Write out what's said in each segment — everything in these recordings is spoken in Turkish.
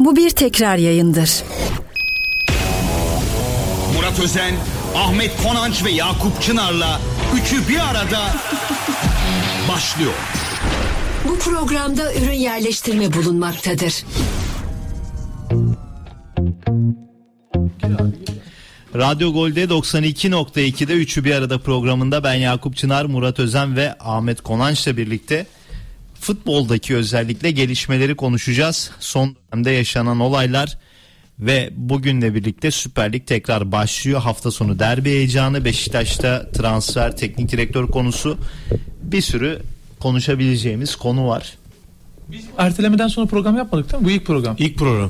Bu bir tekrar yayındır. Murat Özen, Ahmet Konanç ve Yakup Çınar'la üçü bir arada başlıyor. Bu programda ürün yerleştirme bulunmaktadır. Radyo Gol'de 92.2'de üçü bir arada programında ben Yakup Çınar, Murat Özen ve Ahmet Konanç'la birlikte futboldaki özellikle gelişmeleri konuşacağız. Son dönemde yaşanan olaylar ve bugünle birlikte Süper Lig tekrar başlıyor. Hafta sonu derbi heyecanı, Beşiktaş'ta transfer, teknik direktör konusu, bir sürü konuşabileceğimiz konu var. Biz ertelemeden sonra program yapmadık değil mi? Bu ilk program. İlk program.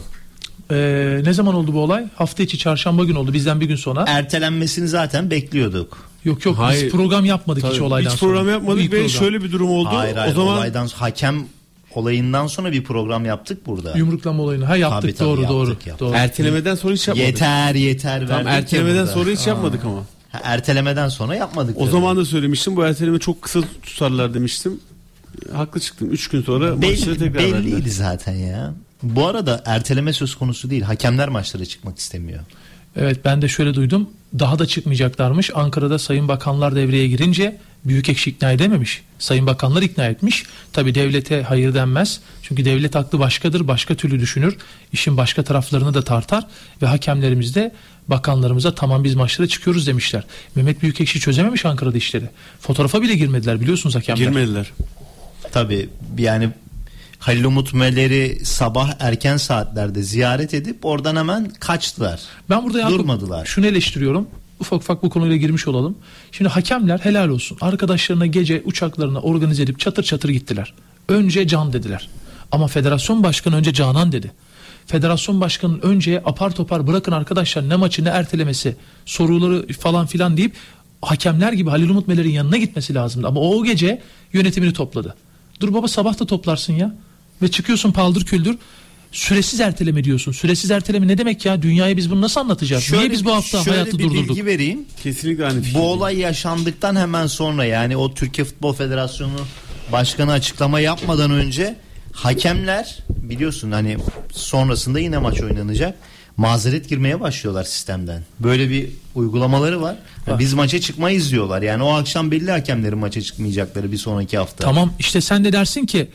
Ne zaman oldu bu olay? Hafta içi çarşamba günü oldu, bizden bir gün sonra. Ertelenmesini zaten bekliyorduk. Yok Hayır. Biz program yapmadık hiç olaydan sonra. Hiç program yapmadık ve şöyle bir durum oldu. Hayır, o zaman olaydan, hakem olayından sonra bir program yaptık burada. Yumruklama olayını yaptık. Tabii, Doğru. Ertelemeden sonra hiç yapmadık. Yeter. Tamam, ertelemeden sonra hiç yapmadık ama. Ertelemeden sonra yapmadık. O zaman da söylemiştim, bu erteleme çok kısa tutarlar demiştim. Haklı çıktım. 3 gün sonra maçları tekrar verdiler. Belliydi zaten ya. Bu arada erteleme söz konusu değil. Hakemler maçlara çıkmak istemiyor. Evet, ben de şöyle duydum. Daha da çıkmayacaklarmış. Ankara'da Sayın Bakanlar devreye girince Büyükekşi ikna edememiş. Sayın Bakanlar ikna etmiş. Tabii devlete hayır denmez. Çünkü devlet aklı başkadır. Başka türlü düşünür. İşin başka taraflarını da tartar. Ve hakemlerimiz de bakanlarımıza tamam biz maçlara çıkıyoruz demişler. Mehmet Büyükekşi çözememiş Ankara'da işleri. Fotoğrafa bile girmediler biliyorsunuz hakemler. Girmediler. Tabii yani Halil Umut Meler'i sabah erken saatlerde ziyaret edip oradan hemen kaçtılar. Ben burada durmadılar. Şunu eleştiriyorum. Ufak bu konuyla girmiş olalım. Şimdi hakemler helal olsun. Arkadaşlarına gece uçaklarına organize edip çatır çatır gittiler. Önce Can dediler. Ama federasyon başkanı önce Canan dedi. Federasyon başkanının önce apar topar bırakın arkadaşlar ne maçı ne ertelemesi soruları falan filan deyip hakemler gibi Halil Umut Meler'in yanına gitmesi lazımdı. Ama o gece yönetimini topladı. Dur baba, sabah da toplarsın ya. Ve çıkıyorsun paldır küldür. Süresiz erteleme diyorsun. Süresiz erteleme ne demek ya? Dünyaya biz bunu nasıl anlatacağız? Niye biz bu hafta hayatı durdurduk? Şöyle bir bilgi vereyim. Kesinlikle aynı fikir. Bu olay yaşandıktan hemen sonra, yani o Türkiye Futbol Federasyonu Başkanı açıklama yapmadan önce hakemler, biliyorsun hani sonrasında yine maç oynanacak, mazeret girmeye başlıyorlar sistemden. Böyle bir uygulamaları var. Biz maça çıkmayız diyorlar. Yani o akşam belli hakemlerin maça çıkmayacakları bir sonraki hafta. Tamam, işte sen de dersin ki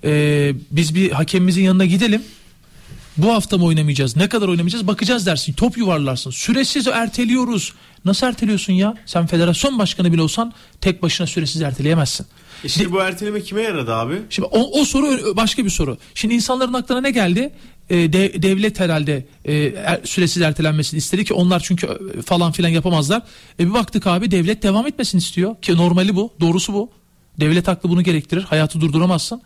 biz bir hakemimizin yanına gidelim. Bu hafta mı oynamayacağız? Ne kadar oynamayacağız? Bakacağız dersin. Top yuvarlarsın. Süresiz erteliyoruz. Nasıl erteliyorsun ya? Sen federasyon başkanı bile olsan tek başına süresiz erteleyemezsin. Şimdi bu erteleme kime yaradı abi? Şimdi o soru başka bir soru. Şimdi insanların aklına ne geldi? Devlet herhalde süresiz ertelenmesini istedi ki onlar çünkü falan filan yapamazlar. Bir baktık abi, devlet devam etmesini istiyor ki normali bu, doğrusu bu. Devlet aklı bunu gerektirir. Hayatı durduramazsın.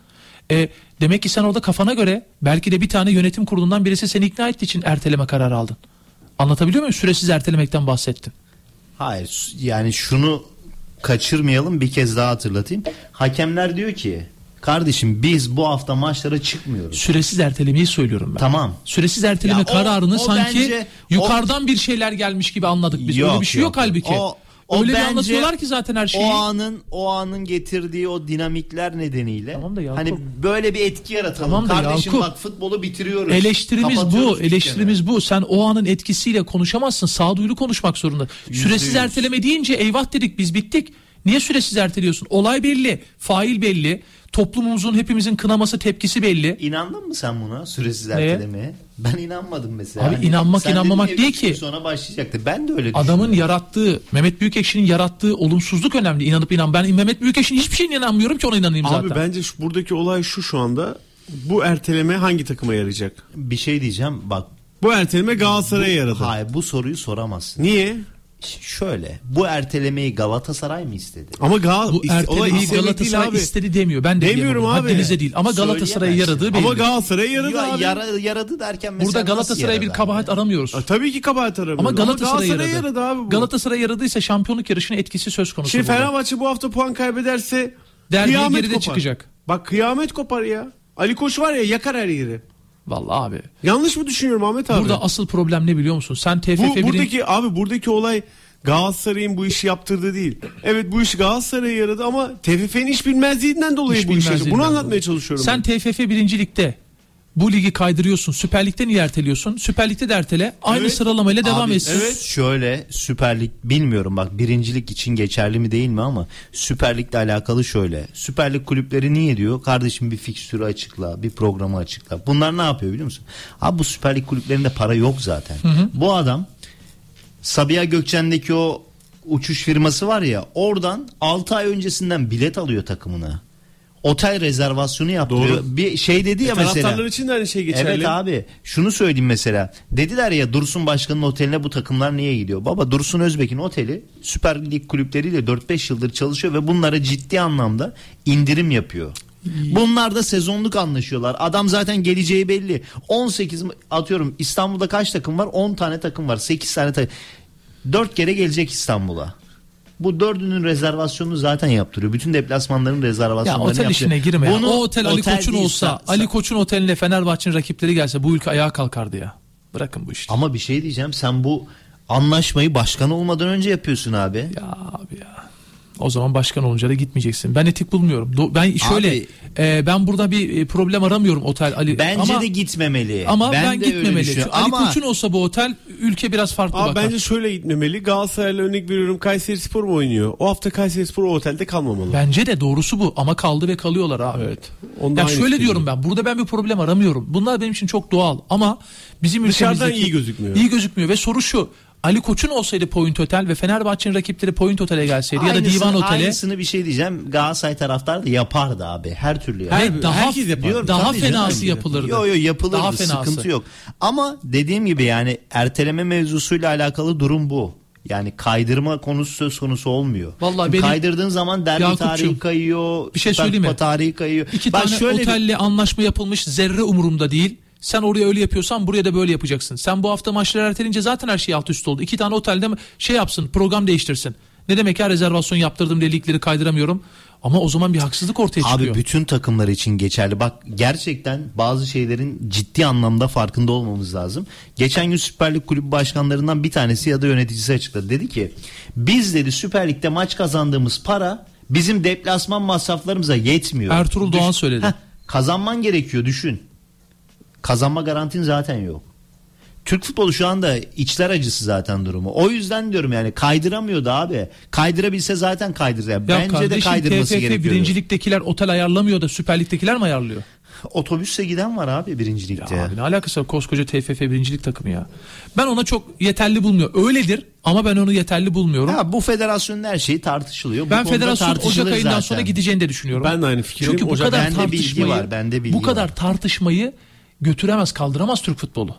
Demek ki sen orada kafana göre belki de bir tane yönetim kurulundan birisi seni ikna ettiği için erteleme kararı aldın. Anlatabiliyor muyum? Süresiz ertelemekten bahsettin. Hayır, yani şunu kaçırmayalım, bir kez daha hatırlatayım. Hakemler diyor ki kardeşim biz bu hafta maçlara çıkmıyoruz. Süresiz ertelemeyi söylüyorum ben. Tamam. Süresiz erteleme kararını sanki bence, yukarıdan bir şeyler gelmiş gibi anladık biz. Öyle bir şey yok halbuki. Öyle bir anlatıyorlar ki zaten her şeyi. O anın getirdiği o dinamikler nedeniyle hani böyle bir etki yaratalım. Kardeşim bak futbolu bitiriyoruz. Eleştirimiz bu. Sen o anın etkisiyle konuşamazsın. Sağduyulu konuşmak zorunda. Süresiz erteleme deyince eyvah dedik, biz bittik. Niye süresiz erteliyorsun? Olay belli, fail belli. Toplumumuzun, hepimizin kınaması, tepkisi belli. İnandın mı sen buna, süresiz ertelemeye? Ben inanmadım mesela. Abi inanmamak değil ki. Sonra başlayacaktı. Ben de öyle adamın yarattığı, Mehmet Büyükekşi'nin yarattığı olumsuzluk önemli. İnanıp ben Mehmet Büyükekşi'nin hiçbir şeyine inanmıyorum ki ona inanayım zaten. Abi bence buradaki olay şu anda. Bu erteleme hangi takıma yarayacak? Bir şey diyeceğim bak. Bu erteleme Galatasaray'a yaradı. Hayır, bu soruyu soramazsın. Niye? Şöyle, bu ertelemeyi Galatasaray mı istedi? Ama bu ertelemeyi Galatasaray istedi demiyor. Ben de demiyorum abi. Haddinize değil. Ama Galatasaray'a yaradığı belli. Ama Galatasaray'a yaradı abi. Yaradı derken mesela burada Galatasaray'a bir kabahat aramıyoruz. Tabii ki kabahat aramıyoruz. Ama Galatasaray'a yaradı abi bu. Galatasaray'a yaradıysa şampiyonluk yarışının etkisi söz konusu. Şimdi Fenerbahçe bu hafta puan kaybederse derbiye geride kopar. Çıkacak. Bak kıyamet kopar ya. Ali Koç var ya, yakar her yeri. Vallahi abi. Yanlış mı düşünüyorum Ahmet abi? Burada asıl problem ne biliyor musun? Sen buradaki olay Galatasaray'ın bu işi yaptırdığı değil. Evet, bu iş Galatasaray'a yaradı ama TFF'nin iş bilmezliğinden dolayı bu iş. Bunu anlatmaya çalışıyorum. Sen TFF 1. Lig'de Bu ligi kaydırıyorsun. Süper Lig'de niye erteliyorsun? Süper Lig'de de ertele. Aynı Evet. sıralamayla devam Abi, etsin. evet. Şöyle Süper Lig bilmiyorum bak birincilik için geçerli mi değil mi ama Süper Lig'le alakalı şöyle. Süper Lig kulüpleri niye diyor? Kardeşim bir fikstürü açıkla, bir programı açıkla. Bunlar ne yapıyor biliyor musun? Abi bu Süper Lig kulüplerinde para yok zaten. Bu adam Sabiha Gökçen'deki o uçuş firması var ya, oradan 6 ay öncesinden bilet alıyor takımına. Otel rezervasyonu yaptırıyor. Doğru. Bir şey dedi ya mesela. Taraftarlar için de aynı şey geçerli. Evet abi, şunu söyleyeyim mesela. Dediler ya Dursun Başkan'ın oteline bu takımlar niye gidiyor? Baba, Dursun Özbek'in oteli Süper Lig kulüpleriyle 4-5 yıldır çalışıyor ve bunlara ciddi anlamda indirim yapıyor. Bunlar da sezonluk anlaşıyorlar. Adam zaten geleceği belli. 18 atıyorum, İstanbul'da kaç takım var? 10 tane takım var. 8 tane takım. 4 kere gelecek İstanbul'a. Bu 4'ünün rezervasyonunu zaten yaptırıyor. Bütün deplasmanların rezervasyonlarını Ya otel yaptırıyor. işine girme ya. Bunu O otel Ali Koç'un değil, olsa, Ali Koç'un oteline Fenerbahçe'nin rakipleri gelse bu ülke ayağa kalkardı ya. Bırakın bu işi. Ama bir şey diyeceğim. Sen bu anlaşmayı başkan olmadan önce yapıyorsun abi. Ya abi ya. O zaman başkan olunca da gitmeyeceksin. Ben etik bulmuyorum. Ben şöyle Abi, ben burada bir problem aramıyorum otel Ali. Bence ama, de gitmemeli. Ama ben de öyle gitmemeli. düşünüyorum. Ali Ama Koç'un olsa bu otel ülke biraz farklı Abi bakar. bence şöyle gitmemeli. Galatasaray'la örnek veriyorum, Kayserispor mu oynuyor? O hafta Kayserispor o otelde kalmamalı. Bence de doğrusu bu ama kaldı ve kalıyorlar abi. Evet. Onda Ya aynı şöyle fikir. diyorum ben. Burada ben bir problem aramıyorum. Bunlar benim için çok doğal ama bizim Dışarıdan ülkemizdeki iyi gözükmüyor. İyi gözükmüyor ve soru şu. Ali Koç'un olsaydı Point Otel ve Fenerbahçe'nin rakipleri Point Otel'e gelseydi ya da Divan Otel'e, Aynısını bir şey diyeceğim. Galatasaray taraftarı da yapardı abi. Her türlü yapardı. ve daha herkes yapar. daha Tabii fenası canım. yapılırdı. Yo yapılırdı, Daha fenası. sıkıntı yok. Ama dediğim gibi yani erteleme mevzusuyla alakalı durum bu. Yani kaydırma konusu söz konusu olmuyor. Vallahi benim- kaydırdığın zaman derbi Yakup'cum, tarihi kayıyor. bir şey Süper söyleyeyim mi? Kupa tarihi kayıyor. İki Bak tane şöyle otelle anlaşma yapılmış, zerre umurumda değil. Sen oraya öyle yapıyorsan buraya da böyle yapacaksın. Sen bu hafta maçları ertelince zaten her şey alt üst oldu. 2 tane otelde şey yapsın, program değiştirsin. Ne demek ya, rezervasyon yaptırdım diye ligleri kaydıramıyorum. Ama o zaman bir haksızlık ortaya çıkıyor. Abi bütün takımlar için geçerli. Bak gerçekten bazı şeylerin ciddi anlamda farkında olmamız lazım. Geçen gün Süper Lig kulübü başkanlarından bir tanesi ya da yöneticisi açıkladı. Dedi ki biz dedi Süper Lig'de maç kazandığımız para bizim deplasman masraflarımıza yetmiyor. Ertuğrul Doğan söyledi. Kazanman gerekiyor, düşün. Kazanma garantin zaten yok. Türk futbolu şu anda içler acısı zaten durumu. O yüzden diyorum yani kaydıramıyordu abi. Kaydırabilse zaten kaydırır. Ya Bence de kardeşim, kaydırması TFF gerekiyor. 1. Lig'dekiler otel ayarlamıyor da Süper Lig'dekiler mi ayarlıyor? Otobüsle giden var abi 1. Ligde. Ya abi ne alakası var koskoca TFF 1. Lig takımı ya. Ben ona çok yeterli bulmuyorum. Öyledir ama ben onu yeterli bulmuyorum. Ya bu federasyonun her şeyi tartışılıyor. Bu Ben konuda federasyon tartışılır Ocak ayından zaten. sonra gideceğini de düşünüyorum. Ben de aynı fikirdeyim. Çünkü bu Ocak kadar bende bilgi tartışmayı, var, bende bilgi bu kadar var. tartışmayı götüremez, kaldıramaz Türk futbolu.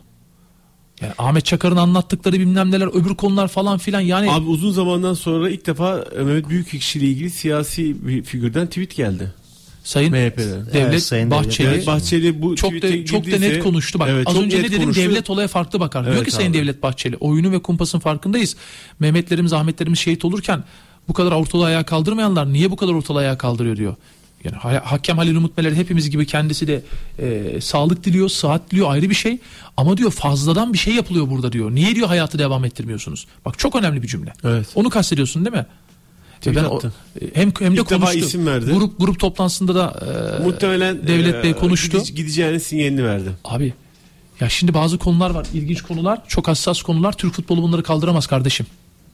Yani Ahmet Çakar'ın anlattıkları bilmem neler, öbür konular falan filan yani. Abi uzun zamandan sonra ilk defa Mehmet Büyükekşi ile ilgili siyasi bir figürden tweet geldi. Sayın MHP'den. Devlet Evet, Sayın Bahçeli Devlet. Evet, Bahçeli bu çok da net konuştu bak. Evet, Az çok önce net ne dedim, konuştu. devlet olaya farklı bakar. Diyor Evet ki Sayın abi. Devlet Bahçeli, oyunu ve kumpasın farkındayız. Mehmetlerimiz, Ahmetlerimiz şehit olurken bu kadar ortalığı ayağa kaldırmayanlar niye bu kadar ortalığı ayağa kaldırıyor diyor. Yani Hakem Halil Umut Meler hepimiz gibi kendisi de sağlık diliyor, sıhhat diliyor, ayrı bir şey. Ama diyor fazladan bir şey yapılıyor burada diyor. Niye diyor hayatı devam ettirmiyorsunuz? Bak çok önemli bir cümle. Evet. Onu kastediyorsun değil mi? Tweet Ben attı. hem de İlk defa konuştu. isim verdi. Grup toplantısında da Muhtemelen Devlet Bey konuştu. Gideceğinin sinyalini verdi. Abi ya şimdi bazı konular var, ilginç konular, çok hassas konular. Türk futbolu bunları kaldıramaz kardeşim.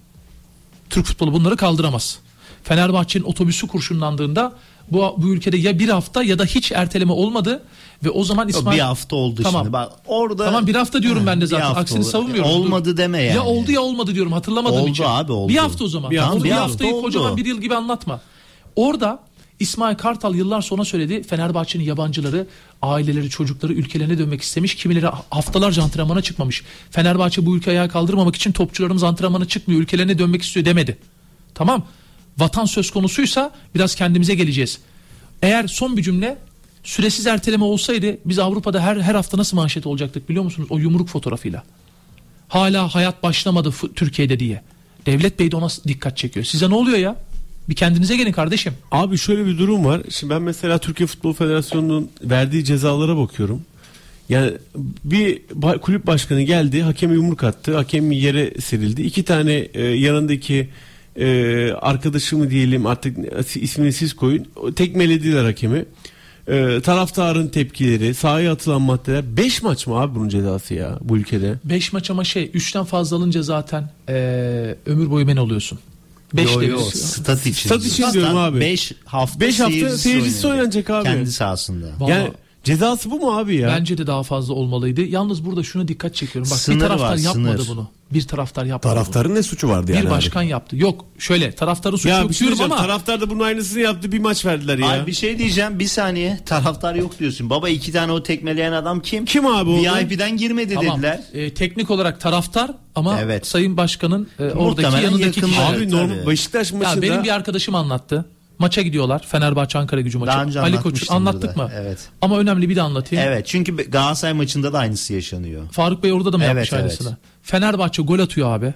Türk futbolu bunları kaldıramaz. Fenerbahçe'nin otobüsü kurşunlandığında bu ülkede ya bir hafta ya da hiç erteleme olmadı ve o zaman İsmail... Bir hafta oldu Tamam. şimdi. Bak orada Tamam bir hafta diyorum ben de bir zaten. hafta Aksini oldu. savunmuyorum. Olmadı Dur. deme yani. Ya oldu ya olmadı diyorum, hatırlamadığım Oldu için. abi, oldu. Bir hafta o zaman. Bir hafta, Tamam, bir hafta haftayı oldu. kocaman bir yıl gibi anlatma. Orada İsmail Kartal yıllar sonra söyledi. Fenerbahçe'nin yabancıları, aileleri, çocukları ülkelerine dönmek istemiş. Kimileri haftalarca antrenmana çıkmamış. Fenerbahçe bu ülkeyi ayağa kaldırmamak için topçularımız antrenmana çıkmıyor, ülkelerine dönmek istiyor demedi. Tamam. Vatan söz konusuysa biraz kendimize geleceğiz. Eğer son bir cümle, süresiz erteleme olsaydı biz Avrupa'da her hafta nasıl manşet olacaktık biliyor musunuz? O yumruk fotoğrafıyla. Hala hayat başlamadı Türkiye'de diye. Devlet Bey de ona dikkat çekiyor. Size ne oluyor ya? Bir kendinize gelin kardeşim. Abi şöyle bir durum var. Şimdi ben mesela Türkiye Futbol Federasyonu'nun verdiği cezalara bakıyorum. Yani bir kulüp başkanı geldi, hakeme yumruk attı, hakem yere serildi. 2 tane yanındaki arkadaşımı diyelim, artık ismini siz koyun, tekmelediler hakemi. Taraftarın tepkileri, sahaya atılan maddeler. 5 maç mı abi bunun cezası ya bu ülkede? 5 maç ama 3'ten fazla alınca zaten ömür boyu men oluyorsun. 5 Yo, de yo, stat için. Stat için diyorum abi. 5 hafta, 5 hafta seyircisiz oynanacak abi. Kendi sahasında. Vallahi Yani cezası bu mu abi ya? bence de daha fazla olmalıydı. Yalnız burada şuna dikkat çekiyorum. Bak, Sınır bir taraftar var, yapmadı sınır. bunu. Bir taraftar yapmadı Taraftarın ne suçu vardı bunu. yani? Bir başkan yaptı. Yok şöyle taraftarın suçu Ya yok bir şey diyorum diyeceğim. ama Taraftar da bunun aynısını yaptı. Bir maç verdiler ya. Ay bir şey diyeceğim, bir saniye. Taraftar yok diyorsun. Baba 2 tane o tekmeleyen adam kim? Kim abi o? VIP'den girmedi tamam. dediler. Teknik olarak taraftar ama Evet. Sayın Başkan'ın oradaki Muhtemelen yanındaki yakın kişi. var. Abi Evet, normal tabii. Beşiktaş Ya maçında benim bir arkadaşım anlattı. Maça gidiyorlar. Fenerbahçe Ankara Gücü maçı. Daha önce Ali Koç'u anlatmıştım anlattık burada. mı? Evet. Ama önemli bir de anlatayım. Evet, çünkü Galatasaray maçında da aynısı yaşanıyor. Faruk Bey orada da mı Evet, yapmış evet. aynısını? Fenerbahçe gol atıyor abi.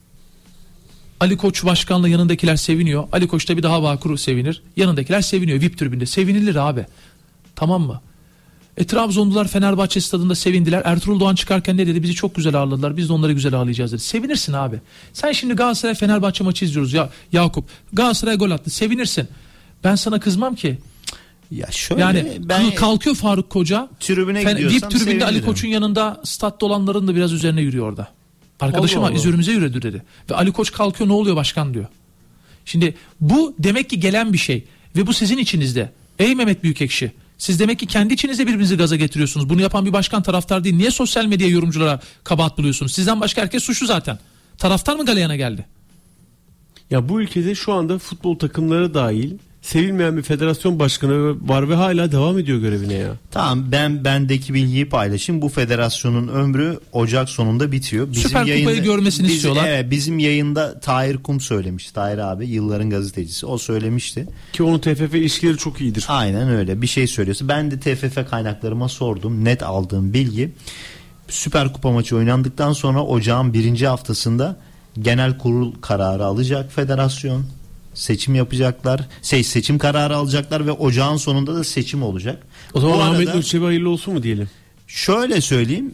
Ali Koç başkanla yanındakiler seviniyor. Ali Koç da bir daha Bağkur sevinir. Yanındakiler seviniyor. VIP tribünde. Sevinilir abi. Tamam mı? Trabzonlular Fenerbahçe stadında sevindiler. Ertuğrul Doğan çıkarken ne dedi? Bizi çok güzel ağırladılar. Biz de onları güzel ağırlayacağız dedi. Sevinirsin abi. Sen şimdi Galatasaray Fenerbahçe maçı izliyoruz ya Yakup. Galatasaray gol attı. Sevinirsin. Ben sana kızmam ki. Ya şöyle Yani ben kalkıyor Faruk Koca. tribüne VIP gidiyorsam tribünde Ali sevinirim. Koç'un yanında statta olanların da biraz üzerine yürüyor orada. Arkadaşım Allah Allah. üzerimize yürüdü dedi. Ve Ali Koç kalkıyor, ne oluyor başkan diyor. Şimdi bu demek ki gelen bir şey. Ve bu sizin içinizde. Ey Mehmet Büyükekşi. Siz demek ki kendi içinizde birbirinizi gaza getiriyorsunuz. Bunu yapan bir başkan taraftar değil. Niye sosyal medya yorumculara kabahat buluyorsunuz? Sizden başka herkes suçlu zaten. Taraftar mı galeyana geldi? ya bu ülkede şu anda futbol takımları dahil sevilmeyen bir federasyon başkanı var ve hala devam ediyor görevine ya. Tamam, bendeki bilgiyi paylaşayım. Bu federasyonun ömrü Ocak sonunda bitiyor. Süper Kupayı görmesini istiyorlar. Evet, bizim yayında Tahir Kum söylemişti. Tahir abi yılların gazetecisi. O söylemişti. Ki onun TFF ilişkileri çok iyidir. Aynen öyle bir şey söylüyorsa. Ben de TFF kaynaklarıma sordum. Net aldığım bilgi, Süper Kupa maçı oynandıktan sonra Ocağın 1. haftasında genel kurul kararı alacak federasyon. Seçim yapacaklar. Seçim kararı alacaklar ve Ocağın sonunda da seçim olacak. O zaman Bu Ahmet arada Nur Çebi hayırlı olsun mu diyelim? şöyle söyleyeyim.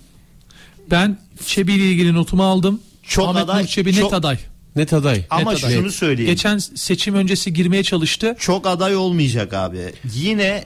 Ben Çebi ile ilgili notumu aldım. Çok Ahmet aday- Nur Çebi çok- net aday. Net aday. Ama Net aday. şunu söyleyeyim. Geçen seçim öncesi girmeye çalıştı. Çok aday olmayacak abi. Yine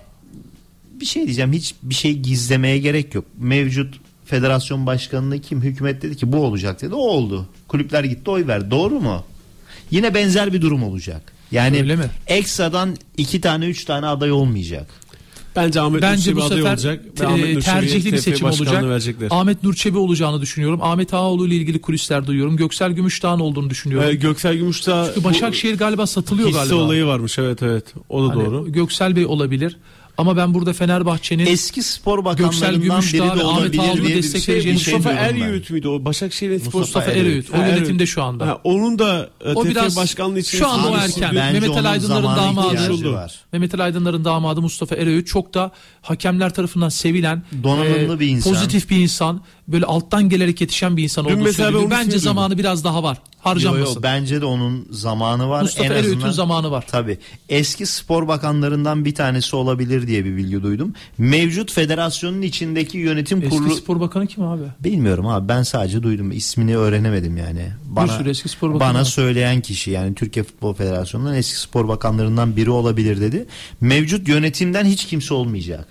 bir şey diyeceğim. Hiç bir şey gizlemeye gerek yok. Mevcut federasyon başkanına kim? Hükümet dedi ki bu olacak dedi. O oldu. Kulüpler gitti oy verdi. Doğru mu? Yine benzer bir durum olacak. Yani Öyle mi? ekstradan 2 tane 3 tane aday olmayacak. Bence Ahmet Nur Bence Çebi bu aday sefer olacak. Ve Ahmet Nur Çebi'ye tercihli bir TFF seçim başkanlığı olacak. verecekler. Ahmet Nur Çebi olacağını düşünüyorum. Ahmet Ağaoğlu ile ilgili kulisler duyuyorum. Göksel Gümüşdağ'ın olduğunu düşünüyorum. Göksel Gümüşdağ Çünkü Başakşehir galiba satılıyor hisse galiba. olayı varmış, evet o da Hani doğru. Göksel Bey olabilir. Ama ben burada Fenerbahçe'nin Eski spor Göksel bakanlarından Gümüşdağ biri de ve Ahmet olabilir Ağaoğlu diye bir destekleyeceğini şey Mustafa diyorum ben. Eryüğüt müydü o? Başakşehir'in spor Mustafa Eryüğüt. O yönetimde şu anda. Ha, onun da O TFF biraz başkanlığı için şu anda o sağlısı- erken. Bence Mehmet Ali onun Aydınlar'ın zamana damadı. ihtiyacı var. Mehmet Ali Aydınlar'ın damadı Mustafa Eryüğüt çok da hakemler tarafından sevilen, Donanımlı bir insan. pozitif bir insan, böyle alttan gelerek yetişen bir insan Dün olduğu mesela söyleniyor. ben onu Bence söylüyorum. zamanı biraz daha var. Harcanmasın. Bence de onun zamanı var. Mustafa En Eryüğüt'ün azından- zamanı var. Tabii. Eski spor bakanlarından bir tanesi olabilir diye bir bilgi duydum. Mevcut federasyonun içindeki yönetim Eski kurulu... spor bakanı kim abi? Bilmiyorum abi, ben sadece duydum. İsmini öğrenemedim yani. sürü eski spor bakanı bana var. söyleyen kişi, yani Türkiye Futbol Federasyonu'ndan eski spor bakanlarından biri olabilir dedi. Mevcut yönetimden hiç kimse olmayacak.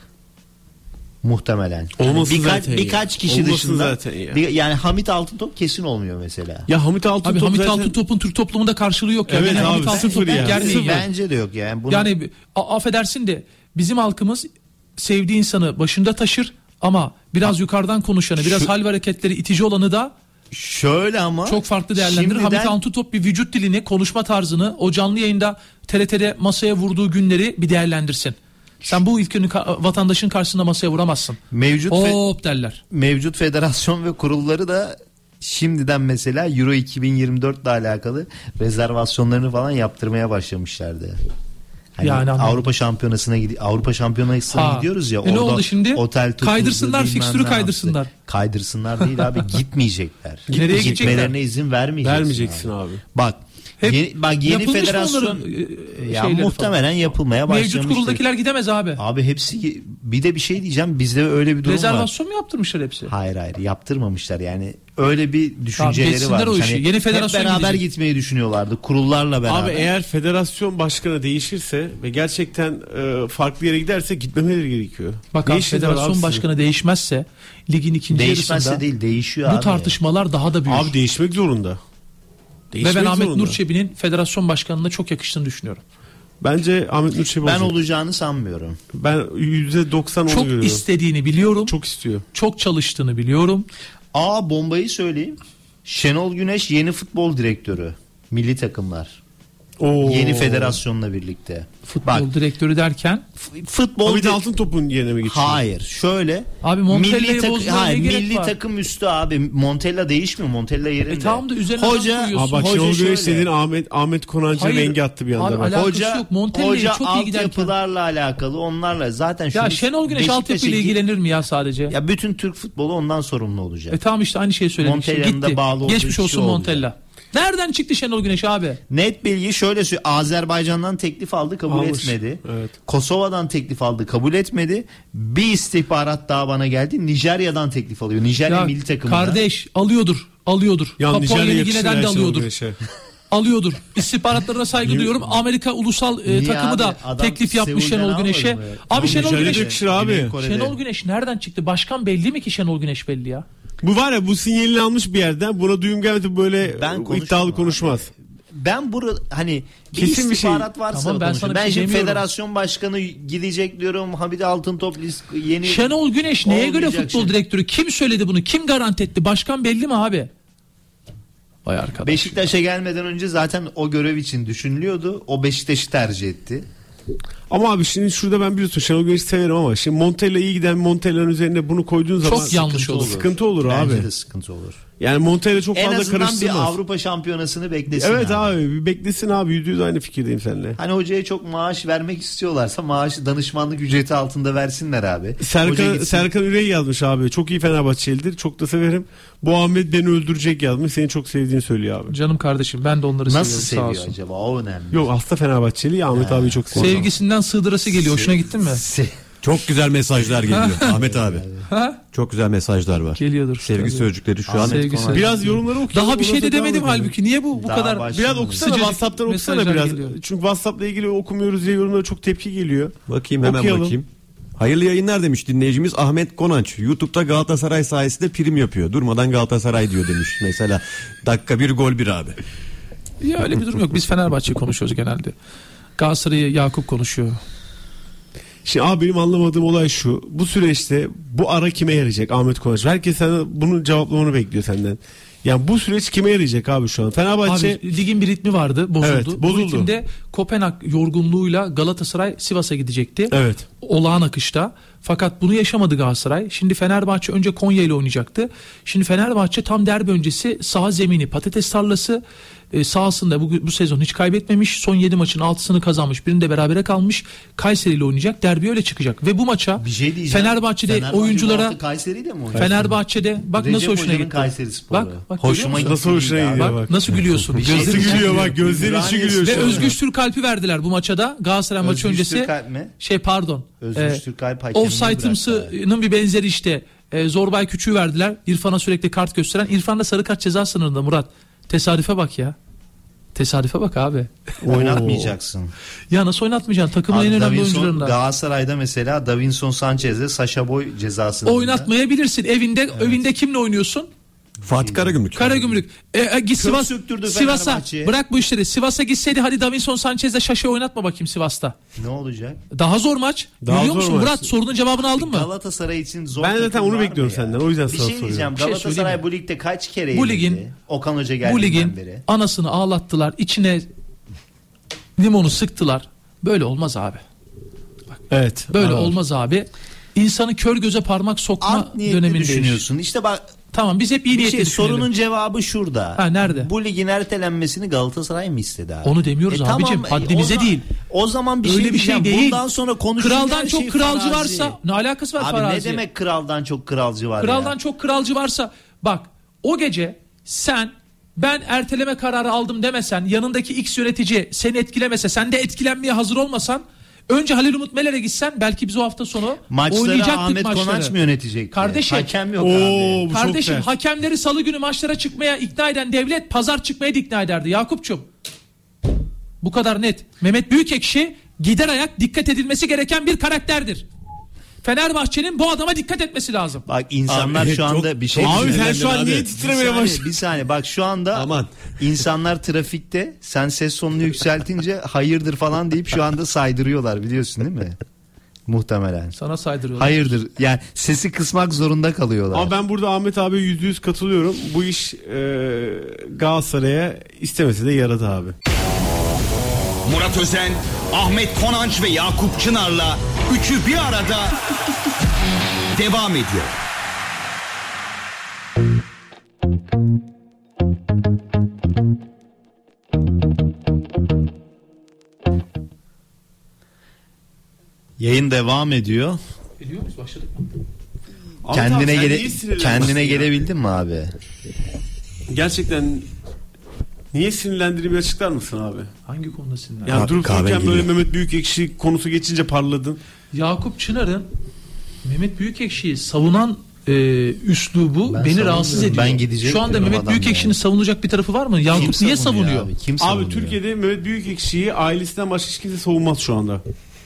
Muhtemelen. Olmasın zaten birkaç ya. kişi Olmasın dışında. zaten ya. Yani Hamit Altıntop kesin olmuyor mesela. Ya Hamit Altıntop Abi Hamit zaten... Altıntop'un Türk toplumunda karşılığı yok ya. Evet Beni abi, Hamit Altıntop sıfır ya. germeyin ya. Bence de yok yani. Bunu... Yani affedersin de bizim halkımız sevdiği insanı başında taşır ama biraz yukarıdan konuşanı, biraz hal ve hareketleri itici olanı da Şöyle ama çok farklı değerlendirir. Hamit Altıntop bir vücut dilini, konuşma tarzını, o canlı yayında TRT'de masaya vurduğu günleri bir değerlendirsin. Sen bu ülkenin vatandaşın karşısında masaya vuramazsın. Hop derler. Mevcut federasyon ve kurulları da şimdiden mesela Euro 2024 ile alakalı rezervasyonlarını falan yaptırmaya başlamışlardı. Hani Yani Avrupa Şampiyonası'na gidiyoruz ya. Ne oldu şimdi? Otel tutuldu, Kaydırsınlar, bilmem fikstürü ne kaydırsınlar. yaptı. Kaydırsınlar değil abi, gitmeyecekler. Nereye gidecekler? Gitmelerine izin Vermeyeceksin abi. Bak. Hep Yeni yapılmış mı federasyon onların, ya şeyleri muhtemelen falan? yapılmaya başlamıştır. Mevcut kuruldakiler gidemez abi. Abi hepsi Bir de bir şey diyeceğim. Bizde öyle bir durum var. Rezervasyon mu yaptırmışlar hepsi? Hayır yaptırmamışlar yani. Öyle bir düşünceleri geçsinler var. o işi. Yeni federasyon hep beraber gidecek. gitmeyi düşünüyorlardı. Kurullarla beraber. Abi eğer federasyon başkanı değişirse ve gerçekten farklı yere giderse gitmemeleri gerekiyor. Bak abi, Değişirler federasyon abi başkanı değişmezse ligin ikinci değişmezse yarısında değil, değişiyor bu abi. tartışmalar daha da büyür. Abi değişmek zorunda. Ve Değişmek ben Ahmet zorunda. Nur Çebi'nin federasyon başkanlığına çok yakıştığını düşünüyorum. Bence Ahmet Nur Çebi Ben olacak. olacağını sanmıyorum. Ben %90 onu Çok görüyorum. istediğini biliyorum. Çok istiyor. Çok çalıştığını biliyorum. Bombayı söyleyeyim. Şenol Güneş yeni futbol direktörü. Milli takımlar. Oo. Yeni federasyonla birlikte. Futbol direktörü derken Futbol Bir de altın topun yerine mi geçiyor? Hayır, şöyle. Abi Montella'yı bozmaya ne gerek milli var? takım üstü abi. Montella değişmiyor. Montella yerinde. Tamam da üzerine adam koyuyorsun. Aa, bak Hoca Şenol Güneş şöyle. dediğin Ahmet Konancı'nın Hayır. rengi attı bir anda. Abi, bak. alakası yok. Montella'yı çok iyi giderken. altyapılarla alakalı, onlarla zaten Ya Şenol Güneş altyapıyla ilgilenir mi ya sadece? Ya bütün Türk futbolu ondan sorumlu olacak. Tamam işte aynı şeyi söyledim. Montella'nın da Gitti. bağlı olduğu Geçmiş kişi olsun olacak. Montella. Nereden çıktı Şenol Güneş abi? Net bilgi şöyle söyleyeyim. Azerbaycan'dan teklif aldı, kabul Almış. etmedi. Evet. Kosova'dan teklif aldı, kabul etmedi. Bir istihbarat daha bana geldi. Nijerya'dan teklif alıyor. Nijerya Ya milli takımında. kardeş alıyordur. Ya Papua Nijerya Yeni yakışır Gine'den her de Şenol alıyordur. Güneş'e. Alıyordur. İstihbaratlarına saygı duyuyorum. Amerika ulusal Niye takımı abi? da Adam teklif yapmış Seul'den Şenol almadı Güneş'e. mı? Abi Şenol Nijerya'da Güneş. yakışır abi. Güney Kore'de. Şenol Güneş nereden çıktı? Başkan belli mi ki Şenol Güneş belli ya? Bu var ya, bu sinyalini almış bir yerden. Buna duyum gelmedi, böyle Ben konuşmam iddialı abi. konuşmaz. Ben hani bir Kesin bir şey. istihbarat varsa Tamam, ben konuşurum. sana bir Ben şey şimdi demiyorum. federasyon başkanı gidecek diyorum. Bir de altın top yeni. Şenol Güneş neye göre Olmayacak futbol şey. direktörü? Kim söyledi bunu? Kim garanti etti? Başkan belli mi abi? Vay arkadaş. Beşiktaş'a gelmeden önce zaten o görev için düşünülüyordu. O Beşiktaş'ı tercih etti. Ama abi şimdi şurada ben biliyorsun Şenol Güneş'i severim ama şimdi Montella iyi giden Montella'nın üzerine bunu koyduğun zaman Çok yanlış olur. Sıkıntı olur Bence abi. de sıkıntı olur. Yani Montella çok En fazla azından bir karıştırmaz. Avrupa şampiyonasını beklesin. Evet abi bir beklesin abi, %100 aynı fikirdeyim seninle. Hani hocaya çok maaş vermek istiyorlarsa maaşı danışmanlık ücreti altında versinler abi. Hoca gitsin. Serkan Ürey yazmış abi. Çok iyi Fenerbahçelidir. Çok da severim. Bu Ahmet beni öldürecek yazmış. Seni çok sevdiğini söylüyor abi. Canım kardeşim ben de onları Nasıl seviyorum. seviyor Sağ olsun. acaba? O önemli. Yok hasta Fenerbahçeli. Ahmet abiyi çok seviyorum. Sevgisinden sığdırası geliyor. Hoşuna gittin mi? Çok güzel mesajlar geliyor Ahmet abi. Ha? Çok güzel mesajlar var. Geliyordur. Sevgi Tabii. sözcükleri şu an. Sevgisi. Biraz yorumları okuyalım. Daha bir şey de Ondan sonra demedim devam edelim. halbuki. Niye bu Daha kadar? baş- Biraz okusana, Sıcacık WhatsApp'tan okusana mesajlar biraz. geliyor. Çünkü WhatsApp'la ilgili okumuyoruz diye yorumlara çok tepki geliyor. Bakayım hemen Okuyalım. bakayım. Hayırlı yayınlar demiş dinleyicimiz Ahmet Konanç. YouTube'da Galatasaray sayesinde prim yapıyor. Durmadan Galatasaray diyor demiş. Mesela dakika bir gol bir abi. Ya öyle bir durum yok. Biz Fenerbahçe konuşuyoruz genelde. Galatasaray'ı Yakup konuşuyor. Şimdi abi benim anlamadığım olay şu. Bu süreçte bu ara kime yarayacak Ahmet Konaç? Herkes sana bunun cevaplamanı bekliyor senden. Yani bu süreç kime yarayacak abi şu an? Fenerbahçe Abi ligin bir ritmi vardı, bozuldu. Evet, Bu bozuldu. ritimde Kopenhag yorgunluğuyla Galatasaray Sivas'a gidecekti. Evet. Olağan akışta. Fakat bunu yaşamadı Galatasaray. Şimdi Fenerbahçe önce Konya ile oynayacaktı. Şimdi Fenerbahçe tam derbi öncesi saha zemini patates tarlası sahasında bu sezon hiç kaybetmemiş. Son 7 maçın 6'sını kazanmış. Birinde berabere kalmış. Kayseri ile oynayacak. Derbi öyle çıkacak. Ve bu maça Bir şey diyeceğim. Fenerbahçe'de Fenerbahçe oyunculara bu hafta Kayseri'de mi oynuyor? Fenerbahçe'de bak Recep nasıl hoşuna Hoca'nın gitti. Kayserispor'u. Bak Hoşuma görüyor musun? nasıl hoşuna gitti. gidiyor Bak bak. nasıl gülüyorsun. şey Nasıl diyeceğim. gülüyor bak, gözlerin içi gülüyor. Ve şu an. Özgüç Türkalp'i verdiler bu maça da. Galatasaray maçı Özgüç öncesi. Türkalp mi? Pardon. Özgüç Türkalp hakemini Offside'ımsının bir benzeri işte. Zorbay Küçüğü verdiler. İrfan'a sürekli kart gösteren. İrfan da sarı kart ceza sınırında Murat. Tesadüfe bak ya. Tesadüfe bak abi. Oynatmayacaksın. Ya nasıl oynatmayacaksın? Takımın Abi en önemli Davinson- oyuncularından. Galatasaray'da mesela Davinson Sanchez'de Sacha Boy cezasını Oynatmayabilirsin. Evinde kimle oynuyorsun? Fatih Karagümrük. Karagümrük. Git Sivas. söktürdü Sivas'a. Fenerbahçe'ye. Bırak bu işleri. Sivas'a gitseydi hadi Davinson Sanchez'le Şaşa'yı oynatma bakayım Sivas'ta. Ne olacak? Daha zor maç. Daha Görüyor zor musun maç. Murat? Sorunun cevabını aldın mı? Galatasaray için zor. Ben zaten takım onu var mı bekliyorum ya? senden. O yüzden bir sana şey diyeceğim. soruyorum. Bir şey Galatasaray söyleyeyim mi? bu ligde kaç kere Bu yenildi? ligin- Okan Hoca Bu geldiğinden ligin beri. anasını ağlattılar. İçine limonu sıktılar. Böyle olmaz abi. Evet. Böyle anladım. olmaz abi. İnsanı kör göze parmak sokma Art niyetli dönemindeyiz. düşünüyorsun. İşte bak Tamam biz hep iyi bir niyetle şey, düşünelim. sorunun cevabı şurada. Ha, nerede? Bu ligin ertelenmesini Galatasaray mı istedi abi? Onu demiyoruz abicim, haddimize değil. O zaman bir Öyle şey bir şey diyeceğim. değil. Bundan sonra konuşacağız. Kraldan çok kralcı varsa ne alakası var Abi farazi? ne demek kraldan çok kralcı var Kraldan ya? çok kralcı varsa bak o gece ben erteleme kararı aldım demesen, yanındaki X yönetici seni etkilemese, sen de etkilenmeye hazır olmasan Önce Halil Umut Meler'e gitsen belki biz o hafta sonu Maçları oynayacaktık Ahmet maçları. Konanç mı yönetecek? Kardeşim. Hakem yok Oo, abi. bu Kardeşim çok dert. hakemleri salı günü maçlara çıkmaya ikna eden devlet pazar çıkmaya da ikna ederdi. Yakup'cum. Bu kadar net. Mehmet Büyükekşi gider ayak dikkat edilmesi gereken bir karakterdir. Fenerbahçe'nin bu adama dikkat etmesi lazım. Bak insanlar Abi, şu anda çok- bir şey... Abi sen sinirlendin şu an abi. niye Bir titremeye saniye, başladın? bir saniye. Bak şu anda Aman. insanlar trafikte sen ses tonunu yükseltince hayırdır falan deyip şu anda saydırıyorlar biliyorsun değil mi? Muhtemelen. Sana saydırıyorlar. Hayırdır. Yani sesi kısmak zorunda kalıyorlar. Ama ben burada Ahmet abi %100 katılıyorum. Bu iş Galatasaray'a istemese de yaradı abi. Murat Özen, Ahmet Konanç ve Yakup Çınar'la üçü bir arada devam ediyor. Yayın devam ediyor. Biliyor muyuz? Başladık mı? Ahmet abi, Kendine sen niye sinirlendin kendine ya? gelebildin mi abi? Gerçekten niye sinirlendiğini bir açıklar mısın abi? Hangi konuda sinirler? Yani durup kahven dururken böyle geliyor. Mehmet Büyükekşi konusu geçince parladın. Yakup Çınar'ın Mehmet Büyükekşi'yi savunan üslubu Ben beni rahatsız savunmuyorum. ediyor. Ben gidecek Şu anda diyorum Mehmet adam Büyükekşi'nin yani. savunacak bir tarafı var mı? Yakup niye savunuyor? Abi? Kim Abi savunuyor? Türkiye'de Mehmet Büyükekşi'yi ailesinden başka hiç kimse savunmaz şu anda.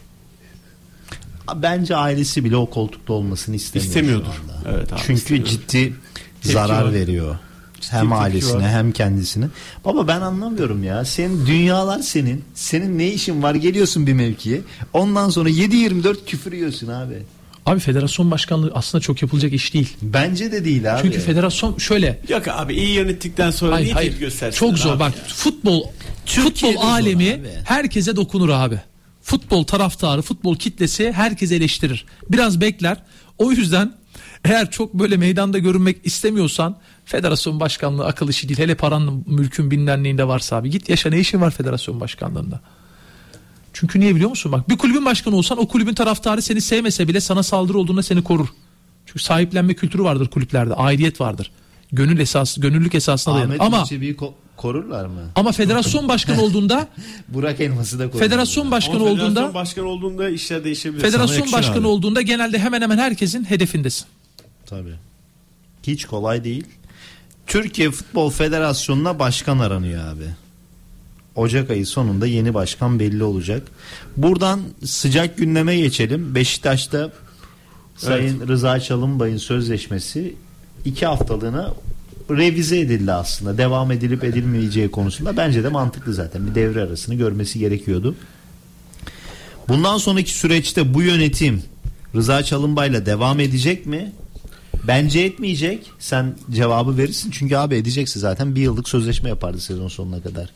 Bence ailesi bile o koltukta olmasını İstemiyordur. şu anda. Evet abi, Çünkü istemiyordur. ciddi zarar var. veriyor. Hem tepki ailesine var. hem kendisine. Baba ben anlamıyorum ya. Senin dünyalar senin. Senin ne işin var? Geliyorsun bir mevkiye. Ondan sonra 7-24 küfür yiyorsun abi. Abi federasyon başkanlığı aslında çok yapılacak iş değil. Bence de değil abi. Çünkü federasyon şöyle. Yok abi iyi yönettikten sonra niye tepki göstersin? Çok zor abi? bak futbol Türkiye'de zor alemi abi. herkese dokunur abi. Futbol taraftarı, futbol kitlesi herkese eleştirir. Biraz bekler. O yüzden eğer çok böyle meydanda görünmek istemiyorsan federasyon başkanlığı akıl işi değil. Hele paranın, mülkün bilinenliğinde varsa abi git yaşa, ne işin var federasyon başkanlığında? Çünkü niye biliyor musun? Bak bir kulübün başkanı olsan o kulübün taraftarı seni sevmese bile sana saldırı olduğunda seni korur. Çünkü sahiplenme kültürü vardır kulüplerde. Aidiyet vardır. Gönüllülük esasına dayanır. Ahmet Ama Çebi'yi korurlar mı? federasyon başkanı olduğunda Burak Elmas'ı da korurlar. federasyon başkanı Ama federasyon olduğunda başkanı olduğunda işler değişebilir. federasyon yakışır başkanı abi. olduğunda genelde hemen hemen herkesin hedefindesin. Tabii. Hiç kolay değil. Türkiye Futbol Federasyonu'na başkan aranıyor abi. Ocak ayı sonunda yeni başkan belli olacak. Buradan sıcak gündeme geçelim. Beşiktaş'ta Sayın Rıza Çalınbay'ın sözleşmesi 2 haftalığına revize edildi aslında. Devam edilip edilmeyeceği konusunda bence de mantıklı zaten. Bir devre arasını görmesi gerekiyordu. Bundan sonraki süreçte bu yönetim Rıza Çalınbay'la devam edecek mi? Bence etmeyecek. Sen cevabı verirsin. Çünkü abi edecekse zaten 1 yıllık sözleşme yapardı sezon sonuna kadar.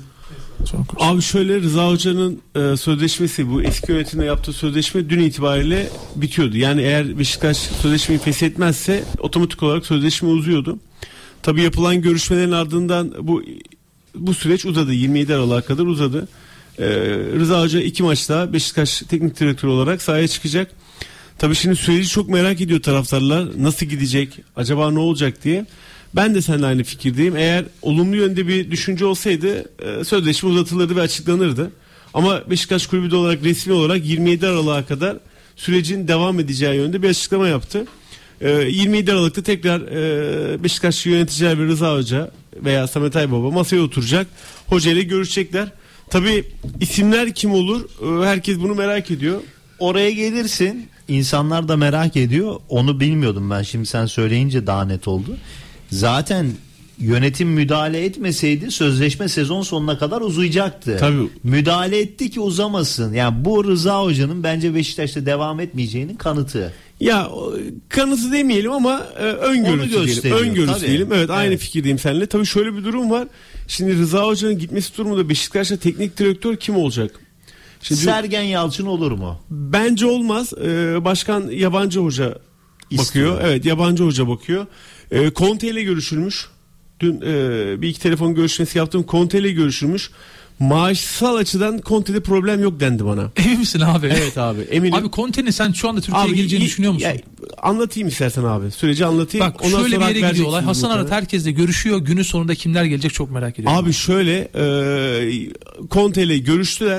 Abi şöyle Rıza Hoca'nın sözleşmesi, bu eski yönetimle yaptığı sözleşme dün itibariyle bitiyordu. Yani eğer Beşiktaş sözleşmeyi feshetmezse otomatik olarak sözleşme uzuyordu. Tabii yapılan görüşmelerin ardından bu süreç uzadı. 27 Aralık'a kadar uzadı. Rıza Hoca 2 maçta Beşiktaş teknik direktörü olarak sahaya çıkacak. Tabii şimdi süreci çok merak ediyor taraftarlar. Nasıl gidecek? Acaba ne olacak diye. Ben de seninle aynı fikirdeyim. Eğer olumlu yönde bir düşünce olsaydı sözleşme uzatılırdı ve açıklanırdı. Ama Beşiktaş kulübü de olarak resmi olarak 27 Aralık'a kadar sürecin devam edeceği yönde bir açıklama yaptı. 27 Aralık'ta tekrar Beşiktaş yöneticiler ve Rıza Hoca veya Samet Aybaba masaya oturacak. Hoca ile görüşecekler. Tabii isimler kim olur? Herkes bunu merak ediyor. Oraya gelirsin. İnsanlar da merak ediyor. Onu bilmiyordum ben. Şimdi sen söyleyince daha net oldu. Zaten yönetim müdahale etmeseydi sözleşme sezon sonuna kadar uzayacaktı. Tabii. Müdahale etti ki uzamasın. Yani bu Rıza Hoca'nın bence Beşiktaş'ta devam etmeyeceğinin kanıtı. Ya kanıtı demeyelim ama öngörüsü diyelim. gösteriyor, Öngörüsü tabii. diyelim. Evet, aynı Evet. fikirdeyim seninle. Tabii şöyle bir durum var. Şimdi Rıza Hoca'nın gitmesi durumunda Beşiktaş'ta teknik direktör kim olacak? Şimdi Sergen Yalçın olur mu? bence olmaz. Başkan yabancı hoca bakıyor. İstiyor. Evet, yabancı hoca bakıyor. Conte ile görüşülmüş. Dün bir iki telefon görüşmesi yaptım. Conte ile görüşülmüş. Maaşsal açıdan Conte'de problem yok dendi bana. Emin misin abi? Evet abi, eminim. Abi Conte'nin sen şu anda Türkiye'ye geleceğini düşünüyor musun? ya, anlatayım istersen abi. Süreci anlatayım. Bak Ondan şöyle bir sonra hak yere gidiyor vereceksin olay. Hasan muhtemelen. Arat herkesle görüşüyor. Günün sonunda kimler gelecek çok merak ediyorum. Abi şöyle Conte ile görüştüler.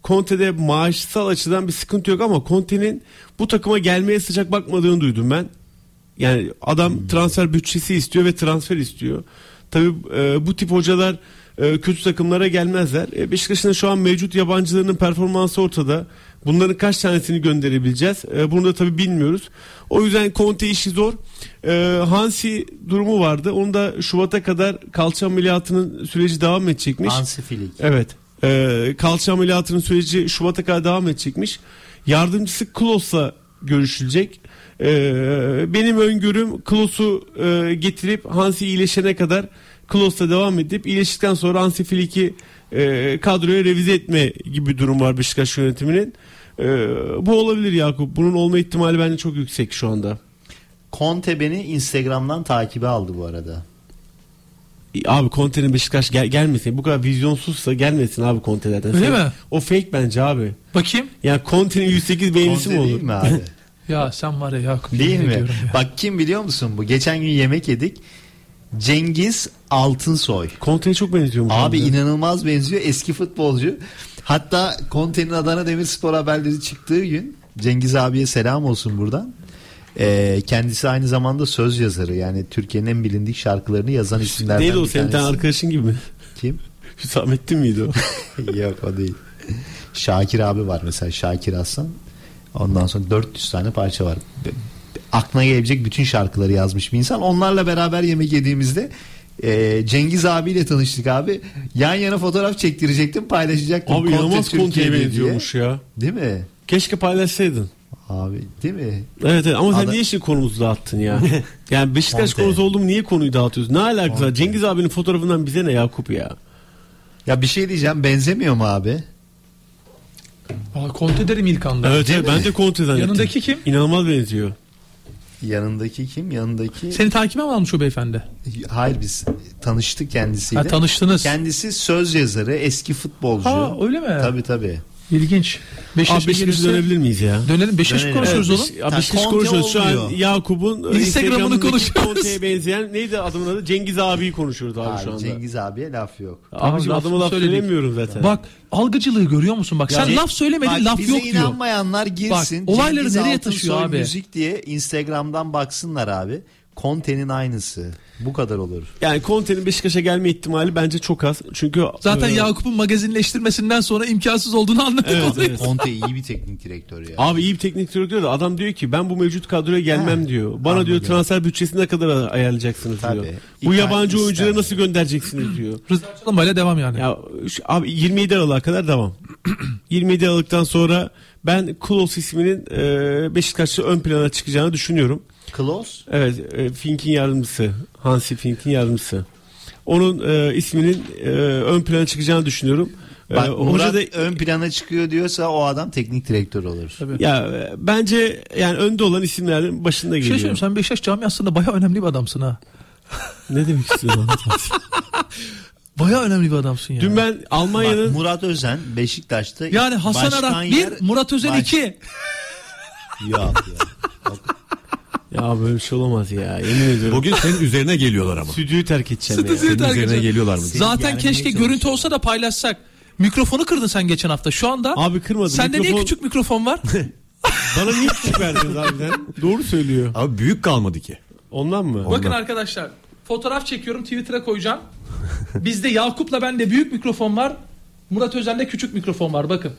Conte'de maaşsal açıdan bir sıkıntı yok ama Conte'nin bu takıma gelmeye sıcak bakmadığını duydum ben. Yani adam transfer bütçesi istiyor ve transfer istiyor. Tabii bu tip hocalar kötü takımlara gelmezler. Beşiktaş'ın şu an mevcut yabancılarının performansı ortada. Bunların kaç tanesini gönderebileceğiz? Bunu da tabii bilmiyoruz. O yüzden Conte işi zor. Hansi durumu vardı. Onu da Şubat'a kadar kalça ameliyatının süreci devam edecekmiş. Hansi Flick. Evet. Kalça ameliyatının süreci Şubat'a kadar devam edecekmiş. Yardımcısı Klos'la görüşülecek. Benim öngörüm Klos'u getirip Hansi iyileşene kadar Klos'la devam edip iyileştikten sonra Hansi Flick'i kadroya revize etme gibi bir durum var Beşiktaş yönetiminin. Bu olabilir Yakup. Bunun olma ihtimali bence çok yüksek şu anda. Conte beni Instagram'dan takibe aldı bu arada. Abi Conte'nin Beşiktaş gelmesin. Bu kadar vizyonsuzsa gelmesin abi Conte'lerden. Öyle mi? O fake bence abi. Bakayım. Yani Conte'nin 108 beğenisi Conte mi olur? değil mi abi? Ya sen var ya Yakup. Değil yemin mi? ediyorum ya. Bak kim biliyor musun bu? Geçen gün yemek yedik. Cengiz Altınsoy. Conte'ye çok benziyormuş. Abi inanılmaz benziyor, eski futbolcu. Hatta Conte'nin Adana Demirspor haberleri çıktığı gün Cengiz abiye selam olsun buradan. Kendisi aynı zamanda söz yazarı, yani Türkiye'nin en bilindik şarkılarını yazan isimlerden Değil o bir senin tanesi. arkadaşın gibi mi? Kim? Hüsamettin miydi o? Yok o değil. Şakir abi var mesela, Şakir Aslan. Ondan sonra 400 tane parça var. Aklına gelebilecek bütün şarkıları yazmış bir insan. Onlarla beraber yemek yediğimizde Cengiz abiyle tanıştık abi. Yan yana fotoğraf çektirecektim, paylaşacaktım. Abi inanılmaz Conte'ye benziyormuş ya. Değil mi? Keşke paylaşsaydın. Abi değil mi? Evet ama sen niye şimdi konumuzu dağıttın ya? Yani Beşiktaş Conte. konusu oldu mu niye konuyu dağıtıyorsun? Ne alakası var? Cengiz abinin fotoğrafından bize ne Yakup ya? Ya bir şey diyeceğim, benzemiyor mu abi? Conte derim ilk anda. Evet ben de Conte zannettim. Yanındaki kim? İnanılmaz benziyor. Yanındaki kim? Yanındaki... Seni takibe mi almış o beyefendi? Hayır, biz tanıştık kendisiyle. Ha, tanıştınız. Kendisi söz yazarı, eski futbolcu. Ha, öyle mi? Tabii. İlginç. Abi Beşiktaş'a dönebilir miyiz ya? Dönelim. Beşiktaş Dönelim. konuşuyoruz Evet, oğlum. Beşiktaş Conte konuşuyoruz. Şu an olmuyor. Yakup'un Instagram'ını konuşuyoruz. Conte'ye benzeyen neydi adamın adı? Cengiz abiyi konuşuyoruz abi Hayır, şu anda. Cengiz abiye laf yok. Abicim Tamam, adamı laf söyledik. söylemiyorum zaten. Bak algıcılığı görüyor musun? Bak sen laf söylemedin, Bak, laf bize yok diyor. inanmayanlar girsin. Bak, olayları Cengiz nereye Altınsoy taşıyor abi? Müzik diye Instagram'dan baksınlar abi. Conte'nin aynısı. Bu kadar olur. Yani Conte'nin Beşiktaş'a gelme ihtimali bence çok az. Çünkü Zaten Yakup'un magazinleştirmesinden sonra imkansız olduğunu anladık. Evet, orayı. evet. Conte iyi bir teknik direktör ya. Abi iyi bir teknik direktör de adam diyor ki ben bu mevcut kadroya gelmem diyor. Bana Anladım. diyor transfer bütçesini ne kadar ayarlayacaksınız Tabii. diyor. Bu İlk yabancı ay oyuncuları ister. nasıl göndereceksiniz diyor. Rıza Çalınbay'la devam yani. Ya abi 27 Aralık'a kadar devam. 27 Aralık'tan sonra ben Klose isminin Beşiktaş'ta ön plana çıkacağını düşünüyorum. Klose? Evet, Fink'in yardımcısı, Hansi Fink'in yardımcısı. Onun isminin ön plana çıkacağını düşünüyorum. Bak, Hoca Murat da ön plana çıkıyor diyorsa o adam teknik direktör olur. ya bence yani önde olan isimlerin başında Bir şey geliyor. söyleyeyim, sen Beşiktaş camiasında bayağı önemli bir adamsın ha. Ne demek istiyorsun? Bayağı önemli bir adamsın ya. Dün ben Bak, Almanya'nın Murat Özen Beşiktaş'ta Yani Hasan başkan Arat yer- 1, Murat Özen 2. Yok ya. ya böyle bir şey olamaz ya. Yemin ediyorum. Bugün senin üzerine geliyorlar ama. Stüdyoyu terk edeceğim ya. Senin üzerine geliyorlar mı? Zaten gelmeye keşke çalışıyor. görüntü olsa da paylaşsak. Mikrofonu kırdın sen geçen hafta. Şu anda Abi kırmadım. sende niye Mikrofon- küçük mikrofon var? Bana niye küçük verdiniz harbiden? Doğru söylüyor. Abi büyük kalmadı ki. Ondan mı? Bakın arkadaşlar, fotoğraf çekiyorum, Twitter'a koyacağım. Bizde Yakup'la bende büyük mikrofon var. Murat Özen'de küçük mikrofon var, bakın.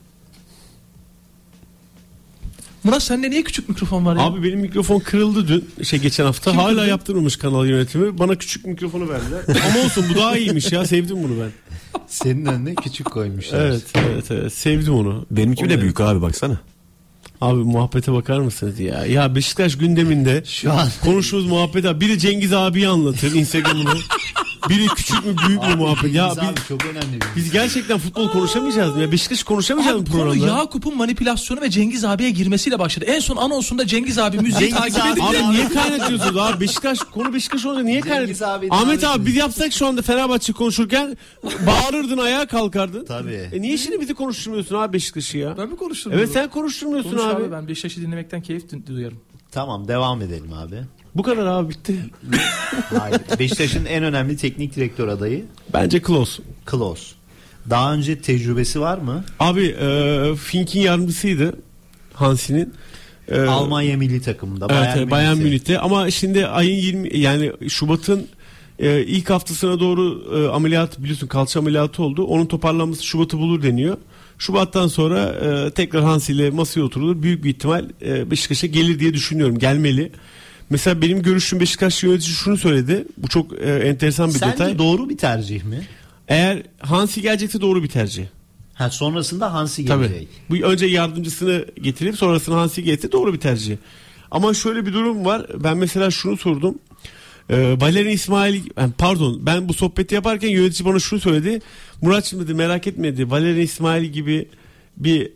Murat sende niye küçük mikrofon var ya? Abi benim mikrofon kırıldı dün geçen hafta. Kim Hala kırdı? yaptırmamış kanal yönetimi. Bana küçük mikrofonu verdiler. Ama olsun bu daha iyiymiş ya. Sevdim bunu ben. Senin önüne küçük koymuşlar. Evet. Sevdim onu. Benimki de büyük abi baksana. Abi muhabbete bakar mısınız ya? Ya Beşiktaş gündeminde Şu an konuştuğumuz muhabbet. Biri Cengiz abiyi anlatır Instagram'ını. Biri küçük mü büyük mü muhabbet. Ya Cengiz abi çok önemli. biz gerçekten futbol konuşamayacağız mı? Ya Beşiktaş konuşamayacağız mı Abi konu programda? Yakup'un manipülasyonu ve Cengiz abiye girmesiyle başladı. En son anonsunda Cengiz abi müziği Cengiz takip abi- edin. Abi niye kaynatıyorsunuz abi? Konu Beşiktaş olunca niye Cengiz kaynatıyorsunuz? abi Ahmet davet abi biz yapsak şu anda Fenerbahçe konuşurken bağırırdın, ayağa kalkardın. Tabii. Niye şimdi bizi konuşturmuyorsun abi Beşiktaş'ı ya? Ben mi konuştum? Evet sen konuşturmuyorsun Konuş abi. abi. Ben Beşiktaş'ı dinlemekten keyif duyarım. Tamam, devam edelim abi. Bu kadar abi bitti. Hayır. Beşiktaş'ın en önemli teknik direktör adayı Bence close. Klose. Daha önce tecrübesi var mı? Abi Fink'in yardımcısıydı Hansi'nin. Almanya milli takımında. Evet, Bayern Münih'te. Ama şimdi ayın 20 yani Şubat'ın ilk haftasına doğru ameliyat, biliyorsun kalça ameliyatı oldu. Onun toparlanması Şubat'ı bulur deniyor. Şubat'tan sonra tekrar Hansi ile masaya oturulur. Büyük bir ihtimal Beşiktaş'a gelir diye düşünüyorum. Gelmeli. Mesela benim görüşüm, Beşiktaş yönetici şunu söyledi. Bu çok enteresan bir detay. Sence doğru bir tercih mi? Eğer Hansi gelecekse doğru bir tercih. Sonrasında Hansi gelecek. Tabii. Bu önce yardımcısını getirip sonrasında Hansi getirse doğru bir tercih. Ama şöyle bir durum var. Ben mesela şunu sordum. Valerian İsmail, pardon, ben bu sohbeti yaparken yönetici bana şunu söyledi. Muratçım dedi, merak etme dedi. Valerian İsmail gibi bir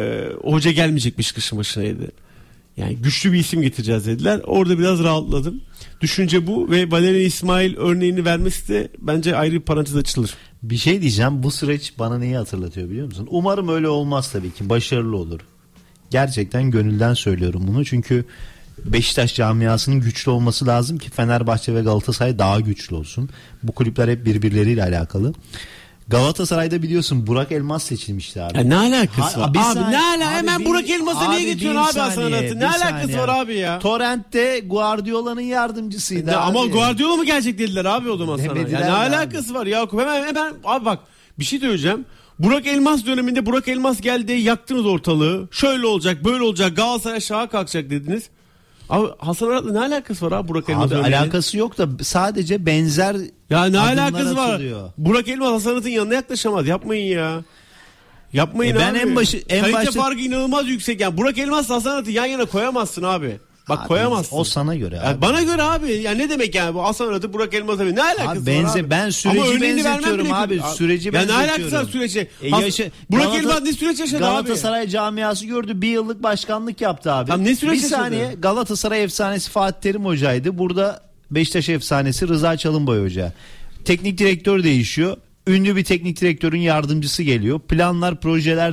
hoca gelmeyecekmiş kışın başına dedi. Yani güçlü bir isim getireceğiz dediler. Orada biraz rahatladım. Düşünce bu ve Valerian İsmail örneğini vermesi de bence ayrı bir parantez açılır. Bir şey diyeceğim, bu süreç bana neyi hatırlatıyor biliyor musun? Umarım öyle olmaz tabii ki, başarılı olur. Gerçekten gönülden söylüyorum bunu, çünkü Beşiktaş camiasının güçlü olması lazım ki Fenerbahçe ve Galatasaray daha güçlü olsun. Bu kulüpler hep birbirleriyle alakalı. Galatasaray'da biliyorsun Burak Elmas seçilmişti abi. Ya ne alakası var? Abi saniye, ne alakası? Hemen Burak Elmas'ı niye getiriyorsun abi Hasan Arat'ı? Ne alakası var abi ya? Torrent'te Guardiola'nın yardımcısıydı. Ama Guardiola mı gelecek dediler abi o zaman sana? Demediler Ya ne abi. alakası var Yakup? Hemen abi bak, bir şey söyleyeceğim. Burak Elmas döneminde Burak Elmas geldi, yaktınız ortalığı. Şöyle olacak, böyle olacak, Galatasaray şaha kalkacak dediniz. Abi Hasan Arat'la ne alakası var abi Burak Elmas? Abi alakası yok da sadece benzer ya ne adımlar alakası var? atılıyor. Burak Elmas Hasan Arat'ın yanına yaklaşamaz. Yapmayın ya. Yapmayın ben abi. en Kalite farkı inanılmaz yüksek. Yani Burak Elmas'la Hasan Arat'ı yan yana koyamazsın abi. Bak abi, koyamazsın. O sana göre abi. Yani bana göre abi. Ya ne demek yani bu Hasan Arat'ı Burak Elmas'a ne alakası abi, var abi? Ben süreci benzetiyorum abi. Süreci benzetiyorum. Ya ne alakası var sürece? Burak Elmas ne süreç yaşadı Galatasaray camiası gördü. Bir yıllık başkanlık yaptı abi. Tam ne süreç bir saniye yaşadı? Galatasaray efsanesi Fatih Terim hocaydı. Burada Beşiktaş efsanesi Rıza Çalınbay hoca. Teknik direktör değişiyor. Ünlü bir teknik direktörün yardımcısı geliyor. Planlar, projeler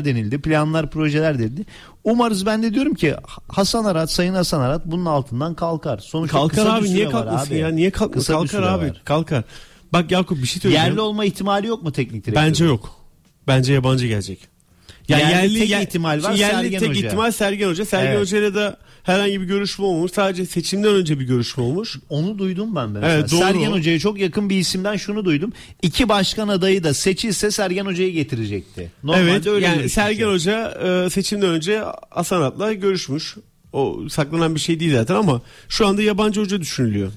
denildi. Umarız, ben de diyorum ki Sayın Hasan Arat bunun altından kalkar. Sonuçta kalkar kısa abi, bir süre niye kalkmasın abi. ya? Niye kalkmasın? Kalkar abi. Var. Kalkar. Bak Yakup, bir şey söyleyeceğim. Yerli olma ihtimali yok mu teknik direktör? Bence yok. Bence yabancı gelecek. Yani yerli tek ihtimal var, Sergen tek Hoca. ihtimal Sergen Hoca. Sergen Hoca'yla da herhangi bir görüşme olmamış. Sadece seçimden önce bir görüşme olmuş. Onu duydum ben. Evet, doğru. Sergen Hoca'ya çok yakın bir isimden şunu duydum. 2 başkan adayı da seçilse Sergen Hoca'yı getirecekti. Normalde evet, öyle yani Sergen Hoca seçimden önce Hasan Arat'la görüşmüş. O saklanan bir şey değil zaten ama şu anda yabancı hoca düşünülüyor.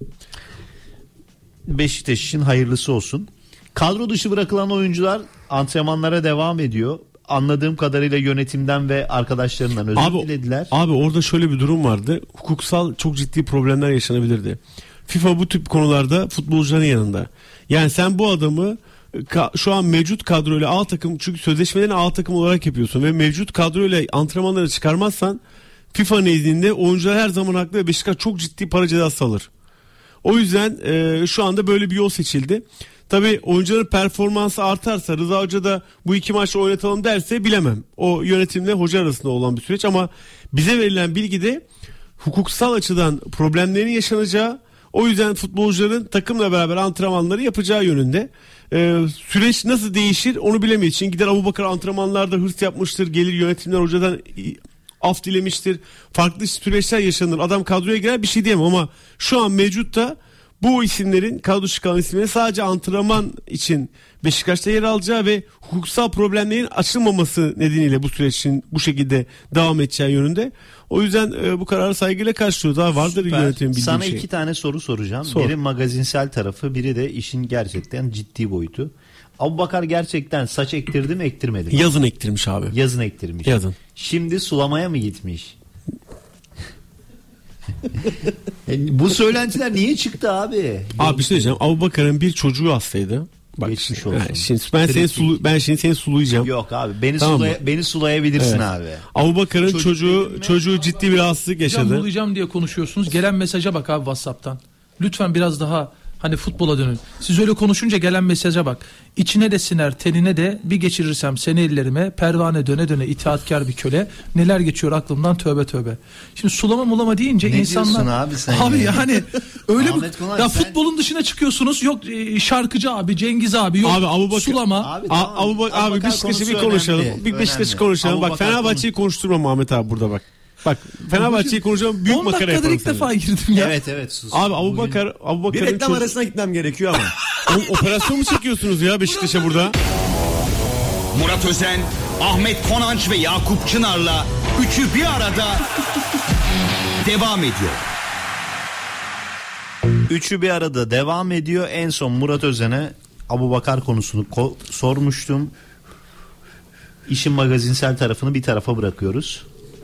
Beşiktaş için hayırlısı olsun. Kadro dışı bırakılan oyuncular antrenmanlara devam ediyor. Anladığım kadarıyla yönetimden ve arkadaşlarından özür dilediler. Abi orada şöyle bir durum vardı. Hukuksal çok ciddi problemler yaşanabilirdi. FIFA bu tip konularda futbolcuların yanında. Yani sen bu adamı şu an mevcut kadroyla A takım, çünkü sözleşmelerini A takım olarak yapıyorsun ve mevcut kadroyla antrenmanları çıkarmazsan FIFA nezdinde oyuncular her zaman haklı ve Beşiktaş çok ciddi para cezası alır. O yüzden şu anda böyle bir yol seçildi. Tabii oyuncuların performansı artarsa, Rıza Hoca da bu 2 maçı oynatalım derse bilemem. O yönetimle hoca arasında olan bir süreç ama bize verilen bilgide hukuksal açıdan problemlerin yaşanacağı, o yüzden futbolcuların takımla beraber antrenmanları yapacağı yönünde. Süreç nasıl değişir onu bilemeyiz. Çünkü gider Abubakar antrenmanlarda hırs yapmıştır, gelir yönetimler hocadan af dilemiştir. Farklı süreçler yaşanır. Adam kadroya girer, bir şey diyemem ama şu an mevcutta bu isimlerin, kadro çıkan isimlerin sadece antrenman için Beşiktaş'ta yer alacağı ve hukuksal problemlerin açılmaması nedeniyle bu sürecin bu şekilde devam edeceği yönünde. O yüzden bu kararı saygıyla karşılıyoruz. Daha vardır yönetimin bildiği Sana şey. 2 tane soru soracağım. Sor. Biri magazinsel tarafı, biri de işin gerçekten ciddi boyutu. Abubakar gerçekten saç ektirdi mi, ektirmedi mi? Yazın ektirmiş abi. Yazın ektirmiş. Yazın. Şimdi sulamaya mı gitmiş? Bu söylentiler niye çıktı abi? Abi bir şey diyeceğim. Abubakar'ın bir çocuğu hastaydı. Bak, geçmiş olsun. Şimdi ben seni sulayacağım. Yok abi, beni sulayabilirsin evet. abi. Abubakar'ın çocuğu ciddi bir rahatsızlık yaşadı. Hocam bulayacağım diye konuşuyorsunuz. Gelen mesaja bak abi WhatsApp'tan. Lütfen biraz daha Hani futbola dönün. Siz öyle konuşunca gelen mesaja bak. İçine de siner, tenine de bir geçirirsem seni ellerime, pervane döne döne itaatkar bir köle. Neler geçiyor aklımdan, tövbe tövbe. Şimdi sulama mulama deyince Ne insanlar... diyorsun abi sen Abi ya? yani öyle Ahmet Konaç, ya sen- futbolun dışına çıkıyorsunuz. Yok şarkıcı abi, Cengiz abi, yok Abi Abubakar- sulama. Abi, tamam. Abi Abubakar Beşiktaş'ı bir konusu konuşalım. önemli, Bir Beşiktaş'ı önemli. konuşalım. Bak Abubakar Fenerbahçe'yi konuşturma Muhammed abi burada bak. Bak Fenerbahçe'yi konuşalım, büyük 10 makara dakikadır yapalım ilk seninle. defa girdim ya. Evet sus. Abi Bir Abubakar'ın reklam arasına gitmem gerekiyor ama. operasyon mu çekiyorsunuz ya Beşiktaş'a burada? Murat Özen, Ahmet Konanç ve Yakup Çınar'la üçü bir arada devam ediyor. Üçü bir arada devam ediyor. En son Murat Özen'e Abubakar konusunu sormuştum. İşin magazinsel tarafını bir tarafa bırakıyoruz.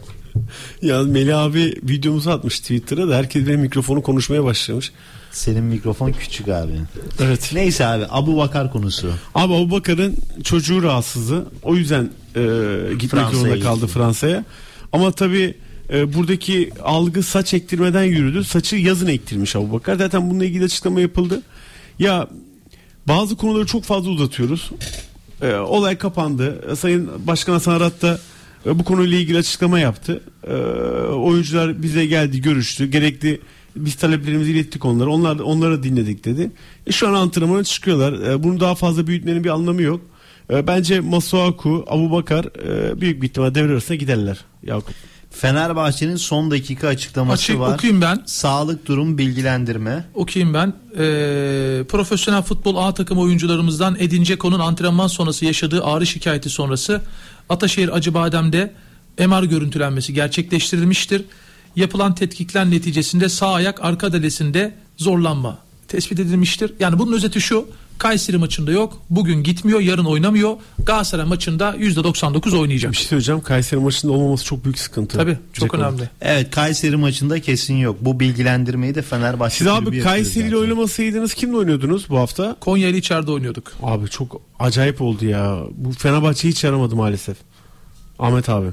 Ya Melih abi videomuzu atmış Twitter'a da herkes benim mikrofonu konuşmaya başlamış. Senin mikrofon küçük abi. Evet. Neyse abi, Abubakar konusu. Abi Abubakar'ın çocuğu rahatsızdı. O yüzden gitmek Fransa'ya zorunda kaldı gitti. Fransa'ya. Ama tabii buradaki algı saç ektirmeden yürüdü. Saçı yazın ektirmiş Abubakar. Zaten bununla ilgili açıklama yapıldı. Ya bazı konuları çok fazla uzatıyoruz. Olay kapandı. Sayın Başkan Hasan Arat da bu konuyla ilgili açıklama yaptı. Oyuncular bize geldi, görüştü. Gerekli biz taleplerimizi ilettik onlara. Onlara dinledik dedi. Şu an antrenmana çıkıyorlar. Bunu daha fazla büyütmenin bir anlamı yok. Bence Masuaku, Abubakar büyük bir ihtimal devre arasına giderler. Yakup. Fenerbahçe'nin son dakika açıklaması var. Okuyayım ben. Sağlık durum bilgilendirme. Okuyayım ben. Profesyonel futbol A takım oyuncularımızdan Edin Dzeko'nun antrenman sonrası yaşadığı ağrı şikayeti sonrası Ataşehir Acıbadem'de MR görüntülenmesi gerçekleştirilmiştir. Yapılan tetkikler neticesinde sağ ayak arka dalesinde zorlanma tespit edilmiştir. Yani bunun özeti şu: Kayseri maçında yok, bugün gitmiyor, yarın oynamıyor. Galatasaray maçında %99 oynayacak. Bir şey söyleyeceğim. Kayseri maçında olmaması çok büyük sıkıntı. Tabii çok Dzeko. önemli. Evet, Kayseri maçında kesin yok. Bu bilgilendirmeyi de Fenerbahçe Siz kulübü abi yapıyor Kayseri ile zaten. oynamasaydınız kimle oynuyordunuz bu hafta? Konya ile içeride oynuyorduk. Abi çok acayip oldu ya. Bu Fenerbahçe hiç yaramadı maalesef. Ahmet abi.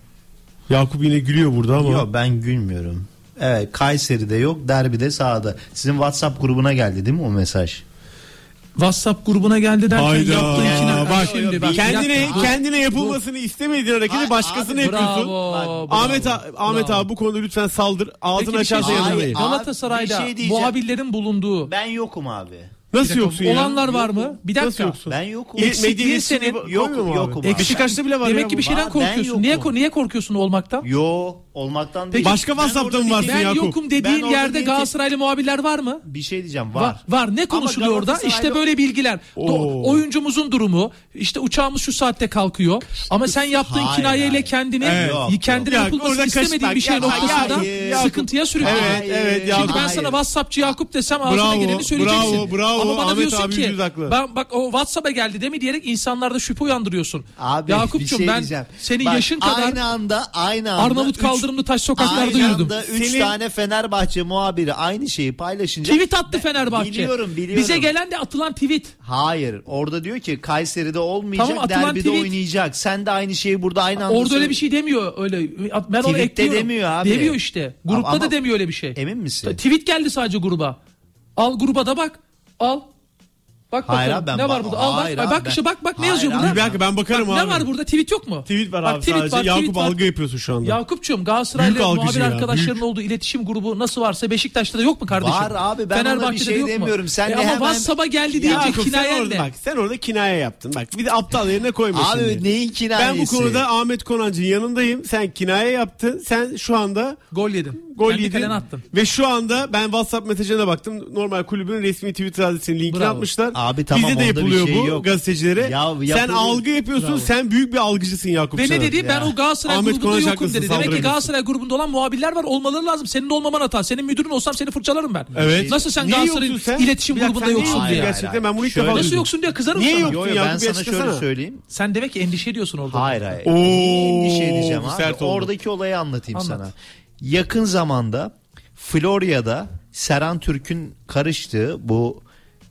Yakup yine gülüyor burada ama. Yok, ben gülmüyorum. Evet, Kayseri'de yok, derbide sahada. Sizin WhatsApp grubuna geldi değil mi o mesaj? WhatsApp grubuna geldi derken Hayda. yaptığı ikna. Bak, Şimdi bak, kendine yapılmasını istemediğin hareketi başkasına abi, yapıyorsun. bravo. Ahmet abi bu konuda lütfen saldır. Ağzını Peki bir şey açarsa söyleyeceğim. yanındayım. Abi, Galatasaray'da bir şey diyeceğim. muhabirlerin bulunduğu Ben yokum abi. Nasıl yoksun ya? olanlar var mı? Bir dakika. Nasıl yoksun? Ben yokum. Eksikliğin senin. Yokum abi. Beşiktaş'ta bile var ya Demek ki bu. bir şeyden Var, ben korkuyorsun. yokum. Niye korkuyorsun olmaktan? Yo, olmaktan değil. Başka WhatsApp'ta mı varsın Ben Yakup? yokum Ben dediğin orada yerde değil- Galatasaraylı muhabirler var mı? Bir şey diyeceğim, var. Var. Ne konuşuluyor orada? Galatasaray'da- İşte böyle bilgiler. Oo. Oyuncumuzun durumu. İşte uçağımız şu saatte kalkıyor. Ama sen yaptığın Hayır, kinayeyle hayır. kendini Evet. kendine Yok. yapılmasını Orada istemediğin bir şey kaçmak. noktasında Hayır. sıkıntıya sürüklüyor. Evet, Şimdi Yakup. ben sana WhatsApp'çı Yakup desem ağzına Bravo, geleni söyleyeceksin. bravo. Ama bana Ahmet diyorsun abi ki yüz haklı. ben bak o WhatsApp'a geldi değil mi diyerek insanlarda şüphe uyandırıyorsun. Abi, Yakup'cum bir şey ben diyeceğim. senin Bak, yaşın kadar aynı anda Arnavut üç- kaldırımlı taş sokaklarda aynı yürüdüm. anda 3 Senin- tane Fenerbahçe muhabiri aynı şeyi paylaşınca Tweet attı Fenerbahçe. Biliyorum. Bize gelen de atılan tweet. Hayır, orada diyor ki Kayseri'de olmayacak, Tamam, atılan derbide tweet. oynayacak. Sen de aynı şeyi burada aynı anda Orada öyle söyle- bir şey demiyor öyle. Ben onu Tweette ekliyorum. demiyor abi. Demiyor işte. Grupta Ama- da demiyor öyle bir şey. Emin misin? Tweet geldi sadece gruba. Al gruba da bak. Al. Bak Hayır bakalım. abi, ben Ne var bak- burada? Al hayır bak. abi, Bak ben- işte bak ne Hayır yazıyor abi. burada? Bir dakika ben bakarım Bak, abi. ne var burada? Tweet yok mu? Tweet var Bak, abi tweet sadece. var, Yakup tweet var. algı yapıyorsun şu anda. Yakup'cum Galatasaraylı Büyük algıcı muhabir ya, arkadaşların büyük. olduğu iletişim grubu nasıl varsa Beşiktaş'ta da yok mu kardeşim? Var abi, ben ona bir şey yok mu? demiyorum. Sen de ama hemen- WhatsApp'a geldi deyince Yakup sen orada kinayenle. bak sen orada kinaye yaptın. Bak bir de aptal yerine koyma Abi şimdi. neyin kinayesi? Ben bu konuda Ahmet Konancı'nın yanındayım. Sen kinaye yaptın. Sen şu anda Gol yedim. gol Kendi yedin. kalene attın. Ve şu anda ben WhatsApp mesajına baktım. Normal kulübün resmi Twitter adresinin linkini Bravo. atmışlar. Abi tamam, Bize de onda bir yapılıyor şey bu yok. gazetecilere. Ya, sen yapılıyor. algı yapıyorsun. Bravo. Sen büyük bir algıcısın Yakup Ve ne Çağlar. dedi? Ben Ya. o Galatasaray Ahmet grubunda Konaç yokum haklısın, dedi. Demek ki saldırabilirsin. Galatasaray grubunda olan muhabirler var. Olmaları lazım. Senin de olmaman hata. Senin müdürün olsam seni fırçalarım ben. Evet. Nasıl sen Niye Galatasaray'ın yoksun sen? iletişim Bir dakika, grubunda sen niye yoksun yoksun diye. gerçekten? Ben bunu ilk Şöyle- defa Nasıl duydum. yoksun diye kızarım Niye sana. yok? Yo, yo, Yakup, ben bir sana açıklasana. şöyle söyleyeyim. Sen demek ki endişe ediyorsun orada. Hayır hayır. Oo, Endişe edeceğim bu abi. sert oldu. Oradaki olayı anlatayım Anlat. sana. Yakın zamanda Florya'da Serhan Türk'ün karıştığı bu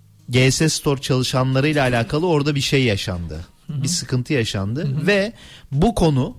GS Store çalışanlarıyla alakalı orada bir şey yaşandı. Bir sıkıntı yaşandı ve bu konu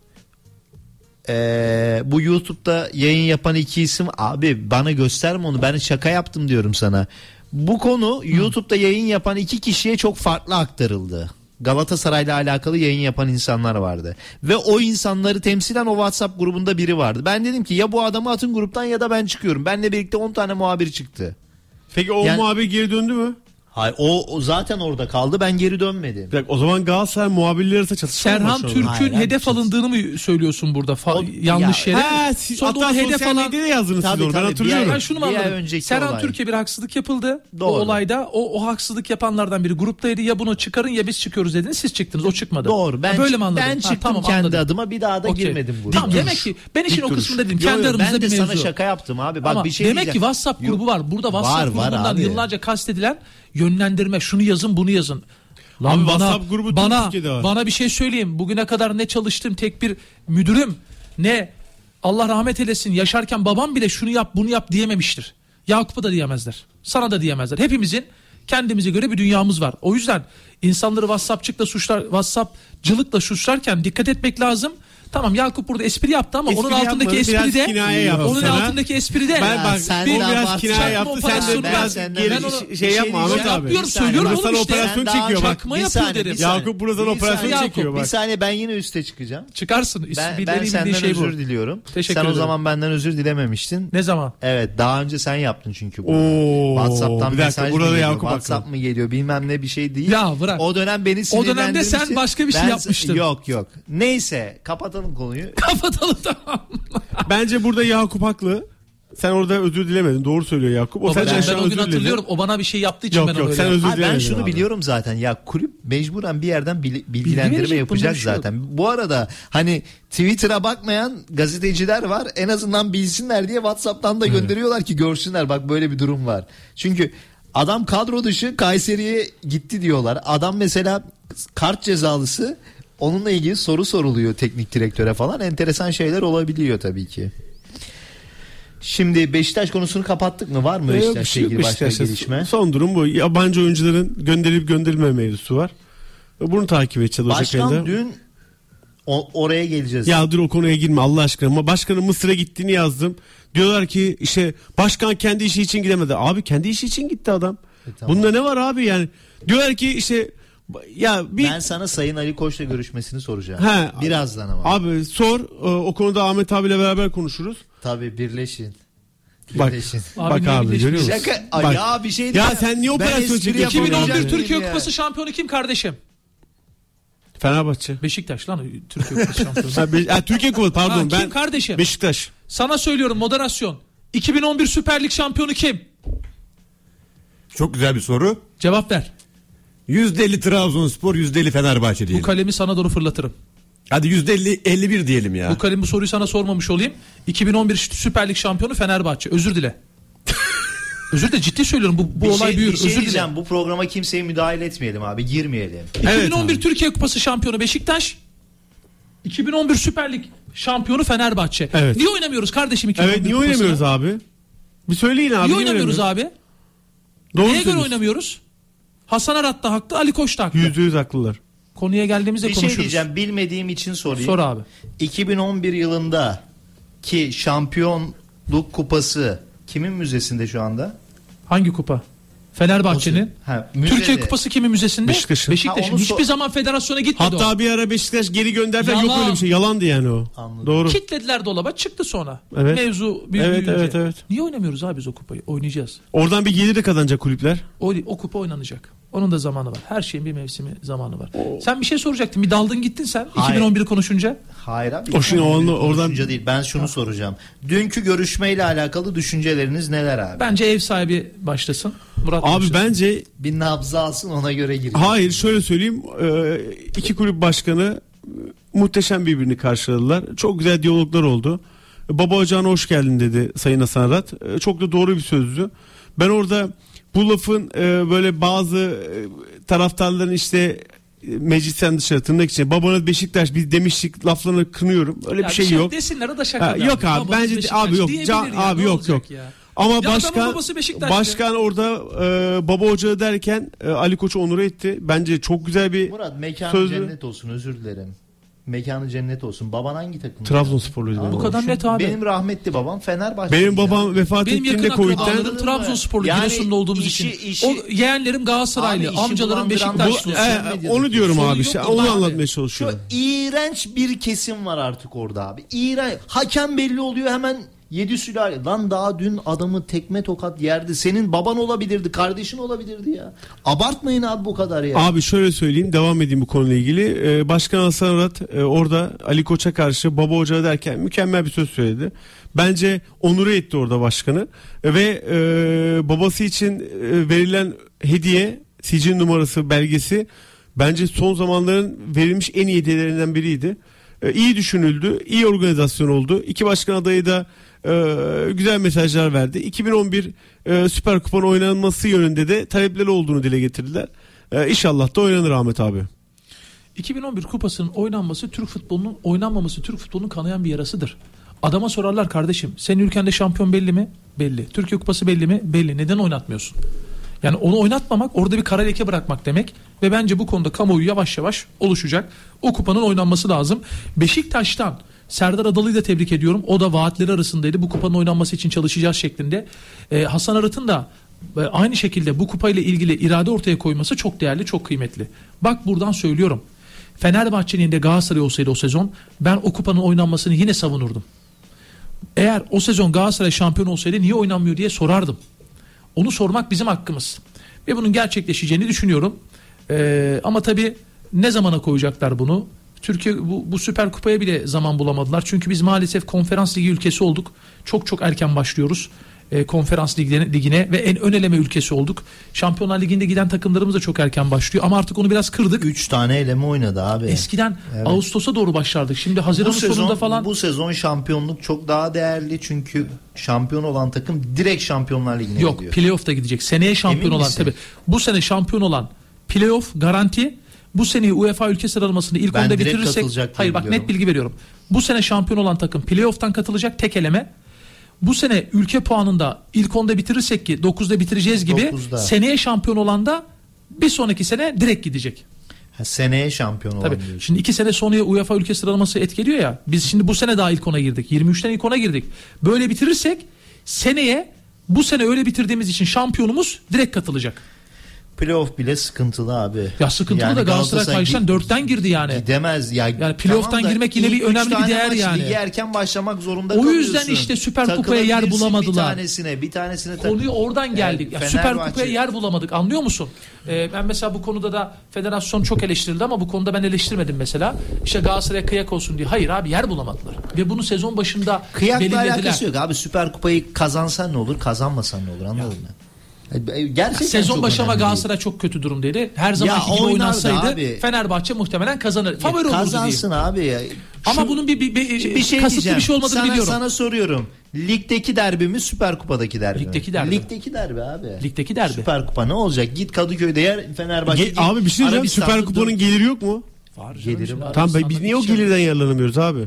bu YouTube'da yayın yapan iki isim abi bana gösterme onu, ben şaka yaptım diyorum sana. Bu konu YouTube'da yayın yapan 2 kişiye çok farklı aktarıldı. Galatasaray'la alakalı yayın yapan insanlar vardı. Ve o insanları temsilen o WhatsApp grubunda biri vardı. Ben dedim ki ya bu adamı atın gruptan ya da ben çıkıyorum. Benle birlikte 10 tane muhabir çıktı. Peki o muhabir geri döndü mü? Hayır, o zaten orada kaldı, ben geri dönmedim. Bir dakika, o zaman Galatasaray muhabirleri arasında çatışma mı Serhan başladı? Türk'ün Hayır, hedef alındığını mı söylüyorsun burada? Yanlış yere. Sonra hatta hedef sosyal alan. medyada yazdınız siz Tabii, onu. Ben tabii. hatırlıyorum. Ben şunu mu Bir ay anladım? önceki Serhan olay. Türkiye bir haksızlık yapıldı. Doğru. O olayda o haksızlık yapanlardan biri gruptaydı. Ya bunu çıkarın ya biz çıkıyoruz dediniz. Siz çıktınız. O çıkmadı. Doğru. Ben, böyle mi anladım? ben çıktım tamam, kendi anladım. adıma, bir daha da Okey. girmedim buraya. Tamam, demek ki ben işin o kısmında dedim. Yo, Kendi yo, aramızda ben de bir mevzu. sana şaka yaptım abi. Bak Ama bir şey demek diyeceğim. ki WhatsApp grubu var. Burada WhatsApp var grubundan abi. yıllarca kastedilen yönlendirme. Şunu yazın, bunu yazın. Abi WhatsApp grubu tüm Türkiye'de var. Bana bir şey söyleyeyim. Bugüne kadar ne çalıştım, tek bir müdürüm ne Allah rahmet eylesin yaşarken babam bile şunu yap bunu yap diyememiştir. Yakup'a da diyemezler. Sana da diyemezler. Hepimizin kendimize göre bir dünyamız var. O yüzden insanları WhatsApp'cılıkla suçlarken dikkat etmek lazım. Tamam, Yakup burada espri yaptı ama Espri onun altındaki yapmadı, biraz espri de kinaye yaptı onun sana. altındaki espri de Ben bak sen o de biraz abartma. kinaye yaptı. Sen de Operasyonu biraz ben geri onu- şey yapma Ahmet abi. yapıyorum, Bir saniye. söylüyorum Bak, oğlum sana işte. operasyon Sen daha çekiyor bak. çakma yapıyor derim. Yakup burada sana operasyon Yakup, çekiyor Bir bak. saniye, ben yine üste çıkacağım. Çıkarsın. Ben Bildiğin senden şey bu. özür diliyorum. Teşekkür Sen o ederim. zaman benden özür dilememiştin. Ne zaman? Evet, daha önce sen yaptın çünkü bunu. Oo, WhatsApp'tan bir dakika, mesaj burada mı geliyor, Yakup WhatsApp haklı. mı geliyor, bilmem ne bir şey değil. Ya bırak. O dönem beni O sinirlendirmişti. dönemde sen başka bir şey yapmıştın. Yok. Neyse, kapatalım konuyu. Kapatalım, tamam. Bence burada Yakup haklı. Sen orada özür dilemedin. Doğru söylüyor Yakup. O Babacığım, senden ben o gün özür diledi. hatırlıyorum. O bana bir şey yaptığı için Yok, ben yok, öyle sen yaptım. özür Hayır, ben dilemedin şunu abi. biliyorum zaten. Ya kulüp mecburen bir yerden bilgilendirme verecek, yapacak bunda bir şey yok. zaten. Bu arada hani Twitter'a bakmayan gazeteciler var. En azından bilsinler diye WhatsApp'tan da gönderiyorlar ki görsünler, bak böyle bir durum var. Çünkü adam kadro dışı, Kayseri'ye gitti diyorlar. Adam mesela kart cezalısı. Onunla ilgili soru soruluyor teknik direktöre falan. Enteresan şeyler olabiliyor tabii ki. Şimdi Beşiktaş konusunu kapattık mı? Var mı Beşiktaş'la ilgili başka gelişme? Son durum bu. Yabancı oyuncuların gönderilip gönderilme mevzusu var. Bunu takip edeceğiz Ocak Başkan ayında. dün oraya geleceğiz. Ya dur, o konuya girme Allah aşkına. Ama başkanın Mısır'a gittiğini yazdım. Diyorlar ki işte başkan kendi işi için gidemedi. Abi kendi işi için gitti adam. Tamam. Bunda ne var abi yani? Diyorlar ki işte ya bir Ben sana Sayın Ali Koç'la görüşmesini soracağım. He, Birazdan ama. abi sor, o konuda Ahmet abiyle beraber konuşuruz. Tabii birleşin. Bak, Birleşin. bak niye abi birleşmiş? görüyor musun? Şaka. Bak. Ya bir şey Ya diyeceğim. sen niye Ben operasyon espri çekiyorsun? yapamayacağım 2011 dedim Türkiye ya. Kupası şampiyonu kim kardeşim? Fenerbahçe. Beşiktaş lan Türkiye Kupası şampiyonu. Türkiye Kupası pardon, Ha, kim ben kardeşim? Beşiktaş. Sana söylüyorum, moderasyon. 2011 Süper Lig şampiyonu kim? Çok güzel bir soru. Cevap ver. %50 Trabzonspor, %50 Fenerbahçe Bu diyelim. kalemi sana doğru fırlatırım. Hadi %50 51 diyelim ya. Bu kalemi, bu soruyu sana sormamış olayım. 2011 Süper Lig şampiyonu Fenerbahçe. Özür dile. Özür de, ciddi söylüyorum. Bu olay büyür. Bir şey Özür diyeceğim. dile. Bu programa kimseye müdahale etmeyelim abi. Girmeyelim. 2011 abi. Türkiye Kupası şampiyonu Beşiktaş. 2011 Süper Lig şampiyonu Fenerbahçe. Evet. Niye oynamıyoruz kardeşim 2011 Evet, niye kupasını? oynamıyoruz abi? Bir söyleyin abi. Niye oynamıyoruz abi? Doğru Neye göre söylüyorsun. oynamıyoruz? Hasan Arat da haklı, Ali Koç da haklı. %100 haklılar. Konuya geldiğimizde Bir şey konuşuruz. diyeceğim. Bilmediğim için sorayım. Sor abi. 2011 yılında ki şampiyonluk kupası kimin müzesinde şu anda? Hangi kupa? Fenerbahçe'nin. Ha, müzede. Türkiye Kupası kimin müzesinde? Beşiktaş'ın. Beşiktaş'ın. Ha, onu Hiçbir zaman federasyona gitmedi o. Hatta bir ara Beşiktaş geri gönderdiler. Yok Yalan. öyle bir şey. Yalandı yani o. Anladım. Doğru. Kitlediler dolaba, çıktı sonra. Evet. Mevzu Evet, büyüyünce. evet. Niye oynamıyoruz abi biz o kupayı? Oynayacağız. Oradan bir gelir de kazanacak kulüpler. O kupa oynanacak. Onun da zamanı var. Her şeyin bir mevsimi, zamanı var. Sen bir şey soracaktın. Bir daldın gittin sen. Hayır. 2011'i konuşunca. Hayır abi. O şimdi oradan- Düşünce değil. Ben şunu soracağım. Dünkü görüşmeyle alakalı düşünceleriniz neler abi? Bence ev sahibi başlasın. Murat Abi başlasın. bence Bir nabza alsın, ona göre girin. hayır, şöyle söyleyeyim. İki kulüp başkanı muhteşem birbirini karşıladılar. Çok güzel diyaloglar oldu. Baba ocağına hoş geldin dedi Sayın Hasan Arat. Çok da doğru bir sözdü. Ben orada bu lafın böyle bazı taraftarların işte meclisten dışarı tırnak içine babanız Beşiktaş biz demiştik laflarını kınıyorum. Öyle Ya bir şey yok. Desinler, o da şaka. Yok abi, bence abi yok. Abi yok. Ama Ya adamın başkan babası Beşiktaşlı. başkan orada baba ocağı derken Ali Koç'u onur etti. Bence çok güzel bir Murat, mekanı sözlü. cennet olsun, özür dilerim. Mekanı cennet olsun. Baban hangi takım? Trabzonsporluydu. Bu kadar net abi. Benim rahmetli babam Fenerbahçe. Benim babam vefat Benim ettiğinde yakın Covid'den akrabalarım Trabzonsporlu, Yani Giresun'da olduğumuz işi- için. O yeğenlerim Galatasaraylı, Abi işi amcalarım bulandıran Beşiktaşlı. sosyal medyadaki onu diyorum sorun abi yok işte. burada Onu abi. anlatmaya Şu çalışıyorum. iğrenç bir kesim var artık orada abi. İğrenç. Hakem belli oluyor hemen 7 sülale. Lan daha dün adamı tekme tokat yerdi. Senin baban olabilirdi, kardeşin olabilirdi ya. Abartmayın abi bu kadar ya. Abi şöyle söyleyeyim, devam edeyim bu konuyla ilgili. Başkan Hasan Arat orada Ali Koç'a karşı baba ocağı derken mükemmel bir söz söyledi. Bence onuru etti orada başkanı ve babası için verilen hediye, sicil numarası, belgesi bence son zamanların verilmiş en iyi hediyelerinden biriydi. İyi düşünüldü, iyi organizasyon oldu. İki başkan adayı da güzel mesajlar verdi. 2011 Süper Kupa'nın oynanması yönünde de talepleri olduğunu dile getirdiler. İnşallah da oynanır Ahmet abi. 2011 kupasının oynanması Türk futbolunun oynanmaması Türk futbolunun kanayan bir yarasıdır. Adama sorarlar, kardeşim senin ülkende şampiyon belli mi? Belli. Türkiye kupası belli mi? Belli. Neden oynatmıyorsun? Yani onu oynatmamak orada bir kara leke bırakmak demek ve bence bu konuda kamuoyu yavaş yavaş oluşacak. O kupanın oynanması lazım. Beşiktaş'tan Serdar Adalı'yı da tebrik ediyorum. O da vaatleri arasındaydı. Bu kupanın oynanması için çalışacağız şeklinde. Hasan Arat'ın da aynı şekilde bu kupayla ilgili irade ortaya koyması çok değerli, çok kıymetli. Bak buradan söylüyorum. Fenerbahçe'nin de Galatasaray olsaydı o sezon ben o kupanın oynanmasını yine savunurdum. Eğer o sezon Galatasaray şampiyon olsaydı niye oynanmıyor diye sorardım. Onu sormak bizim hakkımız. Ve bunun gerçekleşeceğini düşünüyorum. Ama tabii ne zamana koyacaklar bunu? Türkiye bu Süper Kupa'ya bile zaman bulamadılar. Çünkü biz maalesef konferans ligi ülkesi olduk. Çok erken başlıyoruz konferans ligine ve en ön eleme ülkesi olduk. Şampiyonlar Ligi'nde giden takımlarımız da çok erken başlıyor. Ama artık onu biraz kırdık. 3 tane eleme oynadı abi. Eskiden Evet. Ağustos'a doğru başlardık. Şimdi Haziran'ın sonunda falan. Bu sezon şampiyonluk çok daha değerli. Çünkü şampiyon olan takım direkt Şampiyonlar Ligi'ne Yok, gidiyor. playoff'ta gidecek. Seneye şampiyon Emin olan misin? tabii. Bu sene şampiyon olan playoff garanti. Bu seneyi UEFA ülke sıralamasını ilk Ben onda direkt bitirirsek, katılacak diye hayır bak biliyorum. net bilgi veriyorum. Bu sene şampiyon olan takım playoff'tan katılacak, tek eleme. Bu sene ülke puanında ilk 10'da bitirirsek ki 9'da bitireceğiz gibi 9'da. seneye şampiyon olan da bir sonraki sene direkt gidecek. Seneye şampiyon olan Tabii. diyorsun. Şimdi 2 sene sonraya UEFA ülke sıralaması etkiliyor ya. Biz şimdi bu sene daha ilk 10'a girdik. 23'ten ilk 10'a girdik. Böyle bitirirsek seneye, bu sene öyle bitirdiğimiz için şampiyonumuz direkt katılacak. Playoff bile sıkıntılı abi. Ya sıkıntılı Yani da Galatasaray karşıdan gi- 4'ten girdi yani. Gidemez ya. Yani playoff'tan Tamam da girmek yine bir ilk üç önemli bir tane değer maç yani. ligi erken başlamak zorunda O kalıyorsun. yüzden işte Süper Kupa'ya yer Takılabilirsin bulamadılar. Bir tanesine Konuyu oradan geldik. Ya Süper Fenerbahçe- Kupa'ya yer bulamadık, anlıyor musun? Ben mesela bu konuda da federasyon çok eleştirildi ama bu konuda ben eleştirmedim mesela. İşte Galatasaray'a kıyak olsun diye. Hayır abi, yer bulamadılar. Ve bunu sezon başında Kıyakla belirlediler. alakası yok abi. Süper Kupayı kazansan ne olur, kazanmasan ne olur, anladın mı? Gerçekten Sezon çok başı ama önemli değil. Galatasaray çok kötü durumdaydı. Her zamanki gibi oynardı oynasaydı abi. Fenerbahçe muhtemelen kazanır. Favori olurdu Kazansın diyeyim. abi ya. Ama bunun bir şey kasıtlı diyeceğim. bir şey olmadığını biliyorum. Sana soruyorum. Ligdeki derbi mi, Süper Kupa'daki derbi mi? Ligdeki derbi. Ligdeki derbi abi. Ligdeki derbi. Süper Kupa ne olacak? Git Kadıköy'de yer, Fenerbahçe. git Abi bir şey diyeceğim. Arabistan'da Süper Kupa'nın geliri yok mu? Var canım, Gelirim şimdi var. Tamam Arabistan'da biz niye o bir şey- gelirden yararlanamıyoruz abi?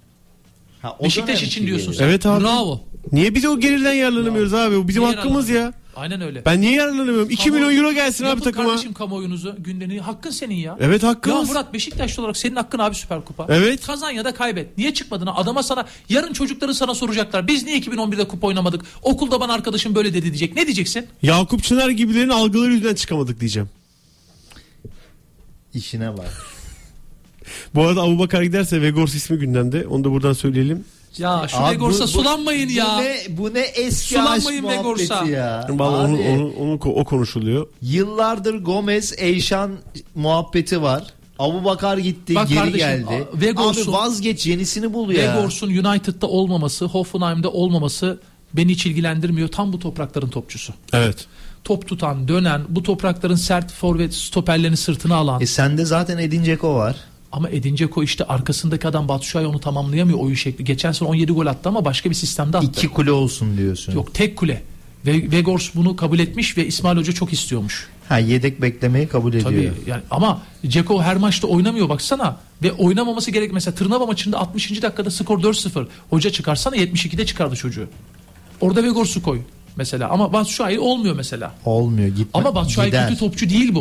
Ha, o Beşiktaş dönemki için diyorsun gelir. sen. Evet abi. Bravo. Niye biz o gelirden yararlanamıyoruz abi? O bizim Niye hakkımız ya. yararlanamıyorsun? Aynen öyle. Ben niye yararlanamıyorum? 2 milyon euro gelsin abi Yapın takıma. kardeşim kamuoyunuzu, gündemi. Hakkın senin ya. Evet, hakkımız. Ya Murat, Beşiktaşlı olarak senin hakkın abi Süper Kupa. Evet. Kazan ya da kaybet. Niye çıkmadın? Adama sana, yarın çocukları sana soracaklar. Biz niye 2011'de kupa oynamadık? Okulda bana arkadaşım böyle dedi diyecek. Ne diyeceksin? Yakup Çınar gibilerin algıları yüzünden çıkamadık diyeceğim. İşine bak. Bu arada Abubakar giderse Vegors ismi gündemde. Onu da buradan söyleyelim. Ya şu Abi Vegors'a sulanmayın ya. Bu ne eski Sulanmayın aşk Vegors'a. muhabbeti ya. Vallahi Abi, o konuşuluyor. yıllardır Gomez, Eyşan muhabbeti var. Abubakar gitti, Bak geri kardeşim, geldi. Vegors'un- Abi vazgeç, yenisini bul ya. Vegors'un United'da olmaması, Hoffenheim'de olmaması beni hiç ilgilendirmiyor. Tam bu toprakların topçusu. Evet. Top tutan, dönen, bu toprakların sert forvet stoperlerini sırtına alan. Sende zaten Edin Dzeko var. Ama Edin Dzeko işte arkasındaki adam Batshuayi onu tamamlayamıyor oyun şekli. Geçen sene 17 gol attı ama başka bir sistemde attı. 2 kule olsun diyorsun. Yok, tek kule. Ve Vegors bunu kabul etmiş ve İsmail Hoca çok istiyormuş. Ha, yedek beklemeyi kabul ediyor. Tabii yani, ama Dzeko her maçta oynamıyor baksana. Ve oynamaması gerek. Mesela Tırnava maçında 60. dakikada skor 4-0. Hoca çıkarsana 72'de çıkardı çocuğu. Orada Vegors'u koy mesela. Ama Batshuayi olmuyor mesela. Olmuyor, gitme. Ama Batshuayi gider. kötü topçu değil bu.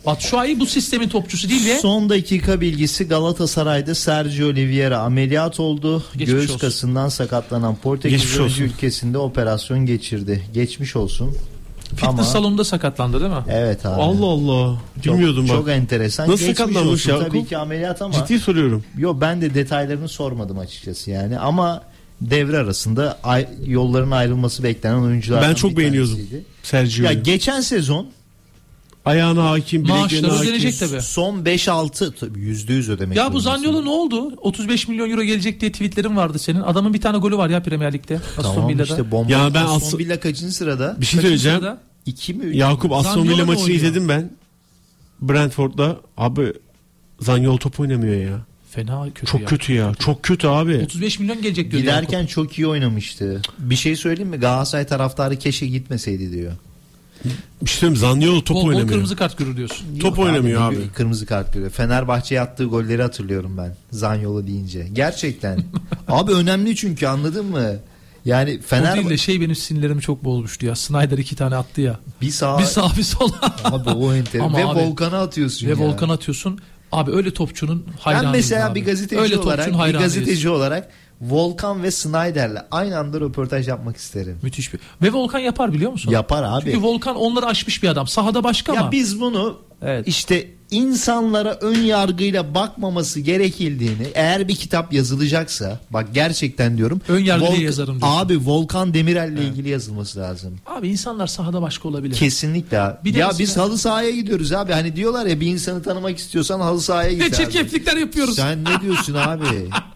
Batshuayi bu sistemin topçusu değil ve Son dakika bilgisi, Galatasaray'da Sergio Oliveira ameliyat oldu. Geçmiş Göğüs olsun. kasından sakatlanan Portekiz Geçmiş oyuncu olsun. ülkesinde operasyon geçirdi. Geçmiş olsun. fitness Ama- salonunda sakatlandı değil mi? Evet abi. Allah Allah. Çok- Bilmiyordum bak. Çok enteresan. Nasıl Geçmiş sakatlanmış olsun. ya? Tabii ki ameliyat ama. Ciddi soruyorum. Yo, ben de detaylarını sormadım açıkçası yani. Ama devre arasında yolların ayrılması beklenen oyunculardan Ben çok bir beğeniyordum tanesiydi. Sergio'yu. Ya geçen sezon Ayağına hakim, bileklerine Maaşları hakim. ödenecek tabii. son 5-6 tabii %100 ödemek. Ya bu zorundasın. Zaniolo ne oldu? 35 milyon euro gelecek diye tweetlerin vardı senin. Adamın bir tane golü var ya Premier Lig'de. Aston Tamam Villa'da. işte bomba. Ya ben Aston Villa kaçıncı sırada? Bir şey Kaçıncı söyleyeceğim. sırada? 2 mi? 3 Yakup Aston Zaniolo Villa mu maçını oynuyor? izledim ben. Brentford'da. Abi Zaniolo top oynamıyor ya. Fena kötü Çok ya. kötü ya. Çok kötü abi. 35 milyon gelecek diyor. Giderken çok iyi oynamıştı. Bir şey söyleyeyim mi? Galatasaray taraftarı keşke gitmeseydi diyor. Bir şey söyleyeyim, Zaniolo top Bol bol oynamıyor. kırmızı kart görür diyorsun. Top Yok oynamıyor abi. bir kırmızı kart görüyor. Fenerbahçe'ye attığı golleri hatırlıyorum ben. Zaniolo deyince. Gerçekten. Abi önemli çünkü, anladın mı? Yani O değil de Fenerbahçe benim sinirlerimi çok bozmuştu ya. Snyder 2 tane attı ya. bir sağ Bir sağ bir sol. abi o enter Ama ve abi- Volkan'a atıyorsun Ve ya. Volkan atıyorsun. Abi öyle topçunun hayranıyım. Ben mesela abi. bir gazeteci öyle olarak topçunun hayranıyız. Volkan ve Snyder'le aynı anda röportaj yapmak isterim. Müthiş bir. Ve Volkan yapar biliyor musun? Yapar abi. Çünkü Volkan onları aşmış bir adam. Sahada başka Ya ama. biz bunu Evet. işte insanlara ön yargıyla bakmaması gerekildiğini, eğer bir kitap yazılacaksa, bak gerçekten diyorum. Ön yargıyla yazarım diyorsun. Abi Volkan Demirel'le ilgili yazılması lazım. Abi insanlar sahada başka olabilir. Kesinlikle abi. Bir de Ya mesela- biz halı sahaya gidiyoruz abi. Hani diyorlar ya, bir insanı tanımak istiyorsan halı sahaya git Ne abi. çirkeflikler yapıyoruz. Sen ne diyorsun abi?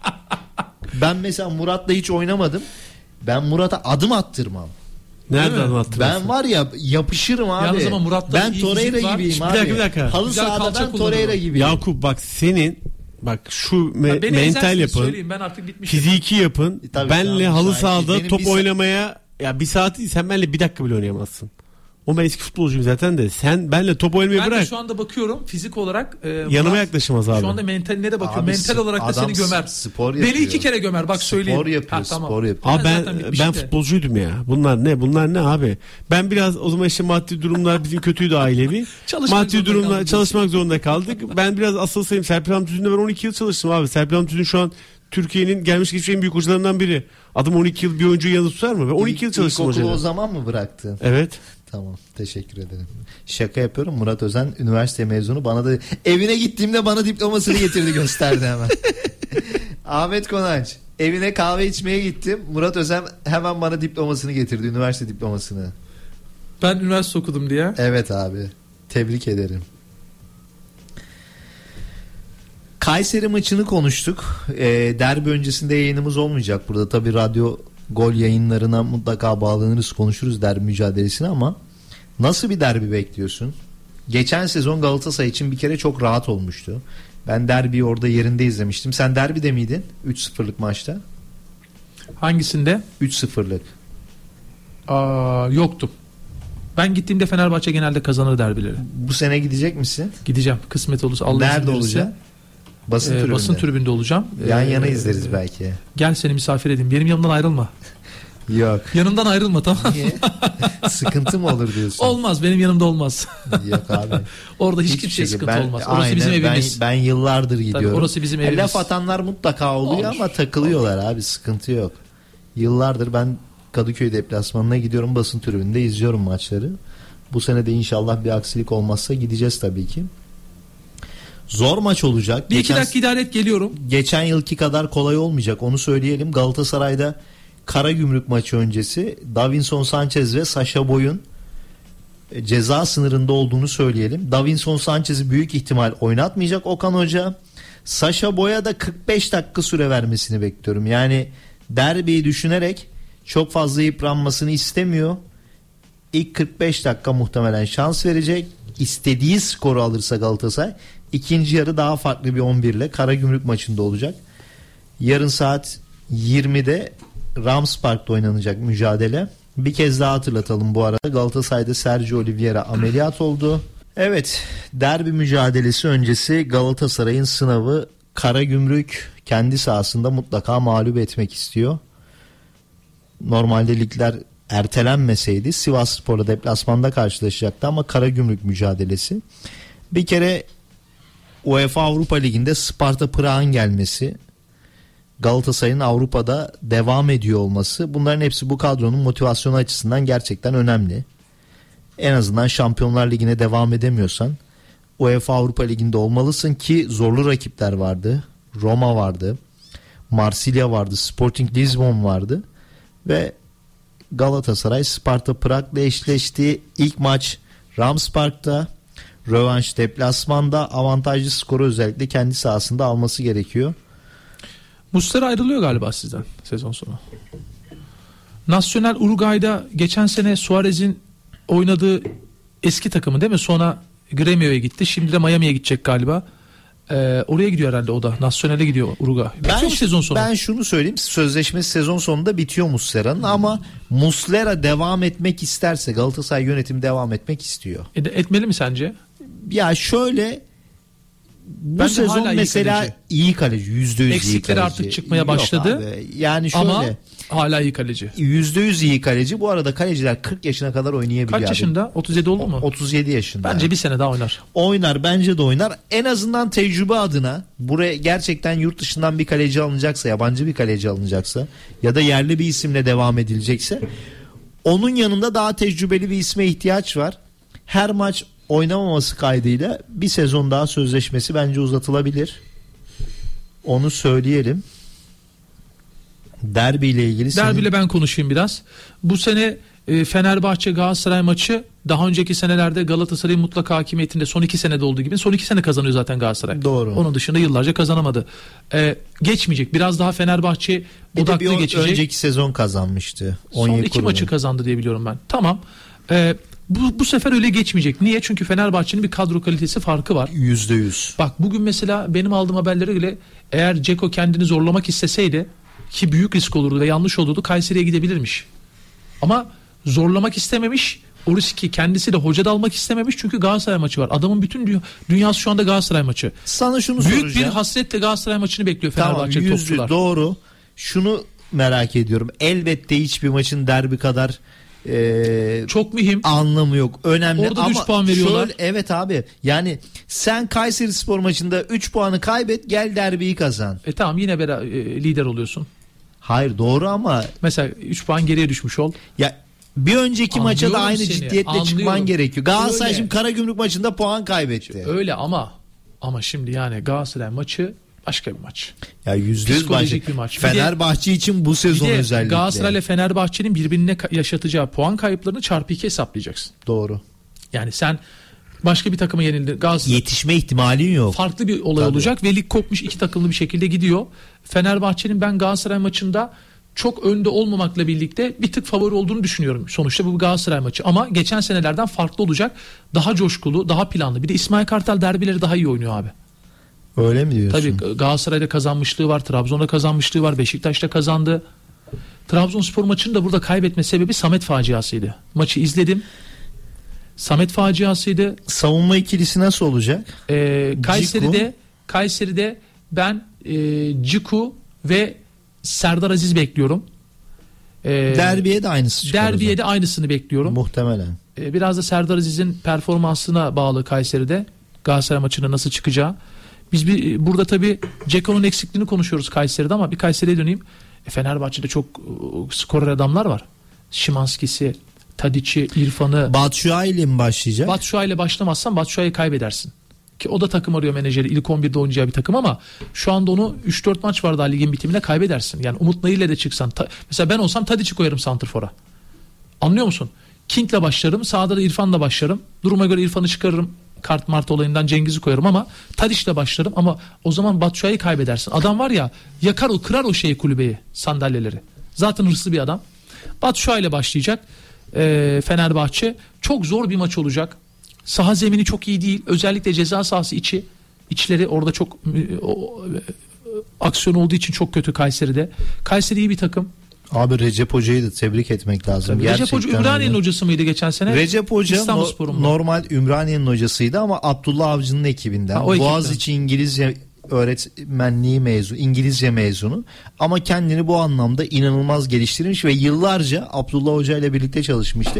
Ben mesela Murat'la hiç oynamadım. Ben Murat'a adım attırmam. Nereden Değil mi? hatırlarsın? Ben var ya yapışırım abi. Yalnız ama Murat'ta ben iyi Torreira fizik var. gibiyim Bir abi. dakika, bir dakika. Halı Güzel sahada kalça ben Torreira kullanıyor. gibiyim. Yakup bak senin, bak şu Ya beni mental ezersiniz, yapın, söyleyeyim, ben artık bitmişim. fiziki yapın. Tabii, benle tamam, halı müsait. sahada Benim top bir oynamaya ya bir saat değil, sen benle bir dakika bile oynayamazsın. O ben eski futbolcuyum zaten de. Sen benle top oynamayı Ben de bırak. şu anda bakıyorum fizik olarak. Yanıma Murat, yaklaşamaz abi. Şu anda mentaline de bakıyorum. Abi, Mental olarak da adam seni gömer. spor Beni yapıyor. 2 kere gömer bak söyleyeyim. Spor yapıyor, spor yapıyor. Abi zaten ben bitmişim de. futbolcuydum ya. Bunlar ne abi? Ben biraz o zaman işte maddi durumlar bizim kötüydü ailevi. Çalışmak Maddi zorunda durumlar kaldık. çalışmak zorunda kaldık. Ben biraz asıl sayayım. Serpil Hamdüzü'nde ben 12 yıl çalıştım abi. Serpil Hamdüzü şu an Türkiye'nin gelmiş geçmiş en büyük hocalarından biri. Adam 12 yıl bir oyuncuyu yanında tutar mı? Ben 12 yıl çalıştım İlkokulu hocayla. o zaman mı bıraktın? Evet. Tamam, teşekkür ederim. Şaka yapıyorum. Murat Özen üniversite mezunu, bana da evine gittiğimde bana diplomasını getirdi, gösterdi hemen. Ahmet Konanç, evine kahve içmeye gittim. Murat Özen hemen bana diplomasını getirdi, üniversite diplomasını. Ben üniversite okudum diye. Evet abi, tebrik ederim. Kayseri maçını konuştuk. Derbi öncesinde yayınımız olmayacak burada. Tabii radyo gol yayınlarına mutlaka bağlanırız, konuşuruz derbi mücadelesini, ama nasıl bir derbi bekliyorsun? Geçen sezon Galatasaray için bir kere çok rahat olmuştu. Ben derbiyi orada yerinde izlemiştim. Sen derbide miydin? 3-0'lık maçta. Hangisinde? 3-0'lık. Yoktum. Ben gittiğimde Fenerbahçe genelde kazanır derbileri. Bu sene gidecek misin? Gideceğim. Kısmet olursa. Allah Nerede izin verirse. olacaksın? Basın tribünde. Basın tribünde olacağım. Yan yana izleriz belki. Gel seni misafir edeyim. Benim yanımdan ayrılma. Yok. Yanımdan ayrılma, tamam. Niye? Sıkıntı mı olur diyorsun? Olmaz, benim yanımda olmaz. Yok abi. Orada hiç Hiçbir kimseye şekilde. sıkıntı Ben- olmaz. Orası aynen, bizim evimiz. Ben yıllardır gidiyorum. orası bizim evimiz. Laf atanlar mutlaka oluyor Olur. ama takılıyorlar abi, sıkıntı yok. Yıllardır ben Kadıköy deplasmanına gidiyorum, basın tribünde izliyorum maçları. Bu sene de inşallah bir aksilik olmazsa gideceğiz tabii ki. Zor maç olacak. Bir iki dakika idare et, geliyorum. Geçen yılki kadar kolay olmayacak, onu söyleyelim. Galatasaray'da Karagümrük maçı öncesi Davinson Sanchez ve Sacha Boey'un ceza sınırında olduğunu söyleyelim. Davinson Sanchez'i büyük ihtimal oynatmayacak Okan Hoca. Sacha Boey'a da 45 dakika süre vermesini bekliyorum. Yani derbiyi düşünerek çok fazla yıpranmasını istemiyor. İlk 45 dakika muhtemelen şans verecek. İstediği skoru alırsa Galatasaray, ikinci yarı daha farklı bir 11 ile Karagümrük maçında olacak. Yarın saat 20'de Rams Park'ta oynanacak mücadele. Bir kez daha hatırlatalım bu arada. Galatasaray'da Sergio Oliveira ameliyat oldu. Evet, derbi mücadelesi öncesi Galatasaray'ın sınavı, Karagümrük kendi sahasında mutlaka mağlup etmek istiyor. Normalde ligler ertelenmeseydi Sivasspor'la deplasmanda karşılaşacaktı ama Karagümrük mücadelesi. Bir kere UEFA Avrupa Ligi'nde Sparta Prag'ın gelmesi, Galatasaray'ın Avrupa'da devam ediyor olması, bunların hepsi bu kadronun motivasyonu açısından gerçekten önemli. En azından Şampiyonlar Ligi'ne devam edemiyorsan UEFA Avrupa Ligi'nde olmalısın ki zorlu rakipler vardı. Roma vardı, Marsilya vardı, Sporting Lisbon vardı ve Galatasaray Sparta Prag'la eşleşti. İlk maç Ramspark'ta, rövanş deplasmanda, avantajlı skoru özellikle kendi sahasında alması gerekiyor. Muslera ayrılıyor galiba sizden sezon sonu. Nacional Uruguay'da geçen sene Suarez'in oynadığı eski takımı değil mi? Sonra Gremio'ya gitti. Şimdi de Miami'ye gidecek galiba. Oraya gidiyor herhalde o da. Nacional'e gidiyor Uruguay. Sezon sonu. Ben şunu söyleyeyim. Sözleşmesi sezon sonunda bitiyor Muslera'nın ama Muslera devam etmek isterse, Galatasaray yönetimi devam etmek istiyor. Etmeli mi sence? Ya şöyle, bu bence sezon mesela iyi kaleci. %100 iyi kaleci. Eksikleri artık çıkmaya başladı. Abi, yani şöyle. Ama hala iyi kaleci. %100 iyi kaleci. Bu arada kaleciler 40 yaşına kadar oynayabiliyor. Kaç yaşında? 37 oldu mu? 37 yaşında. Bence bir sene daha oynar. Oynar, bence de oynar. En azından tecrübe adına, buraya gerçekten yurt dışından bir kaleci alınacaksa, yabancı bir kaleci alınacaksa ya da yerli bir isimle devam edilecekse, onun yanında daha tecrübeli bir isme ihtiyaç var. Her maç oynamaması kaydıyla bir sezon daha sözleşmesi bence uzatılabilir. Onu söyleyelim. Derbiyle ilgili. Derbiyle ben konuşayım biraz. Bu sene Fenerbahçe Galatasaray maçı daha önceki senelerde Galatasaray'ın mutlak hakimiyetinde son 2 senede olduğu gibi son 2 sene kazanıyor zaten Galatasaray. Doğru. Onun dışında yıllarca kazanamadı. Geçmeyecek. Biraz daha Fenerbahçe odaklı geçecek. Önceki sezon kazanmıştı. Son 2 maçı kazandı diye biliyorum ben. Tamam. Bu sefer öyle geçmeyecek. Niye? Çünkü Fenerbahçe'nin bir kadro kalitesi farkı var. %100. Bak bugün mesela benim aldığım haberlere göre eğer Ceko kendini zorlamak isteseydi, ki büyük risk olurdu ve yanlış olurdu, Kayseri'ye gidebilirmiş. Ama zorlamak istememiş. O riski kendisi de hoca da almak istememiş. Çünkü Galatasaray maçı var. Adamın bütün dünyası şu anda Galatasaray maçı. Sana şunu büyük soracağım. Bir hasretle Galatasaray maçını bekliyor Fenerbahçe tamam, topçular. Doğru. Şunu merak ediyorum. Elbette hiçbir maçın derbi kadar çok mühim. Anlamı yok. Önemli. Orada ama 3 puan veriyorlar. Şöyle, evet abi. Yani sen Kayserispor maçında 3 puanı kaybet, gel derbiyi kazan. Tamam, yine lider oluyorsun. Hayır, doğru ama mesela 3 puan geriye düşmüş ol. Ya bir önceki Anlıyorum maça da aynı seni, ciddiyetle çıkman gerekiyor. Galatasaray şimdi Karagümrük maçında puan kaybetti. Öyle ama şimdi yani Galatasaray maçı başka bir maç. Ya %100 bir maç. Fenerbahçe için bu sezon özellikle. Galatasaray ile Fenerbahçe'nin birbirine yaşatacağı puan kayıplarını çarpı 2 hesaplayacaksın. Doğru. Yani sen başka bir takıma yenildin. Galatasaray yetişme ihtimalin yok. Farklı bir olay olacak ve lig kopmuş, 2 takımlı bir şekilde gidiyor. Fenerbahçe'nin ben Galatasaray maçında çok önde olmamakla birlikte bir tık favori olduğunu düşünüyorum. Sonuçta bu bir Galatasaray maçı ama geçen senelerden farklı olacak. Daha coşkulu, daha planlı. Bir de İsmail Kartal derbileri daha iyi oynuyor abi. Öyle mi diyorsun? Tabii Galatasaray'da kazanmışlığı var, Trabzon'da kazanmışlığı var, Beşiktaş'ta kazandı. Trabzonspor maçını da burada kaybetme sebebi Samet faciasıydı. Maçı izledim. Samet faciasıydı. Savunma ikilisi nasıl olacak? Kayseri'de ben Ciku ve Serdar Aziz bekliyorum. Derbiye de aynısı çıkar. Derbiye de aynısını bekliyorum. Muhtemelen. Biraz da Serdar Aziz'in performansına bağlı Kayseri'de. Galatasaray maçına nasıl çıkacağı. Biz burada tabii Ceko'nun eksikliğini konuşuyoruz Kayseri'de ama bir Kayseri'ye döneyim. Fenerbahçe'de çok skorer adamlar var. Şimanski'si, Tadic'i, İrfan'ı. Batshuayi ile mi başlayacak? Batshuayi ile başlamazsan Batshuayi'yi kaybedersin. Ki o da takım arıyor menajeri. İlk 11'de oynayacağı bir takım ama şu anda onu 3-4 maç var daha ligin bitimine, kaybedersin. Yani Umut Nayır'le de çıksan. Mesela ben olsam Tadic'i koyarım santrfora. Anlıyor musun? King'le başlarım. Sağda da İrfan'la başlarım. Duruma göre İrfan'ı çıkarırım. Kart mart olayından Cengiz'i koyarım ama Tadic'le başlarım ama o zaman Batshuayi'yi kaybedersin. Adam var ya, yakar kırar o kulübeyi, sandalyeleri. Zaten hırslı bir adam. Batshuayi ile başlayacak Fenerbahçe. Çok zor bir maç olacak. Saha zemini çok iyi değil. Özellikle ceza sahası içleri orada çok aksiyon olduğu için çok kötü Kayseri'de. Kayseri iyi bir takım. Abi Recep Hoca'yı da tebrik etmek lazım. Tabii. Recep Hoca Ümraniye'nin hocası mıydı geçen sene? Recep Hoca normal Ümraniye'nin hocasıydı ama Abdullah Avcı'nın ekibinden. Boğaziçi İngilizce öğretmenliği mezunu, İngilizce mezunu ama kendini bu anlamda inanılmaz geliştirmiş ve yıllarca Abdullah Hoca ile birlikte çalışmıştı.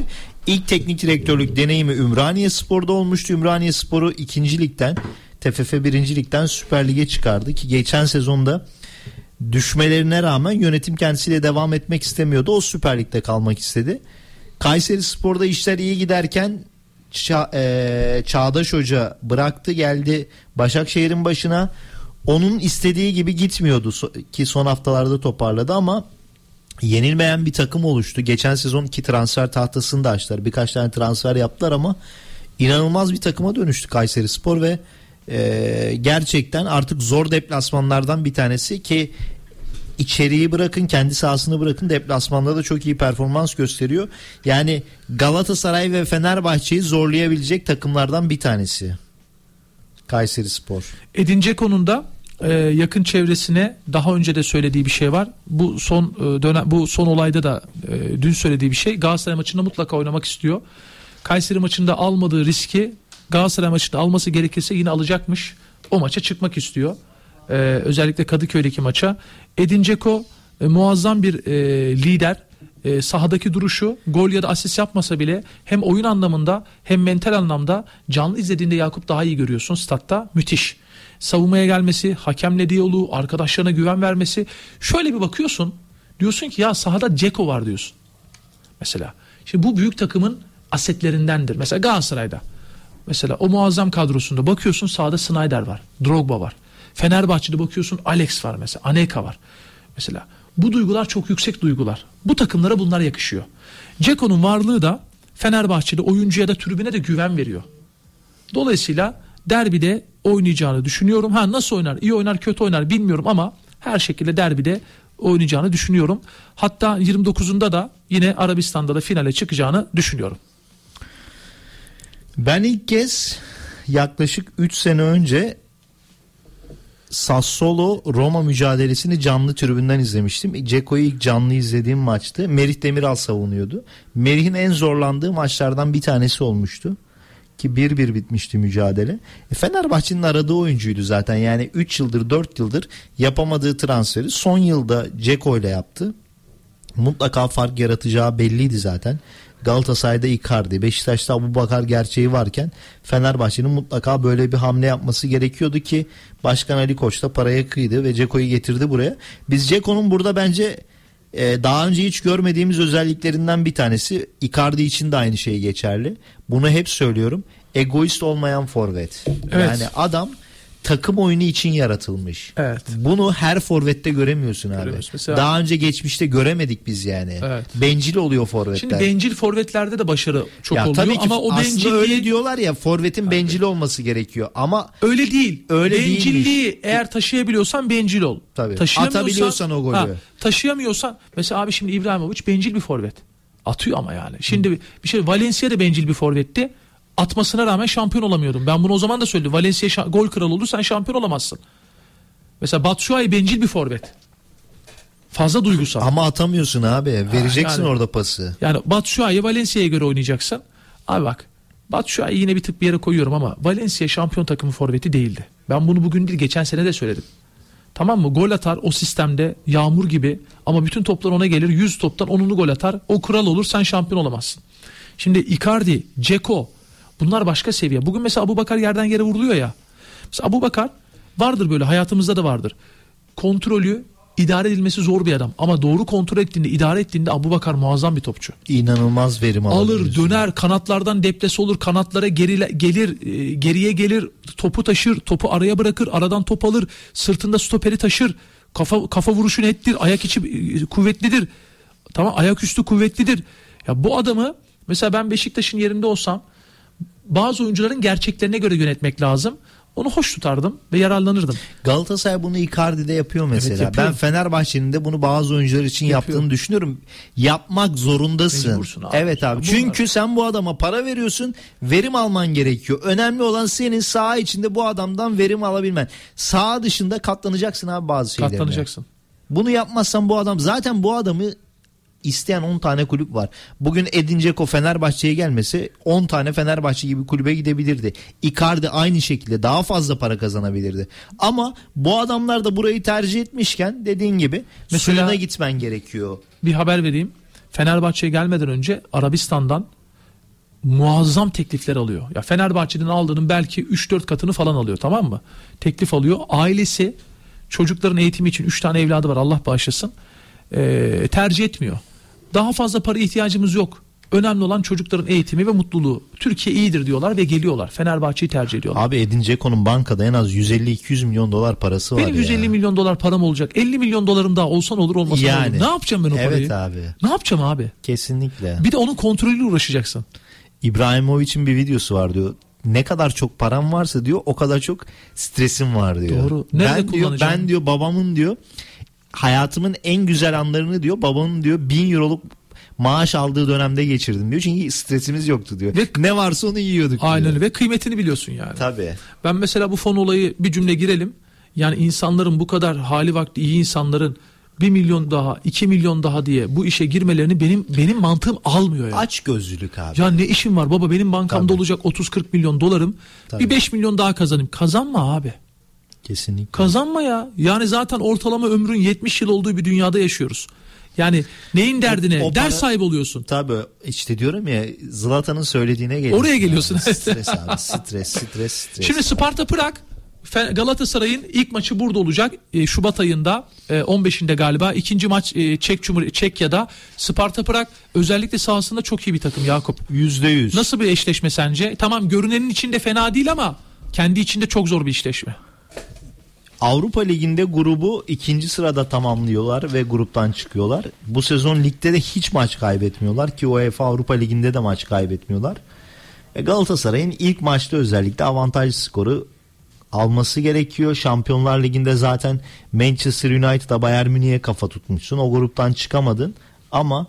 İlk teknik direktörlük deneyimi Ümraniyespor'da olmuştu. Ümraniyespor'u 2. ligden, TFF 1. ligden Süper Lig'e çıkardı ki geçen sezonda düşmelerine rağmen yönetim kendisiyle devam etmek istemiyordu. O Süper Lig'de kalmak istedi. Kayserispor'da işler iyi giderken Çağdaş Hoca bıraktı, geldi Başakşehir'in başına. Onun istediği gibi gitmiyordu ki son haftalarda toparladı ama yenilmeyen bir takım oluştu. Geçen sezon 2 transfer tahtasını da açtılar. Birkaç tane transfer yaptılar ama inanılmaz bir takıma dönüştü Kayserispor ve gerçekten artık zor deplasmanlardan bir tanesi ki içeriği bırakın, kendi sahasını bırakın, deplasmanda da çok iyi performans gösteriyor. Yani Galatasaray ve Fenerbahçe'yi zorlayabilecek takımlardan bir tanesi Kayserispor. Edin Dzeko'nun da yakın çevresine daha önce de söylediği bir şey var. Bu son olayda da dün söylediği bir şey. Galatasaray maçında mutlaka oynamak istiyor. Kayseri maçında almadığı riski Galatasaray maçında alması gerekirse yine alacakmış. O maça çıkmak istiyor. Özellikle Kadıköy'deki maça. Edin Dzeko muazzam bir lider. Sahadaki duruşu, gol ya da asist yapmasa bile hem oyun anlamında hem mental anlamda, canlı izlediğinde Yakup daha iyi görüyorsun statta, müthiş. Savunmaya gelmesi, hakemle diyaloğu, arkadaşlarına güven vermesi. Şöyle bir bakıyorsun, diyorsun ki ya sahada Dzeko var diyorsun. Mesela. Şimdi bu büyük takımın asetlerindendir. Mesela Galatasaray'da. Mesela o muazzam kadrosunda bakıyorsun sahada Snyder var, Drogba var. Fenerbahçe'de bakıyorsun Alex var mesela, Anelka var. Mesela bu duygular çok yüksek duygular. Bu takımlara bunlar yakışıyor. Dzeko'nun varlığı da Fenerbahçe'de oyuncuya da tribüne de güven veriyor. Dolayısıyla derbide oynayacağını düşünüyorum. Nasıl oynar? İyi oynar, kötü oynar bilmiyorum ama her şekilde derbide oynayacağını düşünüyorum. Hatta 29'unda da yine Arabistan'da da finale çıkacağını düşünüyorum. Ben ilk kez yaklaşık 3 sene önce Sassuolo Roma mücadelesini canlı tribünden izlemiştim. Dzeko'yu ilk canlı izlediğim maçtı. Merih Demiral savunuyordu. Merih'in en zorlandığı maçlardan bir tanesi olmuştu. Ki 1-1 bitmişti mücadele. Fenerbahçe'nin aradığı oyuncuydu zaten. Yani 3 yıldır 4 yıldır yapamadığı transferi son yılda Dzeko ile yaptı. Mutlaka fark yaratacağı belliydi zaten. Galatasaray'da Icardi, Beşiktaş'ta Abubakar gerçeği varken Fenerbahçe'nin mutlaka böyle bir hamle yapması gerekiyordu ki Başkan Ali Koç da paraya kıydı ve Dzeko'yu getirdi buraya. Biz Dzeko'nun burada bence daha önce hiç görmediğimiz özelliklerinden bir tanesi. Icardi için de aynı şey geçerli. Bunu hep söylüyorum. Egoist olmayan forvet. Evet. Yani adam takım oyunu için yaratılmış. Evet. Bunu her forvette göremiyorsun abi. Mesela, daha önce geçmişte göremedik biz yani. Evet. Bencil oluyor forvetler. Şimdi bencil forvetlerde de başarı çok oluyor tabii ki, ama o bencilliği öyle diyorlar ya, forvetin bencil olması gerekiyor ama öyle değil. Öyle bencilliği değilmiş. Eğer taşıyabiliyorsan bencil ol. Tabii. Atabiliyorsan o golü. Taşıyamıyorsan mesela abi şimdi İbrahimovic bencil bir forvet. Atıyor ama yani. Şimdi bir şey, Valencia da bencil bir forvetti. Atmasına rağmen şampiyon olamıyordum. Ben bunu o zaman da söyledim. Valencia gol kralı olur, sen şampiyon olamazsın. Mesela Batshuayi bencil bir forvet. Fazla duygusal. Ama atamıyorsun abi. Vereceksin yani, orada pası. Yani Batshuayi Valencia'ya göre oynayacaksın. Abi bak, Batshuayi yine bir tık bir yere koyuyorum ama Valencia şampiyon takımı forveti değildi. Ben bunu bugün değil geçen sene de söyledim. Tamam mı? Gol atar o sistemde yağmur gibi ama bütün toplar ona gelir. 100 toptan 10'unu gol atar. O kral olur, sen şampiyon olamazsın. Şimdi Icardi, Dzeko, bunlar başka seviye. Bugün mesela Abubakar yerden yere vuruluyor ya. Mesela Abubakar vardır, böyle hayatımızda da vardır. Kontrolü, idare edilmesi zor bir adam. Ama doğru kontrol ettiğinde, idare ettiğinde Abubakar muazzam bir topçu. İnanılmaz verim alır, döner, kanatlardan deplesi olur, kanatlara geriye gelir, topu taşır, topu araya bırakır, aradan top alır, sırtında stoperi taşır, kafa vuruşu nettir, ayak içi kuvvetlidir. Tamam, ayaküstü kuvvetlidir. Ya bu adamı mesela ben Beşiktaş'ın yerinde olsam bazı oyuncuların gerçeklerine göre yönetmek lazım. Onu hoş tutardım ve yararlanırdım. Galatasaray bunu Icardi'de yapıyor mesela. Evet, yapıyor. Ben Fenerbahçe'nin de bunu bazı oyuncular için yaptığını düşünüyorum. Yapmak zorundasın. Evet abi. Çünkü sen bu adama para veriyorsun, verim alman gerekiyor. Önemli olan senin saha içinde bu adamdan verim alabilmen. Saha dışında katlanacaksın abi bazı şeylerine. Katlanacaksın. Bunu yapmazsan bu adam, zaten bu adamı İsteyen 10 tane kulüp var. Bugün Edin Dzeko Fenerbahçe'ye gelmesi 10 tane Fenerbahçe gibi kulübe gidebilirdi. Icardi aynı şekilde daha fazla para kazanabilirdi. Ama bu adamlar da burayı tercih etmişken dediğin gibi suyuna gitmen gerekiyor. Bir haber vereyim. Fenerbahçe'ye gelmeden önce Arabistan'dan muazzam teklifler alıyor. Ya Fenerbahçe'den aldığının belki 3-4 katını falan alıyor, tamam mı? Teklif alıyor. Ailesi çocukların eğitimi için 3 tane evladı var, Allah bağışlasın. Tercih etmiyor. Daha fazla para ihtiyacımız yok. Önemli olan çocukların eğitimi ve mutluluğu. Türkiye iyidir diyorlar ve geliyorlar. Fenerbahçe'yi tercih ediyorlar. Abi Edin Dzeko'nun bankada en az 150-200 milyon dolar parası var. Benim 150 milyon dolar param olacak. 50 milyon dolarım daha olsan olur, olmasa yani, olur. Ne yapacağım ben o parayı? Evet abi. Ne yapacağım abi? Kesinlikle. Bir de onun kontrolüyle uğraşacaksın. İbrahimovic'in bir videosu var diyor. Ne kadar çok param varsa diyor, o kadar çok stresim var diyor. Doğru. Nerede kullanacağım? Ben diyor babamın diyor hayatımın en güzel anlarını diyor babamın diyor 1000 euroluk maaş aldığı dönemde geçirdim diyor. Çünkü stresimiz yoktu diyor. Ve ne varsa onu yiyorduk diyor. Aynen öyle ve kıymetini biliyorsun yani. Tabii. Ben mesela bu fon olayı, bir cümle girelim. Yani insanların bu kadar hali vakti iyi insanların 1 milyon daha 2 milyon daha diye bu işe girmelerini benim mantığım almıyor yani. Aç gözlülük abi. Ya ne işim var baba, benim bankamda Tabii. olacak 30-40 milyon dolarım. Tabii. Bir 5 milyon daha kazanayım. Kazanma abi. Kesinlikle. Kazanma ya. Yani zaten ortalama ömrün 70 yıl olduğu bir dünyada yaşıyoruz. Yani neyin derdine? O ders sahibi oluyorsun. Tabii işte diyorum ya, Zlatan'ın söylediğine geliyorsun. Oraya geliyorsun. Abi. Stres abi. Stres. Şimdi Sparta Prag Galatasaray'ın ilk maçı burada olacak. Şubat ayında 15'inde galiba. İkinci maç Çekya'da. Sparta Prag özellikle sahasında çok iyi bir takım Yakup. %100. Nasıl bir eşleşme sence? Tamam, görünenin içinde fena değil ama kendi içinde çok zor bir eşleşme. Avrupa Ligi'nde grubu 2. sırada tamamlıyorlar ve gruptan çıkıyorlar. Bu sezon ligde de hiç maç kaybetmiyorlar ki UEFA Avrupa Ligi'nde de maç kaybetmiyorlar. Galatasaray'ın ilk maçta özellikle avantajlı skoru alması gerekiyor. Şampiyonlar Ligi'nde zaten Manchester United'a, Bayern Münih'e kafa tutmuşsun. O gruptan çıkamadın ama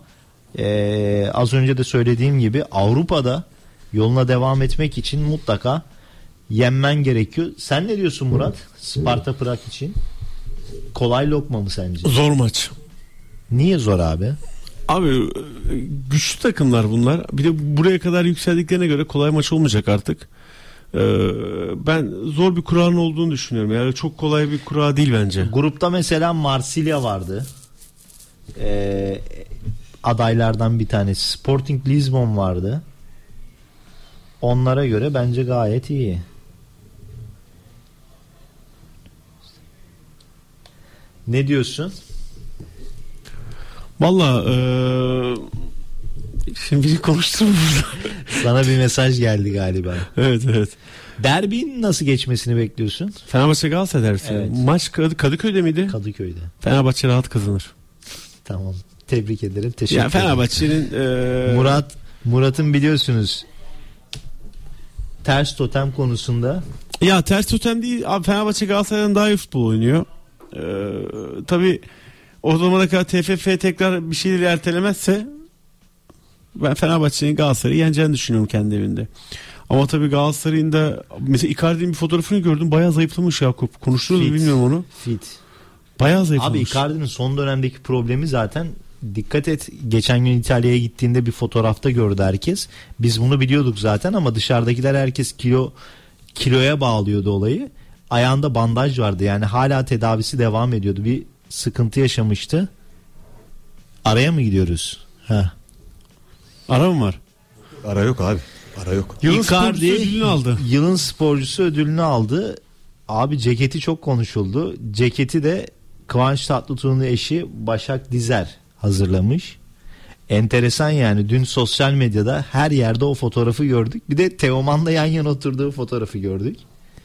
az önce de söylediğim gibi Avrupa'da yoluna devam etmek için mutlaka yenmen gerekiyor. Sen ne diyorsun Murat? Sparta Prag için kolay lokma mı sence? Zor maç. Niye zor abi? Abi güçlü takımlar bunlar. Bir de buraya kadar yükseldiklerine göre kolay maç olmayacak artık. Ben zor bir kuranın olduğunu düşünüyorum. Yani çok kolay bir kura değil bence. Grupta mesela Marsilya vardı. Adaylardan bir tanesi. Sporting Lisbon vardı. Onlara göre bence gayet iyi. Ne diyorsun? Valla şimdi biri konuştu mu burada? Sana bir mesaj geldi galiba. Evet. Derbinin nasıl geçmesini bekliyorsun? Fenerbahçe Galatasaray dersi. Evet. Maç Kadıköy'de miydi? Kadıköy'de. Fenerbahçe rahat kazanır. Tamam. Tebrik ederim. Teşekkür ederim. Fenerbahçe'nin Murat'ın biliyorsunuz ters totem konusunda. Ya ters totem değil. Abi Fenerbahçe Galatasaray'dan daha iyi futbol oynuyor. Tabii o zamana kadar TFF tekrar bir şeyleri ertelemezse ben Fenerbahçe'nin Galatasaray'ı yeneceğini düşünüyorum kendi evinde. Ama tabii Galatasaray'ın da mesela Icardi'nin bir fotoğrafını gördüm. Bayağı zayıflamış Yakup. Konuştunuz mu bilmiyorum onu. Fit. Bayağı zayıflamış. Abi Icardi'nin son dönemdeki problemi zaten, dikkat et, geçen gün İtalya'ya gittiğinde bir fotoğrafta gördü herkes. Biz bunu biliyorduk zaten ama dışarıdakiler herkes kiloya bağlıyordu olayı. Ayağında bandaj vardı, yani hala tedavisi devam ediyordu. Bir sıkıntı yaşamıştı. Araya mı gidiyoruz? Ara mı var? Ara yok abi. Ara yok. Yılın sporcusu ödülünü aldı. Yılın sporcusu ödülünü aldı. Abi ceketi çok konuşuldu. Ceketi de Kıvanç Tatlıtuğ'un eşi Başak Dizer hazırlamış. Enteresan yani, dün sosyal medyada her yerde o fotoğrafı gördük. Bir de Teoman'la yan yana oturduğu fotoğrafı gördük.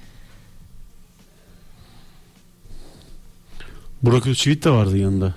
Burak Özçivit de vardı yanında.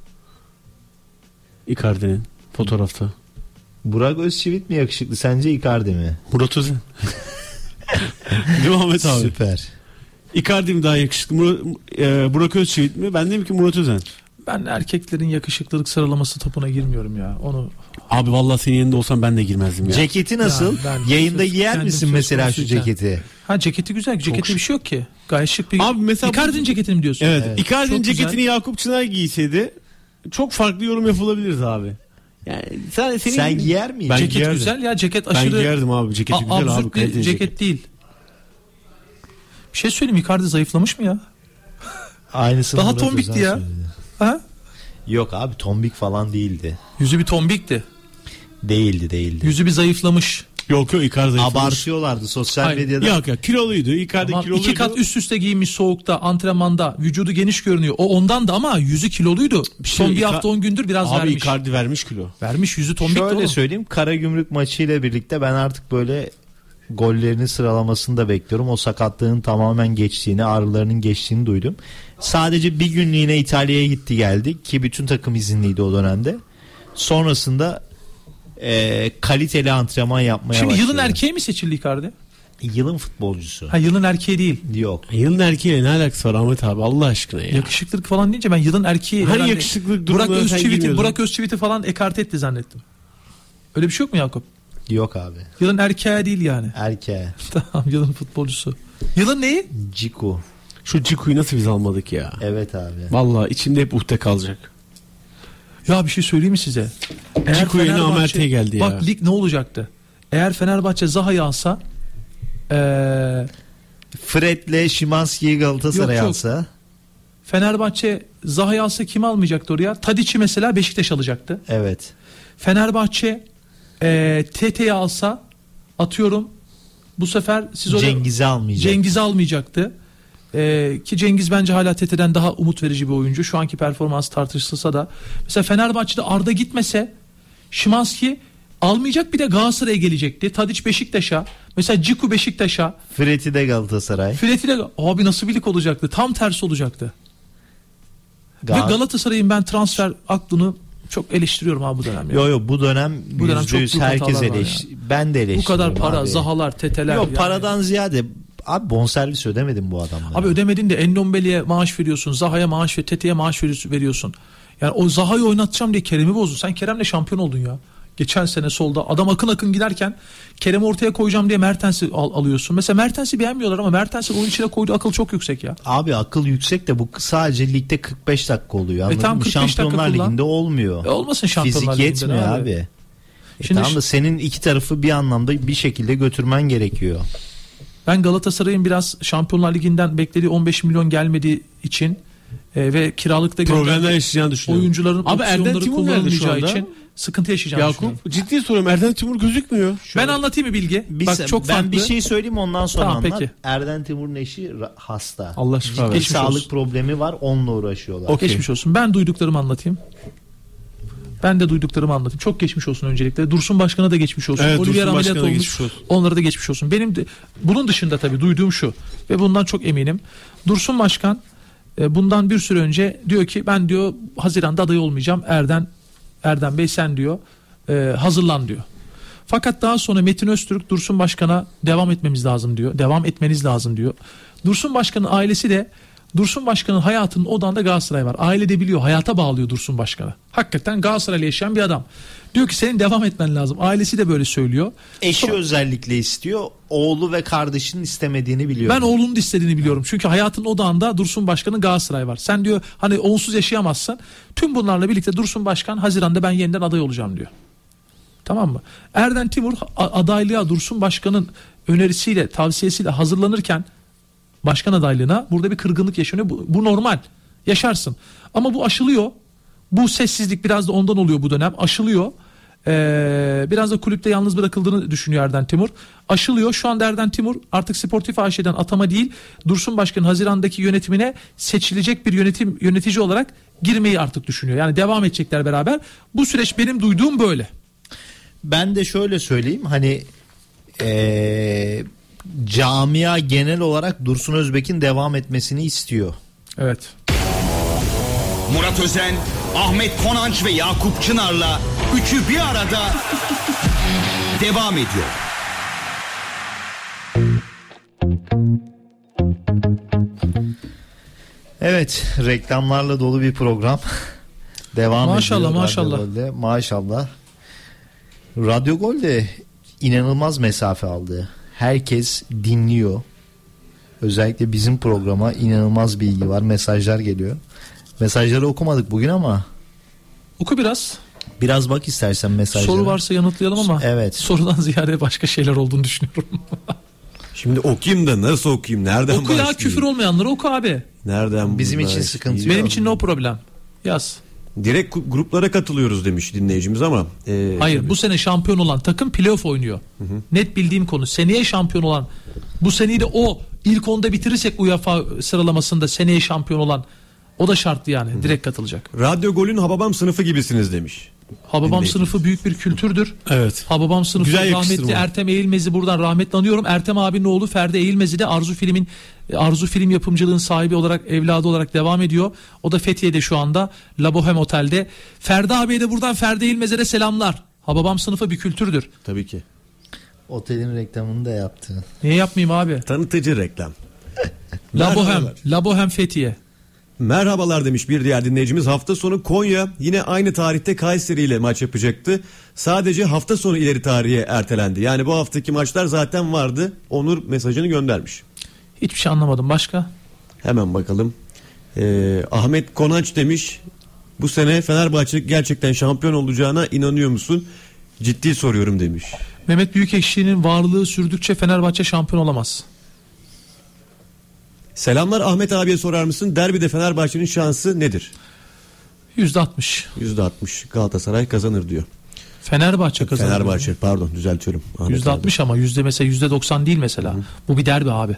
Icardi'nin fotoğrafta. Burak Özçivit mi yakışıklı sence, Icardi mi? Murat Özen. Değil mi Ahmet abi? Süper. Icardi mi daha yakışıklı? Burak Özçivit mi? Ben dedim ki Murat Özen. Ben erkeklerin yakışıklılık sıralaması topuna girmiyorum ya. Onu Abi vallahi senin yerinde olsam ben de girmezdim ya. Ceketi nasıl? Ya Yayında giyer kendim misin söz mesela şu konusuyken. ceketi? ceketi güzel. Cekette bir şey yok ki. Gayet şık bir. Abi mesela Icardi'nin ceketini mi diyorsun? Evet. Icardi'nin Çok ceketini güzel. Yakup Çınar giyseydi çok farklı yorum yapılabilirdi abi. Yani Sen giyer miydin? Ben Ceket giyerdim. güzel ya, ceket Ben aşırı. giyerdim abi. Ceketi güzel abi. Absürt bir Kaliteli ceket değil. Bir şey söyleyeyim, Icardi zayıflamış mı ya? Aynısını Daha Murat tombikti Özen ya. söyledi. Ha? Yok abi, tombik falan değildi. Yüzü bir tombikti. Değildi. Yüzü bir zayıflamış. Yok Icardi zayıflamış. Abartıyorlardı sosyal Hayır. medyada. Yok kiloluydu. Icardi Tamam, kiloluydu. 2 kat üst üste giyinmiş soğukta, antrenmanda, vücudu geniş görünüyor. O ondan da ama yüzü kiloluydu. Son bir hafta 10 gündür biraz Abi vermiş. Icardi vermiş kilo. Vermiş, yüzü tombik Şöyle oğlum. söyleyeyim, Karagümrük maçıyla birlikte ben artık böyle gollerini sıralamasını da bekliyorum. O sakatlığın tamamen geçtiğini, ağrılarının geçtiğini duydum. Sadece bir günlüğüne İtalya'ya gitti geldi ki bütün takım izinliydi o dönemde. Sonrasında kaliteli antrenman yapmaya Şimdi başladı. yılın erkeği mi seçildi Icardi? Yılın futbolcusu. Ha, yılın erkeği değil. Yok. Yılın erkeğiyle ne alakası var Ahmet abi Allah aşkına ya. Yakışıklık falan deyince ben yılın erkeği Hani herhalde yakışıklık durumuna sen girmiyordun. Burak Özçivit'i falan ekarte etti zannettim. Öyle bir şey yok mu Yakup? Yok abi. Yılın erkeği değil yani. Erkeğe. Tamam, yılın futbolcusu. Yılın neyi? Ciku. Şu Ciku'yu nasıl biz almadık ya? Evet abi. Vallahi içimde hep uhde kalacak. Ya bir şey söyleyeyim mi size? Ciku yeni Amerte'ye geldi ya. Bak lig ne olacaktı? Eğer Fenerbahçe Zaha'yı alsa Fred'le Szymański'yi Galatasaray'a Yok, yok. alsa. Fenerbahçe Zaha'yı alsa kim almayacaktı oraya? Tadiç'i mesela Beşiktaş alacaktı. Evet. Fenerbahçe TT'yi alsa atıyorum bu sefer siz oraya Cengiz'i almayacak. Cengiz'i almayacaktı. Ki Cengiz bence hala TT'den daha umut verici bir oyuncu. Şu anki performans tartışılsa da. Mesela Fenerbahçe'de Arda gitmese Szymański almayacak, bir de Galatasaray'a gelecekti. Tadiç Beşiktaş'a. Mesela Ciku Beşiktaş'a. Fred'i de Galatasaray. Fred'i de abi nasıl birlik olacaktı? Tam tersi olacaktı. Ve Galatasaray'ın ben transfer aklını çok eleştiriyorum abi bu dönem. Yo bu dönem Bu dönem çok %100 büyük herkes hatalar var ben de eleştiriyorum. Bu kadar para, abi. Zahalar, teteler. Yok yani. paradan ziyade abi bonservis ödemedim bu adamlara. Abi ödemedin de Endombele'ye maaş veriyorsun, Zaha'ya maaş ve Tete'ye maaş veriyorsun. Yani o Zaha'yı oynatacağım diye Kerem'i bozdun. Sen Kerem'le şampiyon oldun ya. Geçen sene solda adam akın akın giderken Kerem'i ortaya koyacağım diye Mertens'i alıyorsun. Mesela Mertens'i beğenmiyorlar ama Mertens'in oyun içine koyduğu akıl çok yüksek ya. Abi akıl yüksek de bu sadece ligde 45 dakika oluyor. Anladın tam mı? 45 dakika Şampiyonlar kullan. Ligi'nde olmuyor. Olmasın Şampiyonlar Fizik Ligi'nde yetmiyor abi. abi. Şimdi Tamam da senin iki tarafı bir anlamda bir şekilde götürmen gerekiyor. Ben Galatasaray'ın biraz Şampiyonlar Ligi'nden beklediği 15 milyon gelmediği için ve kiralıkta problemler yaşayacağını düşünüyorum. Oyuncuların abi Erdem opsiyonları Timur nerede şu kullanılmayacağı anda? için sıkıntı yaşayacağını düşünüyorum. Yakup ciddi soruyorum Erdem Timur gözükmüyor. Ben anlatayım mı Bilgi? Bak çok ben farklı. bir şey söyleyeyim ondan sonra Tamam, anlat. peki. Erden Timur'un eşi hasta. Allah şifa Ciddi versin. sağlık olsun. problemi var, onunla uğraşıyorlar. Okey. Geçmiş olsun. Ben duyduklarımı anlatayım. Ben de duyduklarımı anlatayım. Çok geçmiş olsun öncelikle. Dursun Başkan'a da geçmiş olsun. Evet, Olivier Dursun ameliyat Başkan'a olmuş. geçmiş olsun. Onlara da geçmiş olsun. Benim de bunun dışında tabii duyduğum şu ve bundan çok eminim. Dursun Başkan bundan bir süre önce diyor ki ben diyor Haziran'da aday olmayacağım. Erdem Bey sen diyor hazırlan diyor. Fakat daha sonra Metin Öztürk Dursun Başkan'a devam etmemiz lazım diyor. Devam etmeniz lazım diyor. Dursun Başkan'ın ailesi de Dursun Başkan'ın hayatının odağında Galatasaray var. Aile de biliyor, hayata bağlıyor Dursun Başkan'a. Hakikaten Galatasaray'la yaşayan bir adam. Diyor ki senin devam etmen lazım. Ailesi de böyle söylüyor. Eşi özellikle istiyor. Oğlu ve kardeşinin istemediğini biliyor. Ben oğlunun da istediğini biliyorum. Çünkü hayatın odağında Dursun Başkan'ın Galatasaray var. Sen diyor hani onsuz yaşayamazsın. Tüm bunlarla birlikte Dursun Başkan Haziran'da ben yeniden aday olacağım diyor. Tamam mı? Erden Timur adaylığa Dursun Başkan'ın önerisiyle, tavsiyesiyle hazırlanırken başkan adaylığına burada bir kırgınlık yaşanıyor. Bu normal. Yaşarsın. Ama bu aşılıyor. Bu sessizlik biraz da ondan oluyor bu dönem. Aşılıyor. Biraz da kulüpte yalnız bırakıldığını düşünüyor Erden Timur. Aşılıyor. Şu anda Erden Timur artık Sportif AŞ'den atama değil, Dursun Başkan'ın Haziran'daki yönetimine seçilecek bir yönetici olarak girmeyi artık düşünüyor. Yani devam edecekler beraber. Bu süreç benim duyduğum böyle. Ben de şöyle söyleyeyim hani camia genel olarak Dursun Özbek'in devam etmesini istiyor. Evet. Murat Özen, Ahmet Konanç ve Yakup Çınar'la üçü bir arada devam ediyor. Evet, reklamlarla dolu bir program. Devam Maşallah, ediyor. maşallah. Radyo Gol'de. Maşallah. Radyo Gol'de inanılmaz mesafe aldı. Herkes dinliyor. Özellikle bizim programa inanılmaz bir ilgi var. Mesajlar geliyor. Mesajları okumadık bugün ama Oku biraz. biraz bak istersen mesajlara. Soru varsa yanıtlayalım ama Evet. sorudan ziyade başka şeyler olduğunu düşünüyorum. Şimdi okuyayım da nasıl okuyayım? Nereden Oku ya, başlayayım? küfür olmayanları oku abi. Nereden Bizim için başlayayım? sıkıntı yok. Benim için no problem. Yaz. Direkt gruplara katılıyoruz demiş dinleyicimiz ama. Hayır, bu sene şampiyon olan takım playoff oynuyor. Net bildiğim konu. Seneye şampiyon olan, bu seneyi de o ilk 10'da bitirirsek UEFA sıralamasında seneye şampiyon olan, o da şartlı yani. Direkt katılacak. Radyo Gol'ün Hababam sınıfı gibisiniz demiş. Hababam sınıfı büyük bir kültürdür. Evet. Hababam sınıfı Güzel rahmetli yakıştırma. Ertem Eğilmez'i buradan rahmetli anıyorum. Ertem abinin oğlu Ferdi Eğilmez'i de Arzu Film yapımcılığın sahibi olarak, evladı olarak devam ediyor. O da Fethiye'de şu anda La Boheme Otel'de. Ferdi abiye de buradan Ferdi Eğilmez'e de selamlar. Hababam sınıfı bir kültürdür. Tabii ki. Otelin reklamını da yaptı. Niye yapmayayım abi? Tanıtıcı reklam. La Boheme Fethiye. Merhabalar demiş bir diğer dinleyicimiz. Hafta sonu Konya yine aynı tarihte Kayseri ile maç yapacaktı. Sadece hafta sonu ileri tarihe ertelendi. Yani bu haftaki maçlar zaten vardı. Onur mesajını göndermiş. Hiçbir şey anlamadım. Başka? Hemen bakalım. Ahmet Konanç demiş. Bu sene Fenerbahçe gerçekten şampiyon olacağına inanıyor musun? Ciddi soruyorum demiş. Mehmet Büyükekşi'nin varlığı sürdükçe Fenerbahçe şampiyon olamaz. Selamlar, Ahmet abiye sorar mısın? Derbide Fenerbahçe'nin şansı nedir? %60. %60 Galatasaray kazanır diyor. Fenerbahçe kazanır. Fenerbahçe pardon düzeltiyorum. Ahmet %60 abi. ama mesela %90 değil mesela. Hı. Bu bir derbi abi.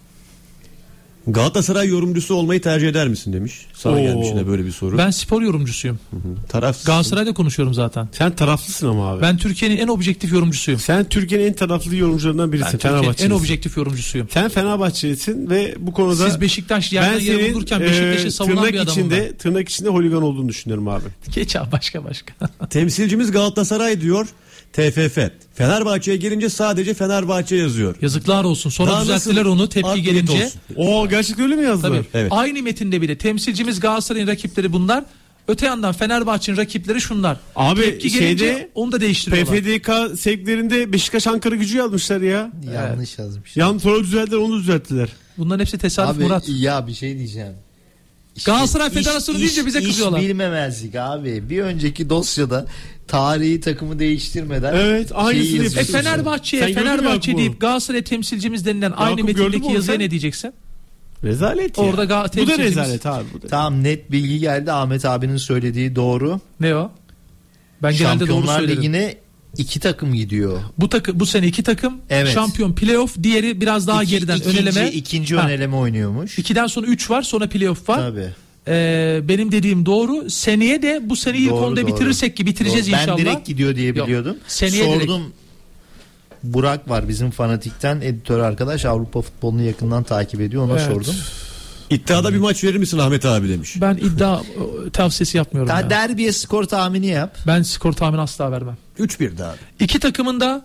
Galatasaray yorumcusu olmayı tercih eder misin demiş. Sana gelmiş yine böyle bir soru. Ben spor yorumcusuyum. Tarafsız. Galatasaray'da konuşuyorum zaten. Sen taraflısın ama abi. Ben Türkiye'nin en objektif yorumcusuyum. Sen Türkiye'nin en taraflı yorumcularından birisin. Ben Türkiye'nin en objektif yorumcusuyum. Sen Fenerbahçelisin ve bu konuda siz Beşiktaş yerden yere bulurken Beşiktaş'ı savunan bir adamım ben. Tırnak içinde holigan olduğunu düşünüyorum abi. Geç abi başka. Temsilcimiz Galatasaray diyor. TFF. Fenerbahçe'ye gelince sadece Fenerbahçe yazıyor. Yazıklar olsun. Sonra Daha düzelttiler onu tepki gelince. Gerçekten öyle mi yazdılar? Tabii. Evet. Aynı metinde bile temsilcimiz Galatasaray'ın rakipleri bunlar. Öte yandan Fenerbahçe'nin rakipleri şunlar. Abi tepki gelince onu da değiştiriyorlar. PFDK sevklerinde Beşiktaş Ankara Gücü yazmışlar ya. Yanlış yazmış. Sonra düzelttiler, onu düzelttiler. Bunların hepsi tesadüf Abi, Murat. ya bir şey diyeceğim. Galatasaray Federasyonu deyince bize kızıyorlar. İş bilmemezlik abi. Bir önceki dosyada tarihi takımı değiştirmeden evet, aynısını yazıyorsun. Fenerbahçe deyip Galatasaray temsilcimiz denilen aynı metindeki yazıya ne diyeceksin? Rezalet orada ya. Bu da rezalet abi. Tamam, net bilgi geldi. Ahmet abinin söylediği doğru. Ne o? Ben genelde doğru Şampiyonlar söylerim. Ligi'ne 2 takım gidiyor. Bu sene 2 takım. Evet. Şampiyon playoff, diğeri biraz daha geriden öneleme. İkinci öneleme oynuyormuş. 2'den sonra 3 var, sonra playoff var. Tabii. Benim dediğim doğru. Seneye de bu seneyi ilk 10'da bitirirsek ki bitireceğiz inşallah. Ben direkt gidiyor diye biliyordum. Yok, seneye sordum. Direkt. Burak var bizim fanatikten editör arkadaş, Avrupa futbolunu yakından takip ediyor, ona sordum. İddiada bir maç verir misin Ahmet abi demiş. Ben iddia tavsiyesi yapmıyorum. Daha derbiye skor tahmini yap. Ben skor tahmini asla vermem. 3-1 abi. 2 takımın da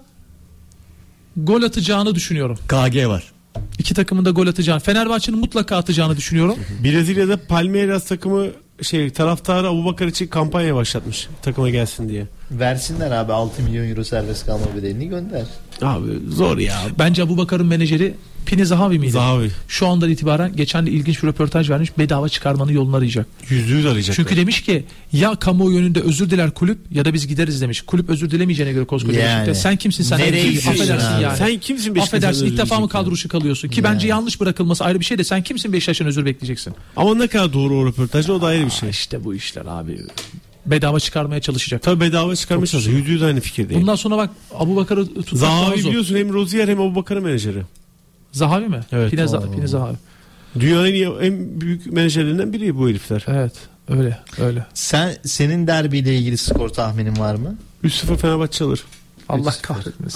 gol atacağını düşünüyorum. KG var. 2 takımın da gol atacağını, Fenerbahçe'nin mutlaka atacağını düşünüyorum. Brezilya'da Palmeiras takımı taraftarı Abubakar için kampanya başlatmış takıma gelsin diye. Versinler abi, 6 milyon euro serbest kalma bedelini gönder. Abi zor ya. Bence Abubakar'ın menajeri Pini Zahavi miydi? Zahavi. Şu andan itibaren geçen de ilginç bir röportaj vermiş. Bedava çıkarmanın yolunu arayacak. %100 arayacak. Çünkü demiş ki ya kamuoyu yönünde özür diler kulüp ya da biz gideriz demiş. Kulüp özür dilemeyeceğine göre koskoca Beşiktaş. Sen kimsin sen? Nereye Affedersin yani. Sen kimsin Beşiktaş'ın? Affedersin, ilk defa mı kadroşu kalıyorsun? Ki bence yanlış bırakılması ayrı bir şey de sen kimsin Beşiktaş'ın özür bekleyeceksin? Ama ne kadar doğru o röportaj, o da ayrı bir şey. İşte bu işler abi. Bedava çıkarmaya çalışacak. Tabii bedava çıkarmaya çalışacak. %100 aynı fikirdeyim. Bundan sonra bak Abubakar'ı tutmak Zahavi lazım. biliyorsun, hem Rozier hem Abubakar'ın menajeri. Zahavi mi? Evet. Pine Zahavi. Dünyanın en büyük menajerlerinden biri bu herifler. Evet, öyle. Senin derbiyle ilgili skor tahminin var mı? 3-0 Fenerbahçe alır. Allah kahretmesin.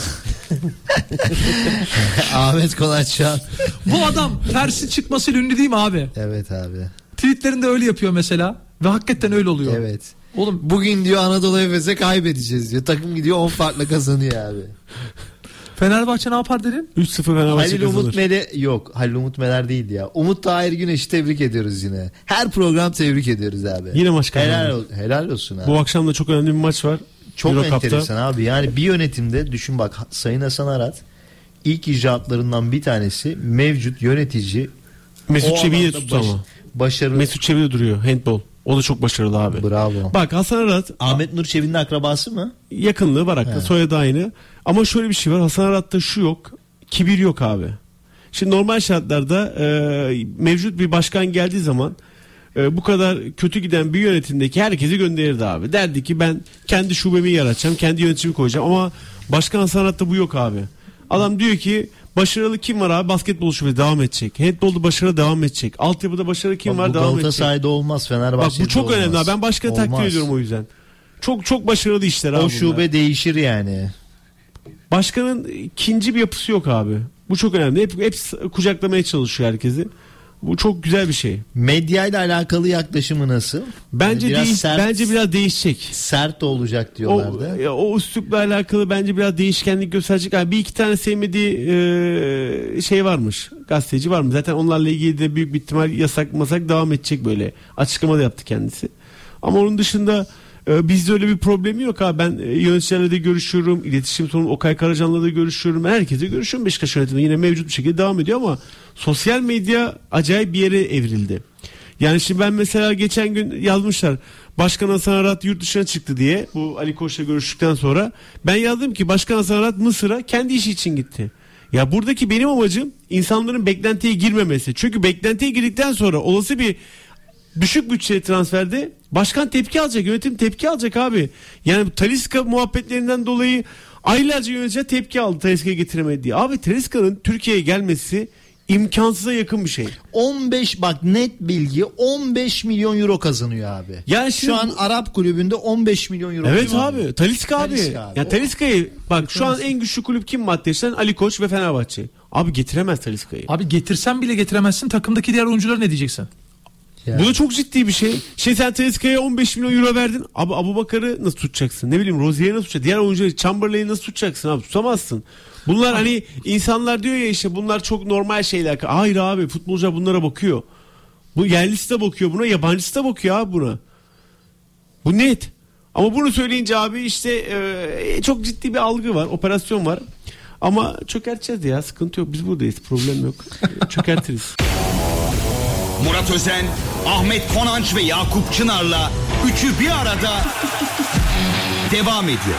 Ahmet Konaçan. Bu adam tersi çıkmasıyla ünlü değil mi abi? Evet abi. Tweetlerinde öyle yapıyor mesela ve hakikaten öyle oluyor. Evet. Oğlum bugün diyor Anadolu Efes'e kaybedeceğiz diyor. Takım gidiyor 10 farkla kazanıyor abi. Fenerbahçe ne yapar dedin? 3-0 Fenerbahçe Halil kazanır. Umut Mele yok. Halil Umut Meler değildi ya. Umut Tahir Güneş'i tebrik ediyoruz yine. Her program tebrik ediyoruz abi. Yine maç kazandı. Helal olsun abi. Bu akşam da çok önemli bir maç var. Çok Euro enteresan Cup'ta. abi. Yani bir yönetimde düşün bak, Sayın Hasan Arat ilk icraatlarından bir tanesi mevcut yönetici Mesut Çebi'yi de tuttu ama. Başarılı. Mesut Çebi de duruyor. Handball. O da çok başarılı abi. Bravo. Bak Hasan Arat. Ahmet Nur Çebi'nin akrabası mı? Yakınlığı var hakkında. Soyadı aynı. Ama şöyle bir şey var. Hasan Arat'ta şu yok. Kibir yok abi. Şimdi normal şartlarda mevcut bir başkan geldiği zaman bu kadar kötü giden bir yönetimdeki herkesi gönderirdi abi. Derdi ki ben kendi şubemi yaratacağım, kendi yöneticimi koyacağım, ama başkan sanatta bu yok abi. Adam diyor ki başarılı kim var abi? Basketbol şubesi devam edecek. Handbolda başarılı devam edecek. Altyapıda başarılı kim var? Devam edecek. Galatasaray'da olmaz, Fenerbahçe'de Bak bu çok olmaz. önemli abi. Ben başkanı takdir ediyorum o yüzden. Çok başarılı işler abi. O şube bunlar değişir yani. Başkanın ikinci bir yapısı yok abi. Bu çok önemli. Hep kucaklamaya çalışıyor herkesi. Bu çok güzel bir şey. Medyayla alakalı yaklaşımı nasıl? Bence biraz değişecek. Sert olacak diyorlardı. O üslupla alakalı bence biraz değişkenlik gösterecek. Yani bir iki tane sevmediği şey varmış. Gazeteci var mı? Zaten onlarla ilgili de büyük bir ihtimal yasak devam edecek böyle. Açıklama da yaptı kendisi. Ama onun dışında bizde öyle bir problemi yok abi. Ben yöneticilerle de görüşüyorum. İletişim sorumlusu Okay Karacan'la da görüşüyorum. Herkese görüşüyorum. Beşiktaş yönetiminde yine mevcut bir şekilde devam ediyor, ama sosyal medya acayip bir yere evrildi. Yani şimdi ben mesela geçen gün yazmışlar, Başkan Hasan Arat yurt dışına çıktı diye, bu Ali Koç'la görüştükten sonra ben yazdım ki Başkan Hasan Arat Mısır'a kendi işi için gitti. Ya buradaki benim amacım insanların beklentiye girmemesi. Çünkü beklentiye girdikten sonra olası bir düşük bütçeli transferde başkan tepki alacak, yönetim tepki alacak abi. Yani Talisca muhabbetlerinden dolayı aylarca yönetici tepki aldı, Talisca'yı getiremedi diye. Abi Talisca'nın Türkiye'ye gelmesi imkansıza yakın bir şey. 15, bak net bilgi, 15 milyon euro kazanıyor abi. Yani şu an Arap kulübünde 15 milyon euro. Evet abi, Talisca abi. Yani Talisca'yı bak, şu an en güçlü kulüp kim maddesinden? Ali Koç ve Fenerbahçe. Abi getiremez Talisca'yı. Abi getirsen bile getiremezsin. Takımdaki diğer oyunculara ne diyeceksin? Yani. Bu da çok ciddi bir şey. Sen Talisca'ya 15 milyon euro verdin. Abi Abubakar'ı nasıl tutacaksın? Ne bileyim, Rozier'i nasıl tutacaksın? Diğer oyuncuları, Chamberlain'i nasıl tutacaksın abi? Tutamazsın. Bunlar hani insanlar diyor ya işte bunlar çok normal şeyler. Hayır abi, futbolcular bunlara bakıyor. Bu yerlisi de bakıyor buna, yabancısı da bakıyor abi buna. Bu net. Ama bunu söyleyince abi işte çok ciddi bir algı var, operasyon var. Ama çökerteceğiz ya, sıkıntı yok. Biz buradayız, problem yok. Çökertiriz. Murat Özen, Ahmet Konanç ve Yakup Çınar'la üçü bir arada devam ediyor.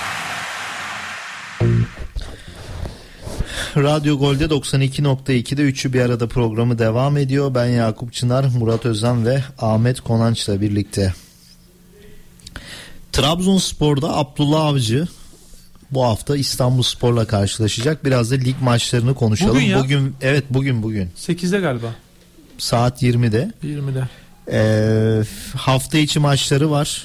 Radyo Gol'de 92.2'de üçü bir arada programı devam ediyor. Ben Yakup Çınar, Murat Özen ve Ahmet Konanç'la birlikte. Trabzonspor'da Abdullah Avcı bu hafta İstanbulspor'la karşılaşacak. Biraz da lig maçlarını konuşalım. Bugün ya. Bugün. 8'de galiba. Saat 20'de. 20'de. Hafta içi maçları var.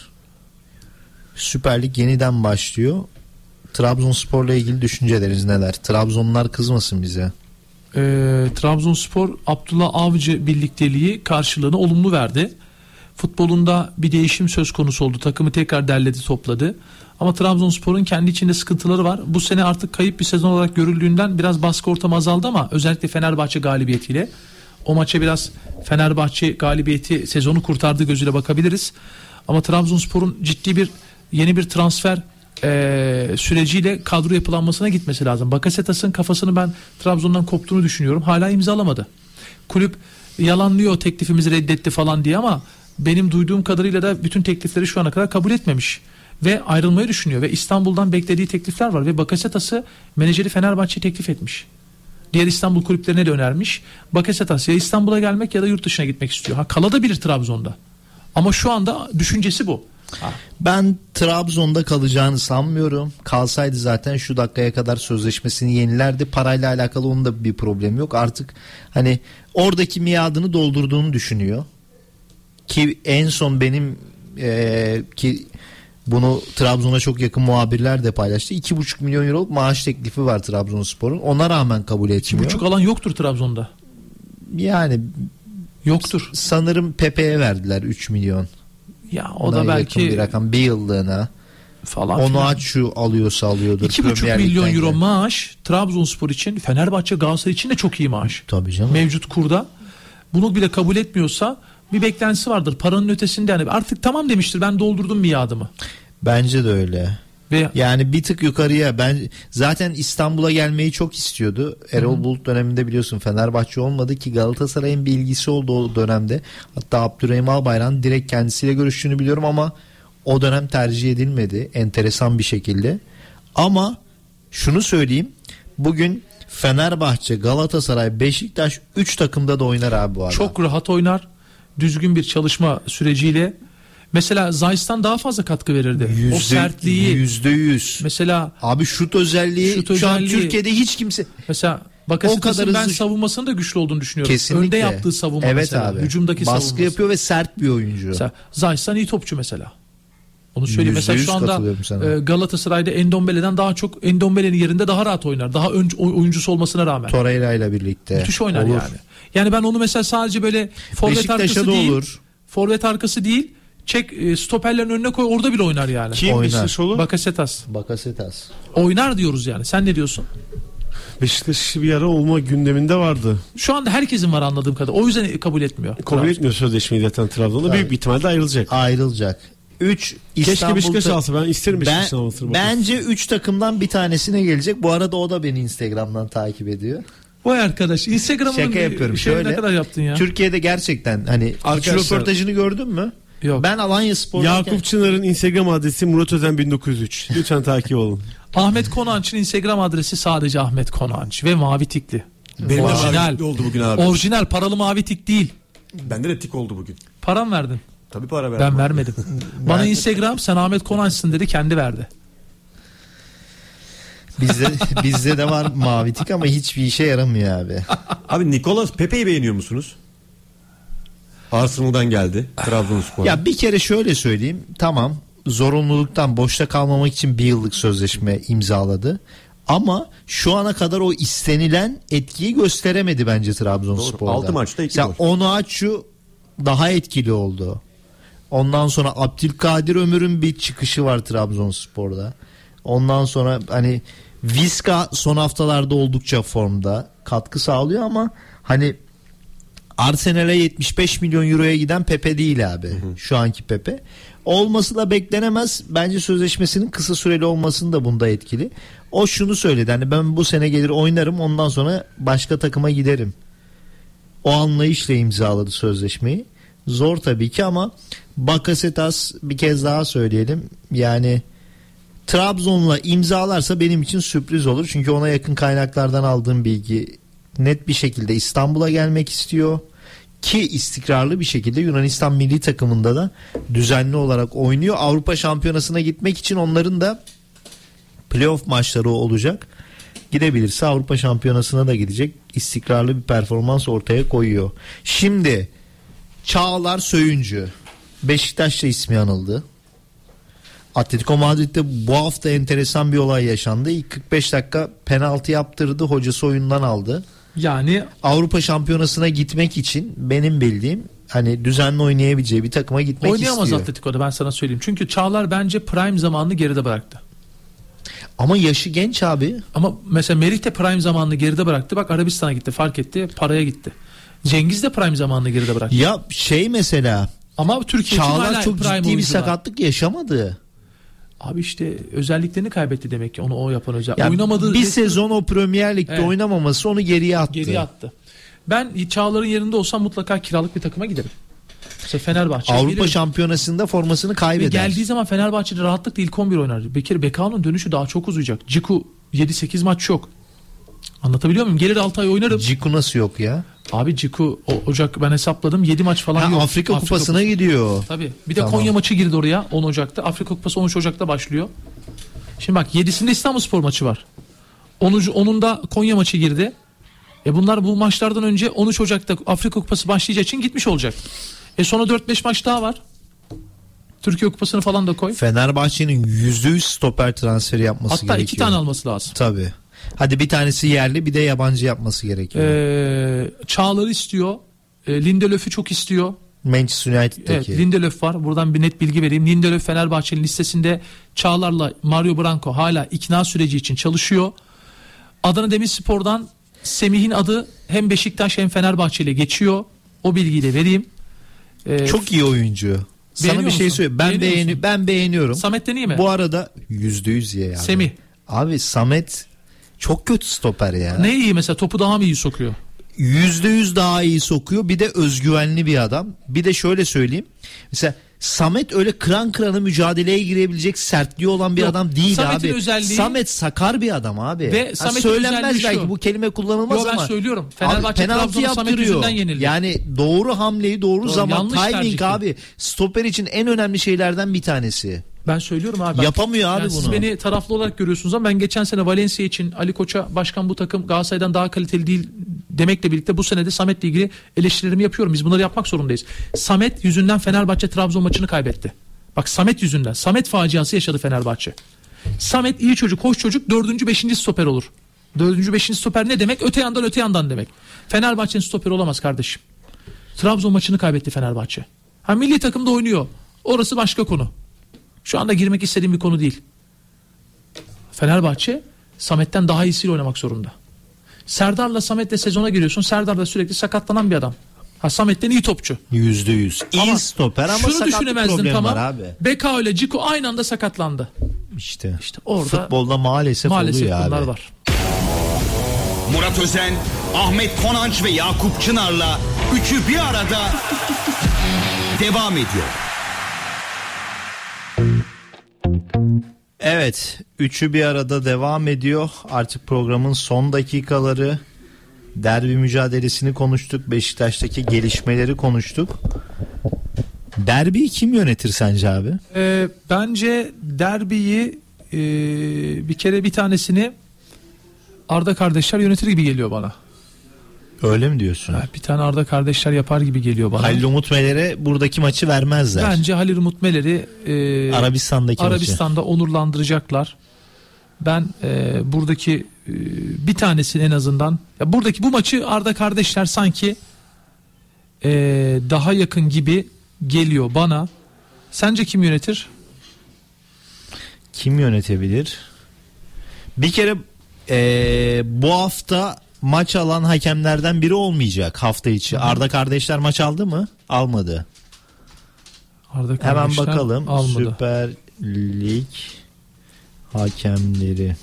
Süper Lig yeniden başlıyor. Trabzonspor'la ilgili düşünceleriniz neler? Trabzonlular kızmasın bize. Trabzonspor Abdullah Avcı birlikteliği karşılığını olumlu verdi. Futbolunda bir değişim söz konusu oldu. Takımı tekrar derledi, topladı. Ama Trabzonspor'un kendi içinde sıkıntıları var. Bu sene artık kayıp bir sezon olarak görüldüğünden biraz baskı ortamı azaldı, ama özellikle Fenerbahçe galibiyetiyle o maça biraz Fenerbahçe galibiyeti sezonu kurtardığı gözüyle bakabiliriz. Ama Trabzonspor'un ciddi yeni bir transfer süreciyle kadro yapılanmasına gitmesi lazım. Bakasetas'ın kafasını ben Trabzon'dan koptuğunu düşünüyorum. Hala imzalamadı. Kulüp yalanlıyor, teklifimizi reddetti falan diye, ama benim duyduğum kadarıyla da bütün teklifleri şu ana kadar kabul etmemiş ve ayrılmayı düşünüyor ve İstanbul'dan beklediği teklifler var ve Bakasetas'ı menajeri Fenerbahçe teklif etmiş. Diğer İstanbul kulüplerine de önermiş. Bakasetas ya İstanbul'a gelmek ya da yurt dışına gitmek istiyor. Kalabilir Trabzon'da. Ama şu anda düşüncesi bu. Ben Trabzon'da kalacağını sanmıyorum. Kalsaydı zaten şu dakikaya kadar sözleşmesini yenilerdi. Parayla alakalı onun da bir problem yok. Artık hani oradaki miadını doldurduğunu düşünüyor. Ki en son benim ki bunu Trabzon'a çok yakın muhabirler de paylaştı. 2,5 milyon euroluk maaş teklifi var Trabzonspor'un. Ona rağmen kabul etmiyor. 2,5 alan yoktur Trabzon'da. Yani yoktur. Sanırım Pepe'ye verdiler 3 milyon. Ya o da belki bir rakam, bir yıllığına falan. Onu şu alıyorsa alıyordur. 2,5 milyon euro maaş Trabzonspor için, Fenerbahçe, Galatasaray için de çok iyi maaş. Tabii canım. Mevcut kurda. Bunu bile kabul etmiyorsa bir beklentisi vardır. Paranın ötesinde yani artık tamam demiştir, ben doldurdum miadımı. Bence de öyle. Yani bir tık yukarıya, ben zaten İstanbul'a gelmeyi çok istiyordu. Erol Bulut döneminde biliyorsun Fenerbahçe olmadı ki Galatasaray'ın bir ilgisi oldu o dönemde. Hatta Abdurrahim Albayrak'ın direkt kendisiyle görüştüğünü biliyorum ama o dönem tercih edilmedi enteresan bir şekilde. Ama şunu söyleyeyim, bugün Fenerbahçe, Galatasaray, Beşiktaş 3 takımda da oynar abi bu adam. Çok rahat oynar düzgün bir çalışma süreciyle mesela Zayt'tan daha fazla katkı verirdi. O sertliği. %100. Mesela abi şut özelliği şu an Türkiye'de hiç kimse. Mesela Bakasetas'ın ben savunmasının da güçlü olduğunu düşünüyorum. Kesinlikle. Önde yaptığı savunma evet mesela. Abi. Hücumdaki baskı savunması. yapıyor ve sert bir oyuncu. Mesela Zayt'tan iyi topçu mesela. Onu söyleyeyim. Mesela şu anda Galatasaray'da Endombele'den daha çok Endombele'nin yerinde daha rahat oynar. Daha oyuncusu olmasına rağmen. Torreira ile birlikte. Müthiş oynar olur. Yani. Yani ben onu mesela sadece böyle forvet arkası değil. Olur. Forvet arkası değil. Çek stoperlerin önüne koy, orada bile oynar yani. Kim oynar? Bakasetas. Oynar diyoruz yani. Sen ne diyorsun? Beşiktaş bir ara olma gündeminde vardı. Şu anda herkesin var anladığım kadar. O yüzden kabul etmiyor. Kabul etmiyor sözleşmeyi zaten Trabzon'da. Büyük bir ihtimalle ayrılacak. 3 Keşke Beşiktaş alsa, ben isterim Beşiktaş'ın almasını. Bence 3 takımdan bir tanesine gelecek. Bu arada o da beni Instagram'dan takip ediyor. Vay arkadaş, Instagram'ın şaka yapıyorum. Şöyle, ne kadar yaptın ya? Türkiye'de gerçekten hani şu röportajını gördün mü? Yok. Ben Alanyaspor'da Yakup Çınar'ın Instagram adresi Murat Özen 1903. Lütfen takip olun. Ahmet Konanç'ın Instagram adresi sadece Ahmet Konanç ve mavi tikli. Benim orijinal oldu bugün abi. Orijinal paralı mavi tik değil. Bende de tik oldu bugün. Param verdin. Tabii para verdim. Ben vermedim. Bana Instagram sen Ahmet Konanç'sın dedi, kendi verdi. Bizde de var mavi tik ama hiçbir işe yaramıyor abi. Abi Nicolas Pepe'yi beğeniyor musunuz? Arsenal'dan geldi Trabzonspor. Ya bir kere şöyle söyleyeyim. Tamam, zorunluluktan boşta kalmamak için 1 yıllık sözleşme imzaladı. Ama şu ana kadar o istenilen etkiyi gösteremedi bence Trabzonspor'da. 6 maçta 2 gol. Onuachu daha etkili oldu. Ondan sonra Abdülkadir Ömür'ün bir çıkışı var Trabzonspor'da. Ondan sonra hani Vizca son haftalarda oldukça formda, katkı sağlıyor ama hani Arsenal'e 75 milyon euroya giden Pepe değil abi. Şu anki Pepe. Olması da beklenemez. Bence sözleşmesinin kısa süreli olmasının da bunda etkili. O şunu söyledi. Hani ben bu sene gelir oynarım, ondan sonra başka takıma giderim. O anlayışla imzaladı sözleşmeyi. Zor tabii ki ama Bakasetas, bir kez daha söyleyelim. Yani Trabzon'la imzalarsa benim için sürpriz olur. Çünkü ona yakın kaynaklardan aldığım bilgi, net bir şekilde İstanbul'a gelmek istiyor. Ki istikrarlı bir şekilde Yunanistan milli takımında da düzenli olarak oynuyor. Avrupa Şampiyonası'na gitmek için onların da playoff maçları olacak. Gidebilirse Avrupa Şampiyonası'na da gidecek. İstikrarlı bir performans ortaya koyuyor. Şimdi Çağlar Söyüncü, Beşiktaş'ta ismi anıldı. Atletico Madrid'de bu hafta enteresan bir olay yaşandı. İlk 45 dakika penaltı yaptırdı, hocası oyundan aldı. Yani Avrupa Şampiyonası'na gitmek için benim bildiğim hani düzenli oynayabileceği bir takıma gitmek oynayamaz istiyor. Atletico'da, ben sana söyleyeyim. Çünkü Çağlar bence prime zamanını geride bıraktı. Ama yaşı genç abi. Ama mesela Merih de prime zamanını geride bıraktı. Bak Arabistan'a gitti, fark etti, paraya gitti. Cengiz de prime zamanını geride bıraktı. Ya mesela ama Türkiye Çağlar çok ciddi bir sakatlık yaşamadı. Abi işte özelliklerini kaybetti demek ki onu o yapan özel. Yani oynamadığı bir sezon o Premier Lig'de oynamaması onu geriye attı. Ben Çağlar'ın yerinde olsam mutlaka kiralık bir takıma giderim. Mesela Fenerbahçe. Avrupa Şampiyonası'nda formasını kaybeder. Ve geldiği zaman Fenerbahçe'de rahatlıkla ilk 11 oynar. Bekir Bekao'nun dönüşü daha çok uzayacak. Ciku 7-8 maç yok. Anlatabiliyor muyum? Gelir 6 ay oynarım. Ciku nasıl yok ya? Abi Ciku Ocak ben hesapladım 7 maç falan yok. Afrika Kupası'na gidiyor. Tabii. Bir de Konya maçı girdi oraya 10 Ocak'ta. Afrika Kupası 13 Ocak'ta başlıyor. Şimdi bak 7'sinde İstanbulspor maçı var. 10'unda Konya maçı girdi. Bunlar bu maçlardan önce 13 Ocak'ta Afrika Kupası başlayacağı için gitmiş olacak. Sonra 4-5 maç daha var. Türkiye Kupası'nı falan da koy. Fenerbahçe'nin %100 stoper transferi yapması gerekiyor. Hatta 2 tane alması lazım. Tabii. Hadi bir tanesi yerli, bir de yabancı yapması gerekiyor. Çağlar'ı istiyor. Lindelöf'ü çok istiyor. Manchester United'daki. Evet, Lindelöf var. Buradan bir net bilgi vereyim. Lindelöf Fenerbahçe'nin listesinde. Çağlar'la Mario Branco hala ikna süreci için çalışıyor. Adana Demirspor'dan Semih'in adı hem Beşiktaş hem Fenerbahçe ile geçiyor. O bilgiyi de vereyim. Çok iyi oyuncu. Sana bir şey söyleyeyim. Ben beğeniyorum. Samet'ten iyi mi? Bu arada %100 iyi yani. Semih. Abi Samet çok kötü stoper ya. Ne iyi mesela, topu daha mı iyi sokuyor? %100 daha iyi sokuyor. Bir de özgüvenli bir adam. Bir de şöyle söyleyeyim. Mesela Samet öyle kıran kırana mücadeleye girebilecek sertliği olan bir Yok, adam değil Samet'in abi. özelliği- Samet sakar bir adam abi. Ve Samet'in söylenmez özelliği belki şu. bu kelime kullanılmaz Yo, ben ama. söylüyorum. Abi, Fenerbahçe penaltı Trabzon'u Samet yaptırıyor. yüzünden yenildi. Yani doğru hamleyi doğru zaman, yanlış timing tercihti. abi. Stoper için en önemli şeylerden bir tanesi. Ben söylüyorum abi. Yapamıyor abi Siz bunu. beni taraflı olarak görüyorsunuz ama ben geçen sene Valencia için Ali Koç'a başkan bu takım Galatasaray'dan daha kaliteli değil demekle birlikte bu sene de Samet'le ilgili eleştirilerimi yapıyorum. Biz bunları yapmak zorundayız. Samet yüzünden Fenerbahçe Trabzon maçını kaybetti. Bak Samet yüzünden. Samet faciası yaşadı Fenerbahçe. Samet iyi çocuk, hoş çocuk, 4. 5. stoper olur. 4. 5. stoper ne demek? Öte yandan demek. Fenerbahçe'nin stoperi olamaz kardeşim. Trabzon maçını kaybetti Fenerbahçe. Ha milli takımda oynuyor. Orası başka konu. Şu anda girmek istediğim bir konu değil. Fenerbahçe Samet'ten daha iyisiyle oynamak zorunda. Serdar'la Samet'le sezona giriyorsun. Serdar da sürekli sakatlanan bir adam. Ha Samet'ten iyi topçu. %100. İyi Ama stoper ama şunu sakatlık düşünemezdim problemi tamam. var abi. Bekao ile Ciku aynı anda sakatlandı. İşte orada futbolda maalesef oluyor bunlar abi. var. Murat Özen, Ahmet Konanç ve Yakup Çınar'la üçü bir arada devam ediyor. Evet, üçü bir arada devam ediyor. Artık programın son dakikaları. Derbi mücadelesini konuştuk. Beşiktaş'taki gelişmeleri konuştuk. Derbiyi kim yönetir sence abi? Bence derbiyi bir kere bir tanesini Arda kardeşler yönetir gibi geliyor bana. Öyle mi diyorsun? Bir tane Arda kardeşler yapar gibi geliyor bana. Halil Umut Meler'e buradaki maçı vermezler. Bence Halil Umut Meler'i Arabistan'da onurlandıracaklar. Ben buradaki bir tanesini en azından buradaki bu maçı Arda kardeşler sanki daha yakın gibi geliyor bana. Sence kim yönetir? Kim yönetebilir? Bir kere bu hafta maç alan hakemlerden biri olmayacak hafta içi. Arda kardeşler maç aldı mı? Almadı. Arda hemen bakalım. almadı. Süper Lig hakemleri.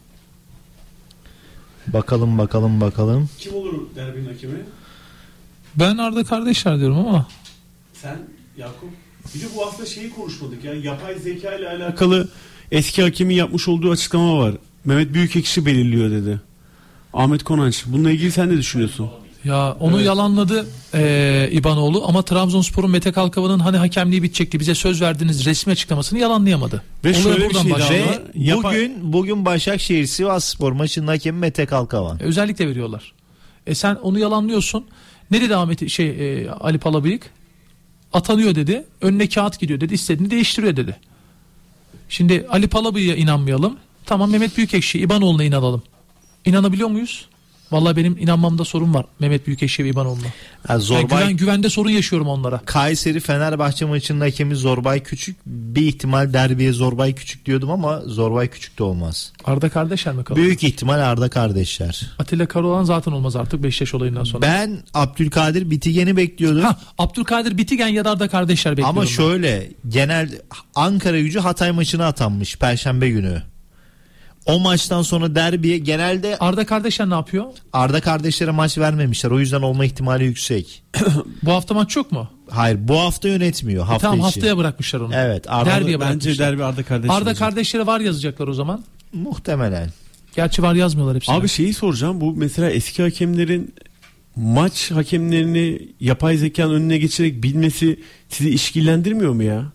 Bakalım. Kim olur derbinin hakemi? Ben Arda kardeşler diyorum ama. Sen Yakup. Bir de bu hafta şeyi konuşmadık ya. Yapay zeka ile alakalı eski hakemin yapmış olduğu açıklama var. Mehmet Büyükekşi belirliyor dedi. Ahmet Konanç. Bununla ilgili sen ne düşünüyorsun? Ya onu yalanladı İbanoğlu ama Trabzonspor'un Mete Kalkavan'ın hani hakemliği bitecekti bize söz verdiniz resmi açıklamasını yalanlayamadı. Ve Olaya şöyle bir buradan şey daha başlıyor. var. Bugün Başakşehir Sivasspor maçının hakemi Mete Kalkavan. Özellikle veriyorlar. Sen onu yalanlıyorsun. Ne dedi Ali Palabıyık? Atanıyor dedi. Önüne kağıt gidiyor dedi. İstediğini değiştiriyor dedi. Şimdi Ali Palabıyık'a inanmayalım. Tamam Mehmet Büyükekşi İbanoğlu'na inanalım. İnanabiliyor muyuz? Vallahi benim inanmamda sorun var Mehmet Büyükekşi ve İbanoğlu'na. Güvende sorun yaşıyorum onlara. Kayseri Fenerbahçe maçının hakemi Zorbay Küçük. Bir ihtimal derbiye Zorbay Küçük diyordum ama Zorbay Küçük de olmaz. Arda kardeşler mi kalır? Büyük ihtimal Arda kardeşler. Atilla Karaoğlan zaten olmaz artık Beşiktaş olayından sonra. Ben Abdülkadir Bitigen'i bekliyordum. Abdülkadir Bitigen ya da Arda kardeşler bekliyorum. Ama şöyle genel Ankara Gücü Hatay maçına atanmış Perşembe günü. O maçtan sonra derbiye genelde Arda kardeşler ne yapıyor? Arda kardeşlere maç vermemişler. O yüzden olma ihtimali yüksek. Bu hafta maç yok mu? Hayır, bu hafta yönetmiyor. Hafta tamam içi. haftaya bırakmışlar onu. Evet. Derbiye bence derbi Arda kardeşler. Arda kardeşlere var yazacaklar o zaman. Muhtemelen. Gerçi var yazmıyorlar hepsine. Abi şeyi soracağım. Bu mesela eski hakemlerin maç hakemlerini yapay zekanın önüne geçerek bilmesi sizi işkillendirmiyor mu ya?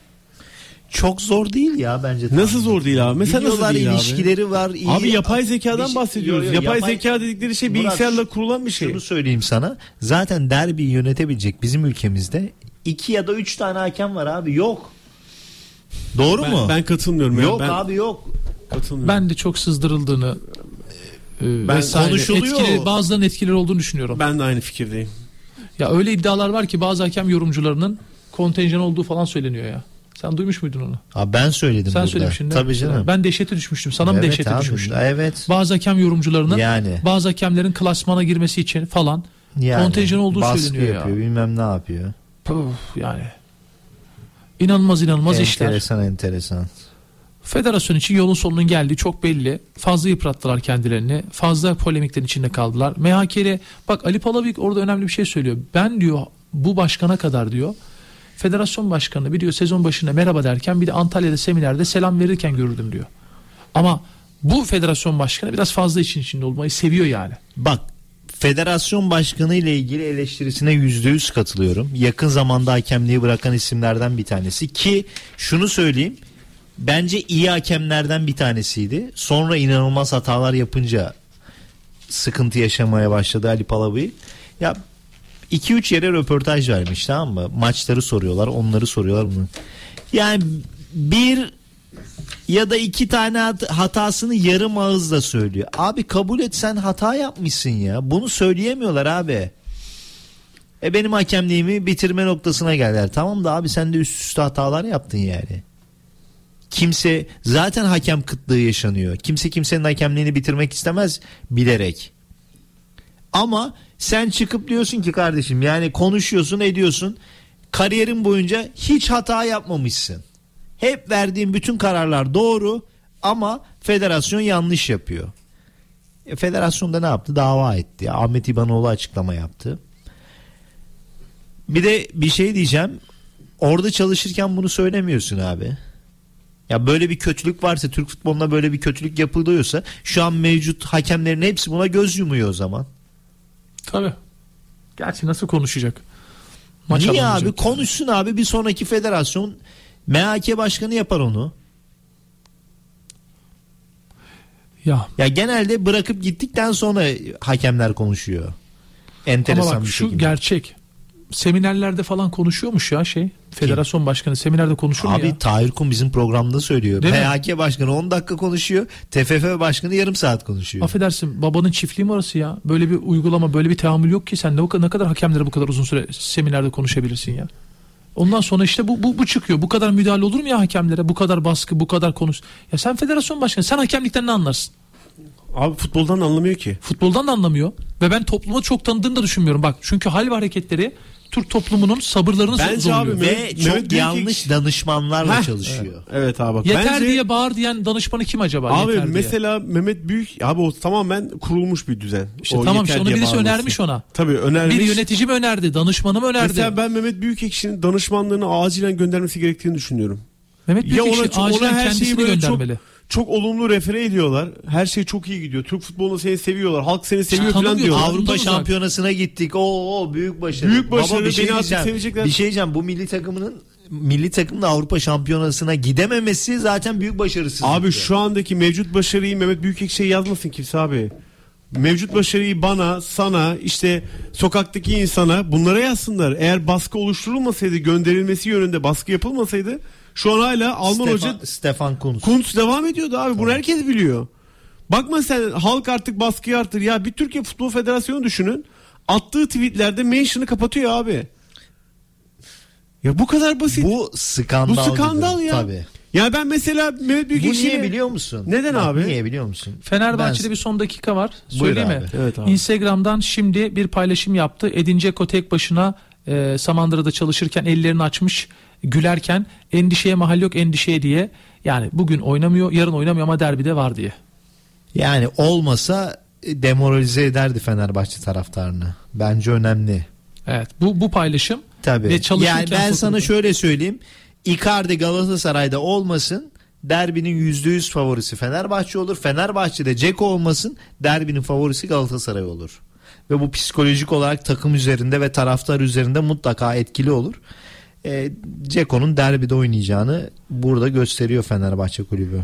Çok zor değil ya bence. Nasıl zor değil abi? Mesela Biliyorlar, nasıl değil ilişkileri abi? var. Iyi. Abi yapay zekadan bahsediyoruz. Yapay Yapay- zeka dedikleri şey Murat, bilgisayarla kurulan bir şey. Şunu söyleyeyim sana. Zaten derbiyi yönetebilecek bizim ülkemizde 2 ya da 3 tane hakem var abi. Yok. Doğru mu? Ben katılmıyorum. Yok ya. abi yok. Katılmıyorum. Ben de çok sızdırıldığını vesaire konuşuluyor. bazılarının etkileri olduğunu düşünüyorum. Ben de aynı fikirdeyim. Ya öyle iddialar var ki bazı hakem yorumcularının kontenjan olduğu falan söyleniyor ya. Sen duymuş muydun onu? Abi ben söyledim Sen burada. söylemişsin değil mi? Tabii canım. Ben dehşete düşmüştüm. Sana mı Evet dehşete abi, düşmüştüm? Evet. Bazı hakem yorumcularının Yani. bazı hakemlerin klasmana girmesi için falan Yani, kontenjan olduğu baskı söyleniyor yapıyor, ya. bilmem ne yapıyor. Yani. İnanılmaz işler. Enteresan. Federasyon için yolun sonunun geldiği çok belli. Fazla yıprattılar kendilerini. Fazla polemiklerin içinde kaldılar. MHK'li bak Ali Palabıyık orada önemli bir şey söylüyor. Ben diyor bu başkana kadar diyor Federasyon başkanı biliyor sezon başında merhaba derken bir de Antalya'da seminerde selam verirken görürdüm diyor. Ama bu federasyon başkanı biraz fazla işin içinde olmayı seviyor yani. Bak, federasyon başkanı ile ilgili eleştirisine %100 katılıyorum. Yakın zamanda hakemliği bırakan isimlerden bir tanesi ki şunu söyleyeyim, bence iyi hakemlerden bir tanesiydi. Sonra inanılmaz hatalar yapınca sıkıntı yaşamaya başladı Ali Palabıyık. Ya 2-3 yere röportaj vermiş, tamam mı? Maçları soruyorlar, onları soruyorlar bunu. Yani bir ya da 2 tane hatasını yarım ağızla söylüyor. Abi kabul et, sen hata yapmışsın ya. Bunu söyleyemiyorlar abi. Benim hakemliğimi bitirme noktasına geldiler. Tamam da abi sen de üst üste hatalar yaptın yani. Kimse zaten hakem kıtlığı yaşanıyor. Kimse kimsenin hakemliğini bitirmek istemez bilerek. Ama sen çıkıp diyorsun ki kardeşim, yani konuşuyorsun ediyorsun. Kariyerin boyunca hiç hata yapmamışsın. Hep verdiğin bütün kararlar doğru ama federasyon yanlış yapıyor. Federasyon da ne yaptı? Dava etti. Ahmet İbanoğlu açıklama yaptı. Bir de bir şey diyeceğim. Orada çalışırken bunu söylemiyorsun abi. Ya böyle bir kötülük varsa, Türk futboluna böyle bir kötülük yapılıyorsa şu an mevcut hakemlerin hepsi buna göz yumuyor o zaman. Tabii. Gerçi nasıl konuşacak? Niye abi? Konuşsun abi, bir sonraki federasyon MHK başkanı yapar onu. Ya genelde bırakıp gittikten sonra hakemler konuşuyor. Enteresan ama bak, bir şu şekilde. Gerçek. Seminerlerde falan konuşuyormuş ya federasyon başkanı seminerde konuşur mu ya? Abi Tahir Kum bizim programda söylüyor. MHK başkanı 10 dakika konuşuyor. TFF başkanı yarım saat konuşuyor. Affedersin, babanın çiftliği mi orası ya? Böyle bir uygulama, böyle bir tahammül yok ki. Sen ne kadar hakemlere bu kadar uzun süre seminerde konuşabilirsin ya? Ondan sonra işte bu çıkıyor. Bu kadar müdahale olur mu ya hakemlere? Bu kadar baskı, bu kadar konuş. Ya sen federasyon başkanı, sen hakemlikten ne anlarsın? Abi futboldan anlamıyor ki. Futboldan da anlamıyor. Ve ben topluma çok tanıdığını da düşünmüyorum. Bak, çünkü hal ve hareketleri Türk toplumunun sabırlarını zorluyor. Ve çok yanlış danışmanlarla çalışıyor. Evet abi bak. Yeter diye bağır diyen danışmanı kim acaba? Abi yeter mesela diye. Mehmet Büyük abi, o tamamen kurulmuş bir düzen. İşte tamam, işte onu birisi bağırması önermiş ona. Tabii önermiş. Bir yönetici mi önerdi, danışmanı mı önerdi? Mesela ben Mehmet Büyükekşi'nin danışmanlığını acilen göndermesi gerektiğini düşünüyorum. Mehmet Büyükekşi acilen her kendisini şeyi göndermeli. Çok olumlu refere ediyorlar. Her şey çok iyi gidiyor. Türk futbolunu seni seviyorlar. Halk seni seviyor falan diyorlar. Avrupa Şampiyonası'na gittik. Büyük başarı. Büyük başarı. Baba, bir şey beni artık diyeceğim. sevecekler. Bir şey diyeceğim. Bu milli takımın Avrupa Şampiyonası'na gidememesi zaten büyük başarısızlık. Abi şu andaki mevcut başarıyı Mehmet Büyükekşi'ye yazmasın kimse abi. Mevcut başarıyı bana, sana, işte sokaktaki insana, bunlara yazsınlar. Eğer baskı oluşturulmasaydı, gönderilmesi yönünde baskı yapılmasaydı, şu an hala Alman hoca Stefan Kuntz devam ediyordu abi. Bunu herkes biliyor. Bakma sen, halk artık baskıyı arttır. Ya bir Türkiye Futbol Federasyonu düşünün. Attığı tweetlerde mention'ı kapatıyor abi. Ya bu kadar basit. Bu skandal ya. Tabii. Ya ben mesela Mehmet Büyükekşi'ye... Bu niye biliyor musun? Neden abi? Niye biliyor musun? Fenerbahçe'de bir son dakika var. Söyleyeyim mi? Evet abi. Instagram'dan şimdi bir paylaşım yaptı. Edin Dzeko tek başına Samandıra'da çalışırken ellerini açmış gülerken, endişeye mahal yok endişeye diye. Yani bugün oynamıyor, yarın oynamıyor ama derbide var diye. Yani olmasa demoralize ederdi Fenerbahçe taraftarını. Bence önemli. Evet, bu paylaşım. Tabii. Ve yani ben sana şöyle söyleyeyim. Icardi Galatasaray'da olmasın, derbinin %100 favorisi Fenerbahçe olur. Fenerbahçe'de Dzeko olmasın, derbinin favorisi Galatasaray olur. Ve bu psikolojik olarak takım üzerinde ve taraftar üzerinde mutlaka etkili olur. Dzeko'nun derbide oynayacağını burada gösteriyor Fenerbahçe kulübü.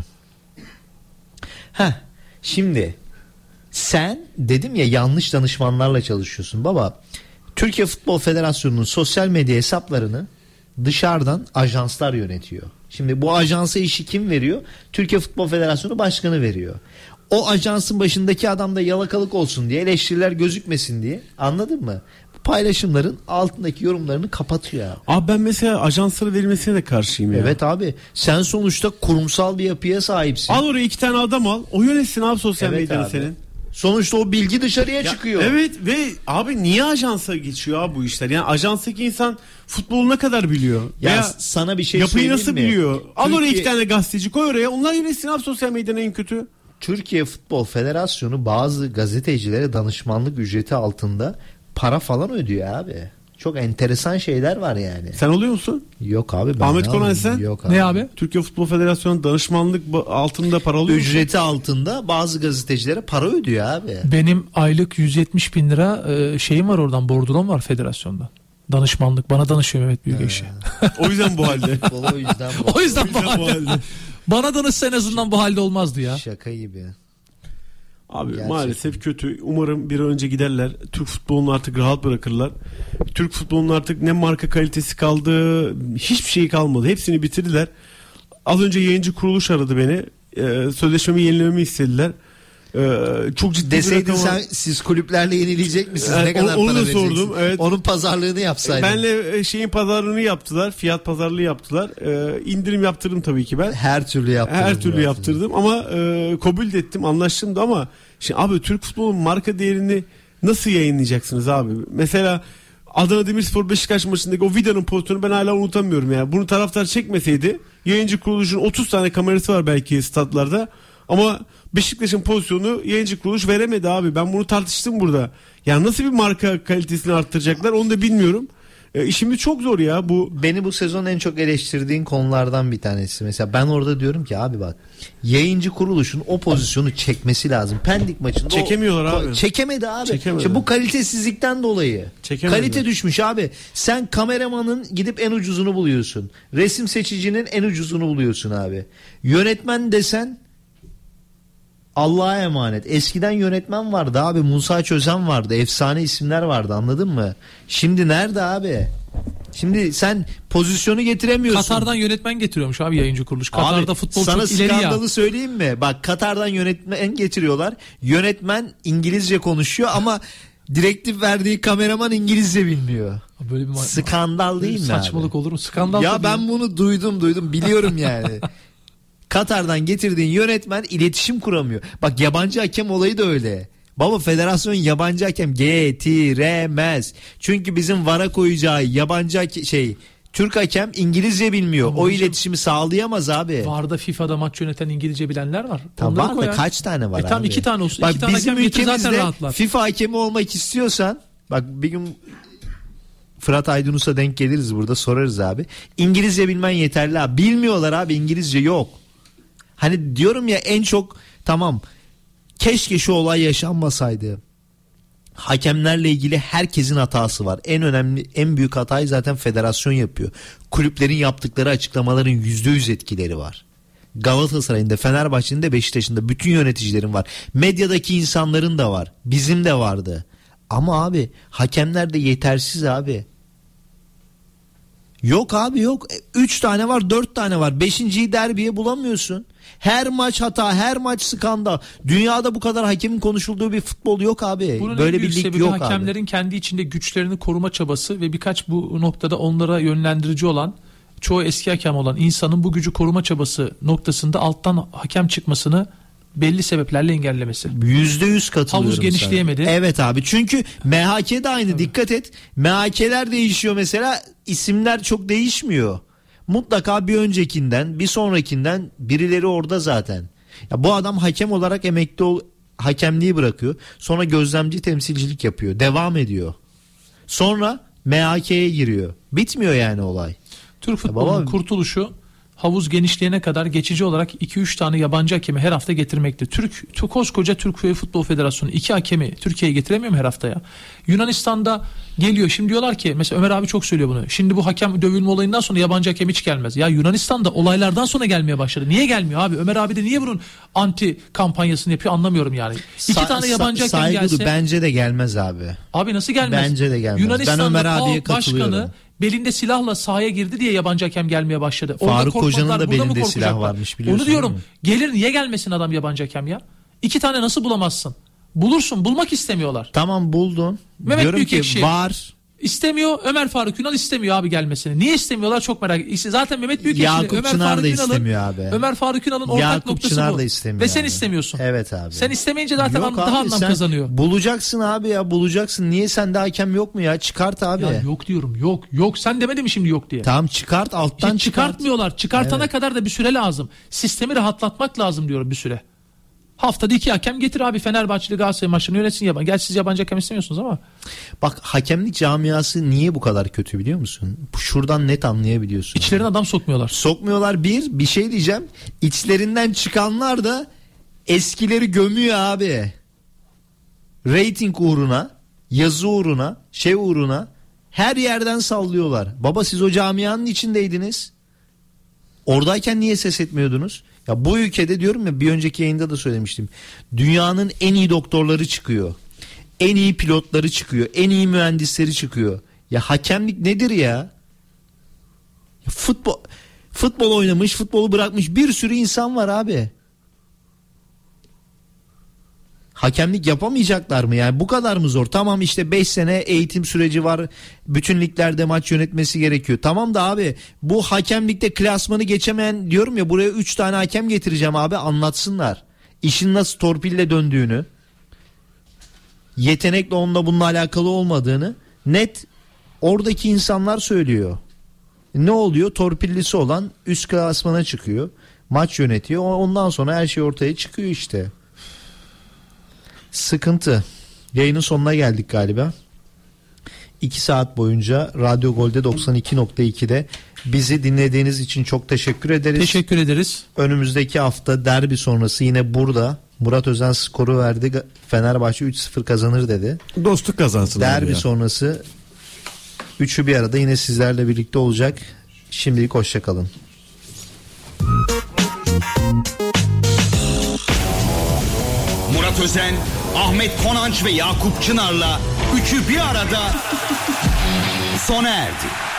Şimdi sen dedim ya, yanlış danışmanlarla çalışıyorsun. Baba, Türkiye Futbol Federasyonu'nun sosyal medya hesaplarını dışarıdan ajanslar yönetiyor. Şimdi bu ajansa işi kim veriyor? Türkiye Futbol Federasyonu Başkanı veriyor. O ajansın başındaki adam da yalakalık olsun diye, eleştiriler gözükmesin diye, anladın mı? Paylaşımların altındaki yorumlarını kapatıyor abi. Abi ben mesela ajanslara verilmesine de karşıyım ya. Evet abi, sen sonuçta kurumsal bir yapıya sahipsin. Al oraya 2 tane adam al, o yönetsin abi sosyal medyanı abi. senin. Sonuçta o bilgi dışarıya çıkıyor. Evet ve abi niye ajansa geçiyor abi bu işler? Yani ajanstaki insan futbolu ne kadar biliyor? Ya veya sana bir şey yapıyı söyleyeyim nasıl mi? biliyor? Al oraya 2 tane gazeteci koy oraya, onlar yönetsin abi sosyal medyanın en kötü. Türkiye Futbol Federasyonu bazı gazetecilere danışmanlık ücreti altında para falan ödüyor abi. Çok enteresan şeyler var yani. Sen oluyor musun? Yok abi. Ben Ahmet Konan aldım. sen? Yok abi. Ne abi? Türkiye Futbol Federasyonu danışmanlık altında para alıyor musun? Ücreti altında bazı gazetecilere para ödüyor abi. Benim aylık 170 bin lira şeyim var oradan, bordrom var federasyondan. Danışmanlık. Bana danışıyor Mehmet Büyükekşi. O yüzden bu halde. O yüzden bu. O yüzden bu bu halde. halde. Bana danışsa en azından bu halde olmazdı ya. Şaka gibi. Abi Gerçekten. maalesef kötü. Umarım bir an önce giderler. Türk futbolunu artık rahat bırakırlar. Türk futbolunun artık ne marka kalitesi kaldı, hiçbir şey kalmadı. Hepsini bitirdiler. Az önce yayıncı kuruluş aradı beni. Sözleşmemi yenilememi istediler. Çok ciddi Deseydin bir rakam. siz kulüplerle yenileyecek misiniz? Evet, Ne kadar onu para da vereceksiniz? sordum, evet. Onun pazarlığını yapsaydın. Benle şeyin pazarlığını yaptılar. Fiyat pazarlığı yaptılar. İndirim yaptırdım tabii ki ben. Her türlü yaptırdım. Her türlü yaptırdım ama kabul de ettim, anlaştım da ama şimdi abi Türk futbolunun marka değerini nasıl yayınlayacaksınız abi? Mesela Adana Demirspor Beşiktaş maçındaki o Vida'nın pozisyonu ben hala unutamıyorum yani. Bunu taraftar çekmeseydi yayıncı kuruluşun 30 tane kamerası var belki statlarda ama Beşiktaş'ın pozisyonu yayıncı kuruluş veremedi abi. Ben bunu tartıştım burada. Yani nasıl bir marka kalitesini arttıracaklar onu da bilmiyorum. İşimiz çok zor ya bu. Beni bu sezon en çok eleştirdiğin konulardan bir tanesi. Mesela ben orada diyorum ki abi bak, yayıncı kuruluşun o pozisyonu çekmesi lazım. Pendik maçında Çekemiyorlar abi. Çekemedi abi. Çekemedi. İşte bu kalitesizlikten dolayı. Çekemediler. Kalite düşmüş abi. Sen kameramanın gidip en ucuzunu buluyorsun. Resim seçicinin en ucuzunu buluyorsun abi. Yönetmen desen Allah'a emanet. Eskiden yönetmen vardı abi. Musa Çözen vardı. Efsane isimler vardı, anladın mı? Şimdi nerede abi? Şimdi sen pozisyonu getiremiyorsun. Katar'dan yönetmen getiriyormuş abi yayıncı kuruluş. Katar'da Abi, futbol sana çok ileri ya. skandalı söyleyeyim mi? Bak, Katar'dan yönetmen getiriyorlar. Yönetmen İngilizce konuşuyor ama direktif verdiği kameraman İngilizce bilmiyor. Böyle bir Skandal değil mi saçmalık abi? olur mu? Skandal Ya tabii. ben bunu duydum biliyorum yani. Katar'dan getirdiğin yönetmen iletişim kuramıyor. Bak, yabancı hakem olayı da öyle. Baba, federasyon yabancı hakem getiremez. Çünkü bizim VAR'a koyacağı yabancı Türk hakem İngilizce bilmiyor. Ama o hocam, iletişimi sağlayamaz abi. VAR'da FIFA'da maç yöneten İngilizce bilenler var. Tamam, Onları var da koyar. kaç tane var abi? Tam 2 tane olsun. Bak, 2 tane bizim hakem getir zaten ülkemizde rahatlar. FIFA hakemi olmak istiyorsan, bak bir gün Fırat Aydınus'a denk geliriz, burada sorarız abi. İngilizce bilmen yeterli abi. Bilmiyorlar abi, İngilizce yok. Hani diyorum ya, en çok tamam, keşke şu olay yaşanmasaydı. Hakemlerle ilgili herkesin hatası var. En önemli, en büyük hatayı zaten federasyon yapıyor. Kulüplerin yaptıkları açıklamaların %100 etkileri var. Galatasaray'ın da, Fenerbahçe'nin de, Beşiktaş'ın da bütün yöneticilerin var. Medyadaki insanların da var. Bizim de vardı. Ama abi hakemler de yetersiz abi. Yok abi, yok. 3 tane var, 4 tane var. 5.'yi derbiye bulamıyorsun. Her maç hata, her maç skandal. Dünyada bu kadar hakemin konuşulduğu bir futbol yok abi. Bunun böyle en büyük bir lig sebebi yok abi. hakemlerin kendi içinde güçlerini koruma çabası ve birkaç bu noktada onlara yönlendirici olan, çoğu eski hakem olan insanın bu gücü koruma çabası noktasında alttan hakem çıkmasını belli sebeplerle engellemesi. %100 katılıyorum. Havuz genişleyemedi. Sana. Evet abi, çünkü MHK de aynı. Tabii. Dikkat et. MHK'ler değişiyor mesela, isimler çok değişmiyor. Mutlaka bir öncekinden, bir sonrakinden birileri orada zaten. Ya bu adam hakem olarak hakemliği bırakıyor. Sonra gözlemci temsilcilik yapıyor. Devam ediyor. Sonra MHK'ye giriyor. Bitmiyor yani olay. Türk futbolunun kurtuluşu havuz genişleyene kadar geçici olarak 2-3 tane yabancı hakemi her hafta getirmekte. Koskoca Türkiye Futbol Federasyonu 2 hakemi Türkiye'ye getiremiyor mu her hafta ya? Yunanistan'da geliyor. Şimdi diyorlar ki, mesela Ömer abi çok söylüyor bunu. Şimdi bu hakem dövülme olayından sonra yabancı hakem hiç gelmez. Ya Yunanistan'da olaylardan sonra gelmeye başladı. Niye gelmiyor abi? Ömer abi de niye bunun anti kampanyasını yapıyor anlamıyorum yani. 2 tane yabancı hakem gelse. Bence de gelmez abi. Abi nasıl gelmez? Bence de gelmez. Yunanistan'da ben Ömer abiye katılıyorum. Başkanı belinde silahla sahaya girdi diye yabancı hakem gelmeye başladı. Faruk Hoca'nın da belinde silah varmış, biliyorsun. Onu diyorum. Gelir, niye gelmesin adam yabancı hakem ya? 2 tane nasıl bulamazsın? Bulursun, bulmak istemiyorlar. Tamam, buldun. Mehmet diyorum Büyükekşi ki var. İstemiyor. Ömer Faruk Ünal istemiyor abi gelmesini. Niye istemiyorlar, çok merak ediyorum. Zaten Mehmet Büyükekşi Yakup Ömer Çınar Faruk da Ünal'ın, istemiyor abi. Ömer Faruk Ünal'ın ortak Yakup noktası Çınar bu. da istemiyor Ve sen abi. istemiyorsun. Evet abi. Sen istemeyince zaten Yok daha abi, anlam kazanıyor. Bulacaksın abi ya, bulacaksın. Niye sende hakem yok mu ya? Çıkart abi. Ya yok diyorum, yok. Sen demedin mi şimdi yok diye? Tamam, çıkart, alttan Hiç çıkartmıyorlar. Çıkartana Evet. kadar da bir süre lazım. Sistemi rahatlatmak lazım diyorum, bir süre. Haftada 2 hakem getir abi, Fenerbahçeli Galatasaray maçını yönetsin yabancı. Gerçi siz yabancı hakem istemiyorsunuz ama. Bak hakemlik camiası niye bu kadar kötü biliyor musun? Şuradan net anlayabiliyorsun. İçlerine adam sokmuyorlar. Sokmuyorlar bir şey diyeceğim. İçlerinden çıkanlar da eskileri gömüyor abi. Rating uğruna, yazı uğruna, şey uğruna her yerden sallıyorlar. Baba siz o camianın içindeydiniz. Oradayken niye ses etmiyordunuz? Ya bu ülkede diyorum ya, bir önceki yayında da söylemiştim. Dünyanın en iyi doktorları çıkıyor. En iyi pilotları çıkıyor. En iyi mühendisleri çıkıyor. Ya hakemlik nedir ya? Ya futbol oynamış, futbolu bırakmış bir sürü insan var abi. Hakemlik yapamayacaklar mı yani, bu kadar mı zor? Tamam işte 5 sene eğitim süreci var, bütün liglerde maç yönetmesi gerekiyor. Tamam da abi bu hakemlikte klasmanı geçemeyen, diyorum ya, buraya 3 tane hakem getireceğim abi, anlatsınlar. İşin nasıl torpille döndüğünü, yetenekle onunla bununla alakalı olmadığını net oradaki insanlar söylüyor. Ne oluyor? Torpillisi olan üst klasmana çıkıyor, maç yönetiyor, ondan sonra her şey ortaya çıkıyor işte. Sıkıntı. Yayının sonuna geldik galiba. 2 saat boyunca Radyo Gol'de 92.2'de bizi dinlediğiniz için çok teşekkür ederiz. Teşekkür ederiz. Önümüzdeki hafta derbi sonrası yine burada Murat Özen skoru verdi. Fenerbahçe 3-0 kazanır dedi. Dostluk kazansın. Derbi sonrası üçü bir arada yine sizlerle birlikte olacak. Şimdilik hoşçakalın. Murat Özen, Ahmet Konanç ve Yakup Çınar'la üçü bir arada sona erdi.